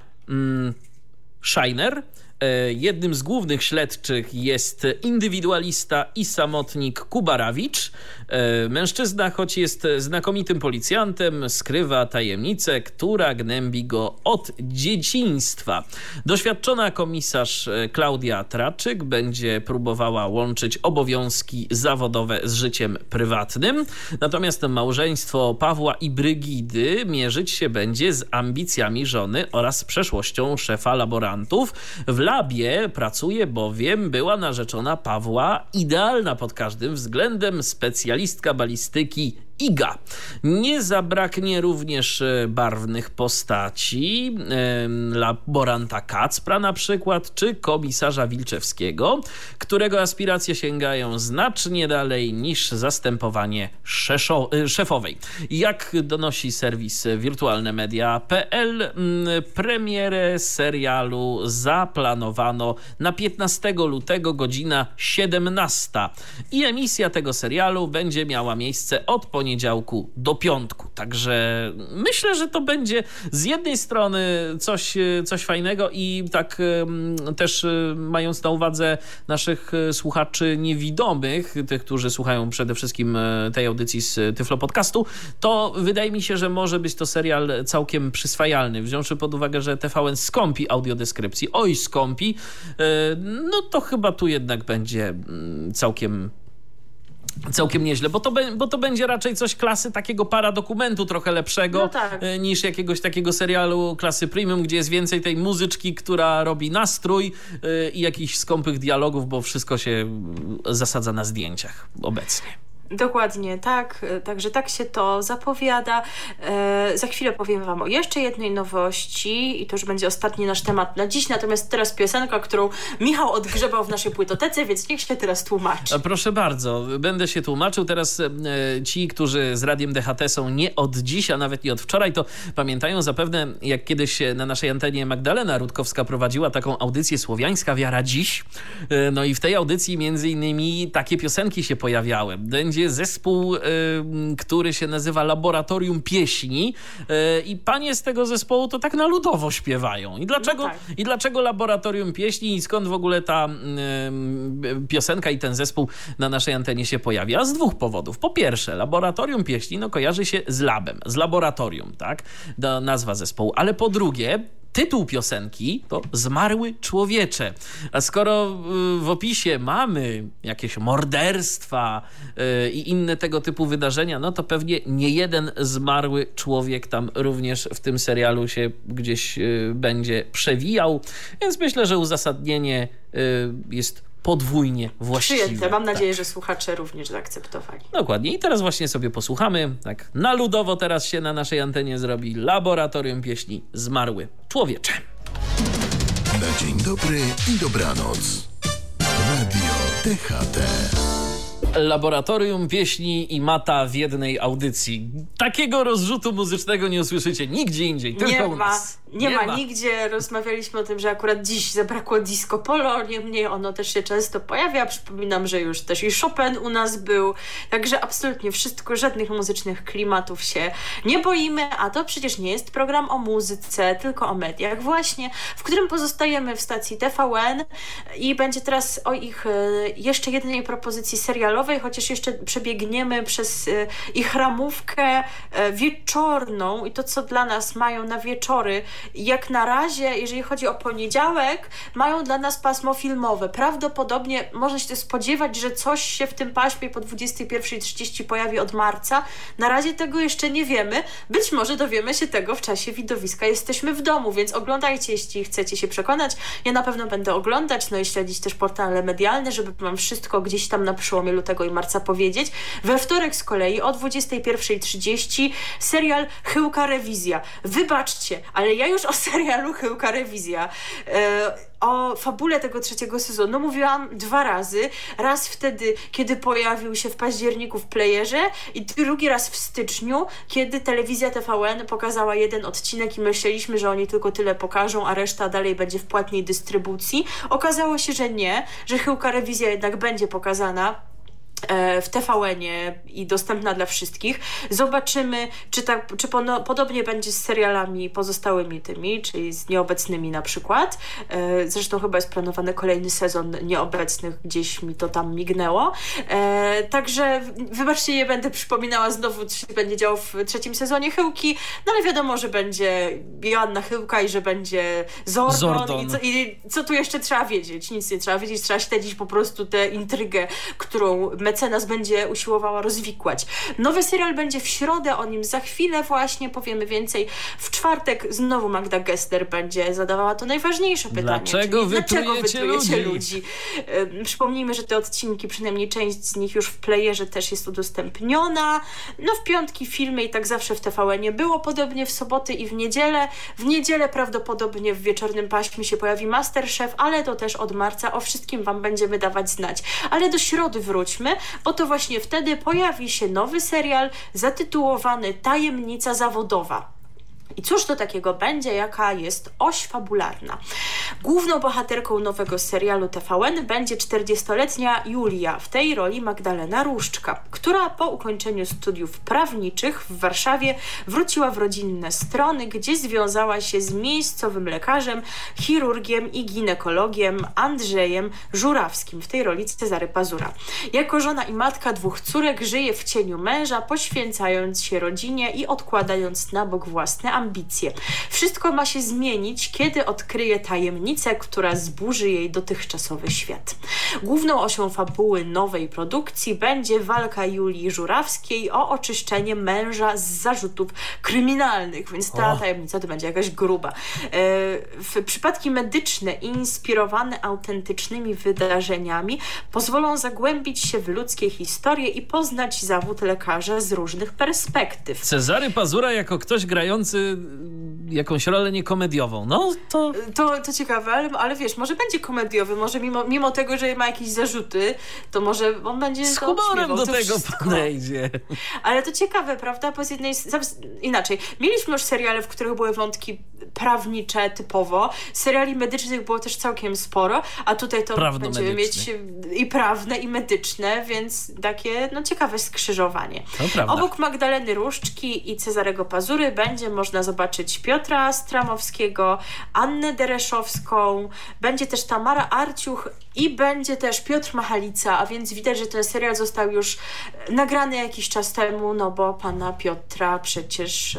Scheiner. Jednym z głównych śledczych jest indywidualista i samotnik Kubarawicz. Mężczyzna, choć jest znakomitym policjantem, skrywa tajemnicę, która gnębi go od dzieciństwa. Doświadczona komisarz Klaudia Traczyk będzie próbowała łączyć obowiązki zawodowe z życiem prywatnym. Natomiast małżeństwo Pawła i Brygidy mierzyć się będzie z ambicjami żony oraz przeszłością szefa laborantów. W labie pracuje bowiem była narzeczona Pawła, idealna pod każdym względem specjalistka balistyki Iga. Nie zabraknie również barwnych postaci, laboranta Kacpra na przykład, czy komisarza Wilczewskiego, którego aspiracje sięgają znacznie dalej niż zastępowanie szefowej. Jak donosi serwis wirtualnemedia.pl, premierę serialu zaplanowano na 15 lutego godzina 17 i emisja tego serialu będzie miała miejsce od poniedziałku do piątku. Także myślę, że to będzie z jednej strony coś fajnego i tak też mając na uwadze naszych słuchaczy niewidomych, tych, którzy słuchają przede wszystkim tej audycji z Tyflo Podcastu, to wydaje mi się, że może być to serial całkiem przyswajalny. Wziąwszy pod uwagę, że TVN skąpi audiodeskrypcji, skąpi, no to chyba tu jednak będzie całkiem nieźle, bo to będzie raczej coś klasy takiego paradokumentu trochę lepszego, niż jakiegoś takiego serialu klasy premium, gdzie jest więcej tej muzyczki, która robi nastrój i jakichś skąpych dialogów, bo wszystko się zasadza na zdjęciach obecnie. Dokładnie, tak. Także tak się to zapowiada. Za chwilę powiem wam o jeszcze jednej nowości i to już będzie ostatni nasz temat na dziś. Natomiast teraz piosenka, którą Michał odgrzebał w naszej płytotece, więc niech się teraz tłumaczy. Proszę bardzo, będę się tłumaczył. Teraz ci, którzy z Radiem DHT są nie od dziś, a nawet nie od wczoraj, to pamiętają zapewne, jak kiedyś na naszej antenie Magdalena Rutkowska prowadziła taką audycję Słowiańska Wiara Dziś. No i w tej audycji między innymi takie piosenki się pojawiały. Będzie zespół, który się nazywa Laboratorium Pieśni i panie z tego zespołu to tak na ludowo śpiewają. I dlaczego Laboratorium Pieśni i skąd w ogóle ta piosenka i ten zespół na naszej antenie się pojawia? Z dwóch powodów. Po pierwsze, Laboratorium Pieśni kojarzy się z labem, z laboratorium, tak? Nazwa zespołu. Ale po drugie, tytuł piosenki to Zmarły człowiecze. A skoro w opisie mamy jakieś morderstwa i inne tego typu wydarzenia, no to pewnie nie jeden zmarły człowiek tam również w tym serialu się gdzieś będzie przewijał. Więc myślę, że uzasadnienie jest podwójnie właściwe. Przyjęte. Mam nadzieję, że słuchacze również zaakceptowali. Dokładnie. I teraz właśnie sobie posłuchamy. Tak na ludowo teraz się na naszej antenie zrobi Laboratorium Pieśni Zmarły człowiecze. Na dzień dobry i dobranoc. Radio DHT. Laboratorium pieśni i mata w jednej audycji. Takiego rozrzutu muzycznego nie usłyszycie nigdzie indziej, tylko u nas. Nie ma nigdzie. Rozmawialiśmy o tym, że akurat dziś zabrakło disco polo, niemniej ono też się często pojawia. Przypominam, że już też i Chopin u nas był. Także absolutnie wszystko, żadnych muzycznych klimatów się nie boimy, a to przecież nie jest program o muzyce, tylko o mediach właśnie, w którym pozostajemy w stacji TVN i będzie teraz o ich jeszcze jednej propozycji serialowej, chociaż jeszcze przebiegniemy przez ich ramówkę wieczorną i to, co dla nas mają na wieczory. Jak na razie, jeżeli chodzi o poniedziałek, mają dla nas pasmo filmowe. Prawdopodobnie można się spodziewać, że coś się w tym paśmie po 21:30 pojawi od marca. Na razie tego jeszcze nie wiemy. Być może dowiemy się tego w czasie widowiska Jesteśmy w domu, więc oglądajcie, jeśli chcecie się przekonać. Ja na pewno będę oglądać, no i śledzić też portale medialne, żeby wam wszystko gdzieś tam na przełomie lutego i marca powiedzieć. We wtorek z kolei o 21:30 serial Chyłka Rewizja. Wybaczcie, ale ja już o serialu Chyłka Rewizja, o fabule tego 3. sezonu mówiłam 2 razy. Raz wtedy, kiedy pojawił się w październiku w playerze i drugi raz w styczniu, kiedy telewizja TVN pokazała 1 odcinek i myśleliśmy, że oni tylko tyle pokażą, a reszta dalej będzie w płatnej dystrybucji. Okazało się, że nie, że Chyłka Rewizja jednak będzie pokazana w TVN-ie i dostępna dla wszystkich. Zobaczymy, czy podobnie będzie z serialami pozostałymi tymi, czyli z nieobecnymi na przykład. Zresztą chyba jest planowany kolejny sezon nieobecnych, gdzieś mi to tam mignęło. Także wybaczcie, nie będę przypominała znowu, co się będzie działo w 3. sezonie Chyłki, no ale wiadomo, że będzie Joanna Chyłka i że będzie Zordon. I co tu jeszcze trzeba wiedzieć? Nic nie trzeba wiedzieć, trzeba śledzić po prostu tę intrygę, którą mecenas będzie usiłowała rozwikłać. Nowy serial będzie w środę, o nim za chwilę właśnie powiemy więcej. W czwartek znowu Magda Gessler będzie zadawała to najważniejsze pytanie. Dlaczego wytrujecie ludzi? Przypomnijmy, że te odcinki, przynajmniej część z nich już w playerze też jest udostępniona. No w piątki filmy i tak zawsze w TVN-ie było, podobnie w soboty i w niedzielę. W niedzielę prawdopodobnie w wieczornym paśmie się pojawi MasterChef, ale to też od marca. O wszystkim wam będziemy dawać znać. Ale do środy wróćmy, bo to właśnie wtedy pojawi się nowy serial zatytułowany Tajemnica zawodowa. I cóż to takiego będzie, jaka jest oś fabularna? Główną bohaterką nowego serialu TVN będzie 40-letnia Julia, w tej roli Magdalena Różczka, która po ukończeniu studiów prawniczych w Warszawie wróciła w rodzinne strony, gdzie związała się z miejscowym lekarzem, chirurgiem i ginekologiem Andrzejem Żurawskim, w tej roli Cezary Pazura. Jako żona i matka 2 córek żyje w cieniu męża, poświęcając się rodzinie i odkładając na bok własne ambicje. Wszystko ma się zmienić, kiedy odkryje tajemnicę, która zburzy jej dotychczasowy świat. Główną osią fabuły nowej produkcji będzie walka Julii Żurawskiej o oczyszczenie męża z zarzutów kryminalnych, więc ta tajemnica to będzie jakaś gruba. Przypadki medyczne inspirowane autentycznymi wydarzeniami pozwolą zagłębić się w ludzkie historie i poznać zawód lekarza z różnych perspektyw. Cezary Pazura jako ktoś grający jakąś rolę niekomediową. No to ciekawe, ale wiesz, może będzie komediowy, może mimo tego, że ma jakieś zarzuty, to może on będzie z humorem do tego podejdzie. Ale to ciekawe, prawda? Bo z jednej inaczej. Mieliśmy już seriale, w których były wątki prawnicze typowo. Seriali medycznych było też całkiem sporo, a tutaj to będziemy mieć i prawne, i medyczne, więc takie ciekawe skrzyżowanie. Obok Magdaleny Różczki i Cezarego Pazury będzie można zobaczyć Piotra Stramowskiego, Annę Dereszowską, będzie też Tamara Arciuch i będzie też Piotr Machalica, a więc widać, że ten serial został już nagrany jakiś czas temu, no bo pana Piotra przecież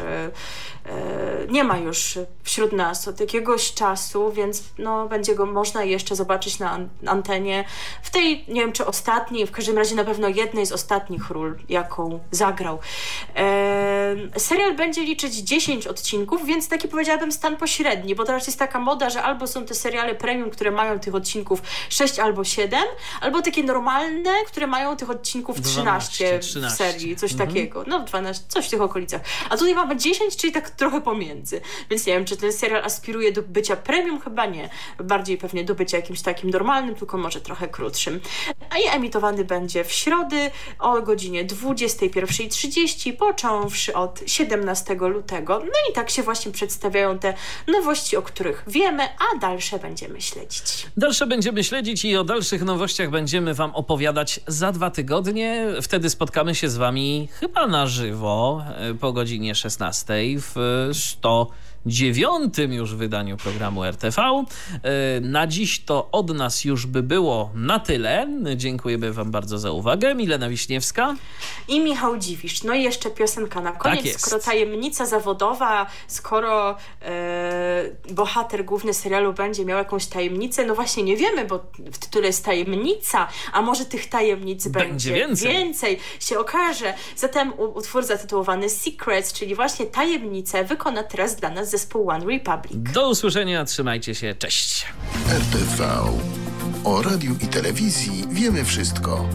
nie ma już wśród nas od jakiegoś czasu, więc będzie go można jeszcze zobaczyć na antenie w tej, nie wiem czy ostatniej, w każdym razie na pewno jednej z ostatnich ról, jaką zagrał. Serial będzie liczyć 10 odcinków, więc taki powiedziałabym stan pośredni, bo teraz jest taka moda, że albo są te seriale premium, które mają tych odcinków 6 albo 7, albo takie normalne, które mają tych odcinków 13 w serii, coś takiego. No 12, coś w tych okolicach. A tutaj mamy 10, czyli tak trochę pomiędzy. Więc nie wiem, czy ten serial aspiruje do bycia premium? Chyba nie. Bardziej pewnie do bycia jakimś takim normalnym, tylko może trochę krótszym. A i emitowany będzie w środy o godzinie 21:30, począwszy od 17 lutego. No i tak się właśnie przedstawiają te nowości, o których wiemy, a dalsze będziemy śledzić. Dalsze będziemy śledzić i o dalszych nowościach będziemy wam opowiadać za 2 tygodnie. Wtedy spotkamy się z wami chyba na żywo po godzinie 16 w 109 już wydaniu programu RTV. Na dziś to od nas już by było na tyle. Dziękujemy wam bardzo za uwagę. Milena Wiśniewska i Michał Dziwisz. No i jeszcze piosenka na koniec. Tak jest. Skoro tajemnica zawodowa, skoro bohater główny serialu będzie miał jakąś tajemnicę, no właśnie nie wiemy, bo w tytule jest tajemnica, a może tych tajemnic będzie więcej, się okaże. Zatem utwór zatytułowany Secrets, czyli właśnie tajemnice, wykona teraz dla nas zespół One Republic. Do usłyszenia, trzymajcie się, cześć. RTV. O radiu i telewizji wiemy wszystko.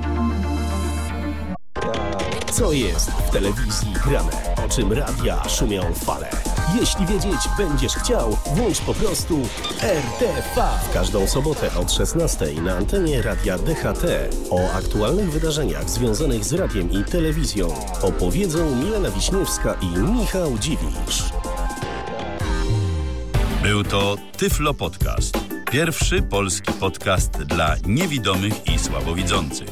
Co jest w telewizji grane? O czym radia szumią fale? Jeśli wiedzieć będziesz chciał, włącz po prostu RTV. W każdą sobotę od 16 na antenie radia DHT. O aktualnych wydarzeniach związanych z radiem i telewizją opowiedzą Milena Wiśniewska i Michał Dziwisz. Był to Tyflo Podcast. Pierwszy polski podcast dla niewidomych i słabowidzących.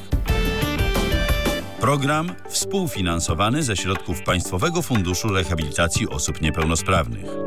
Program współfinansowany ze środków Państwowego Funduszu Rehabilitacji Osób Niepełnosprawnych.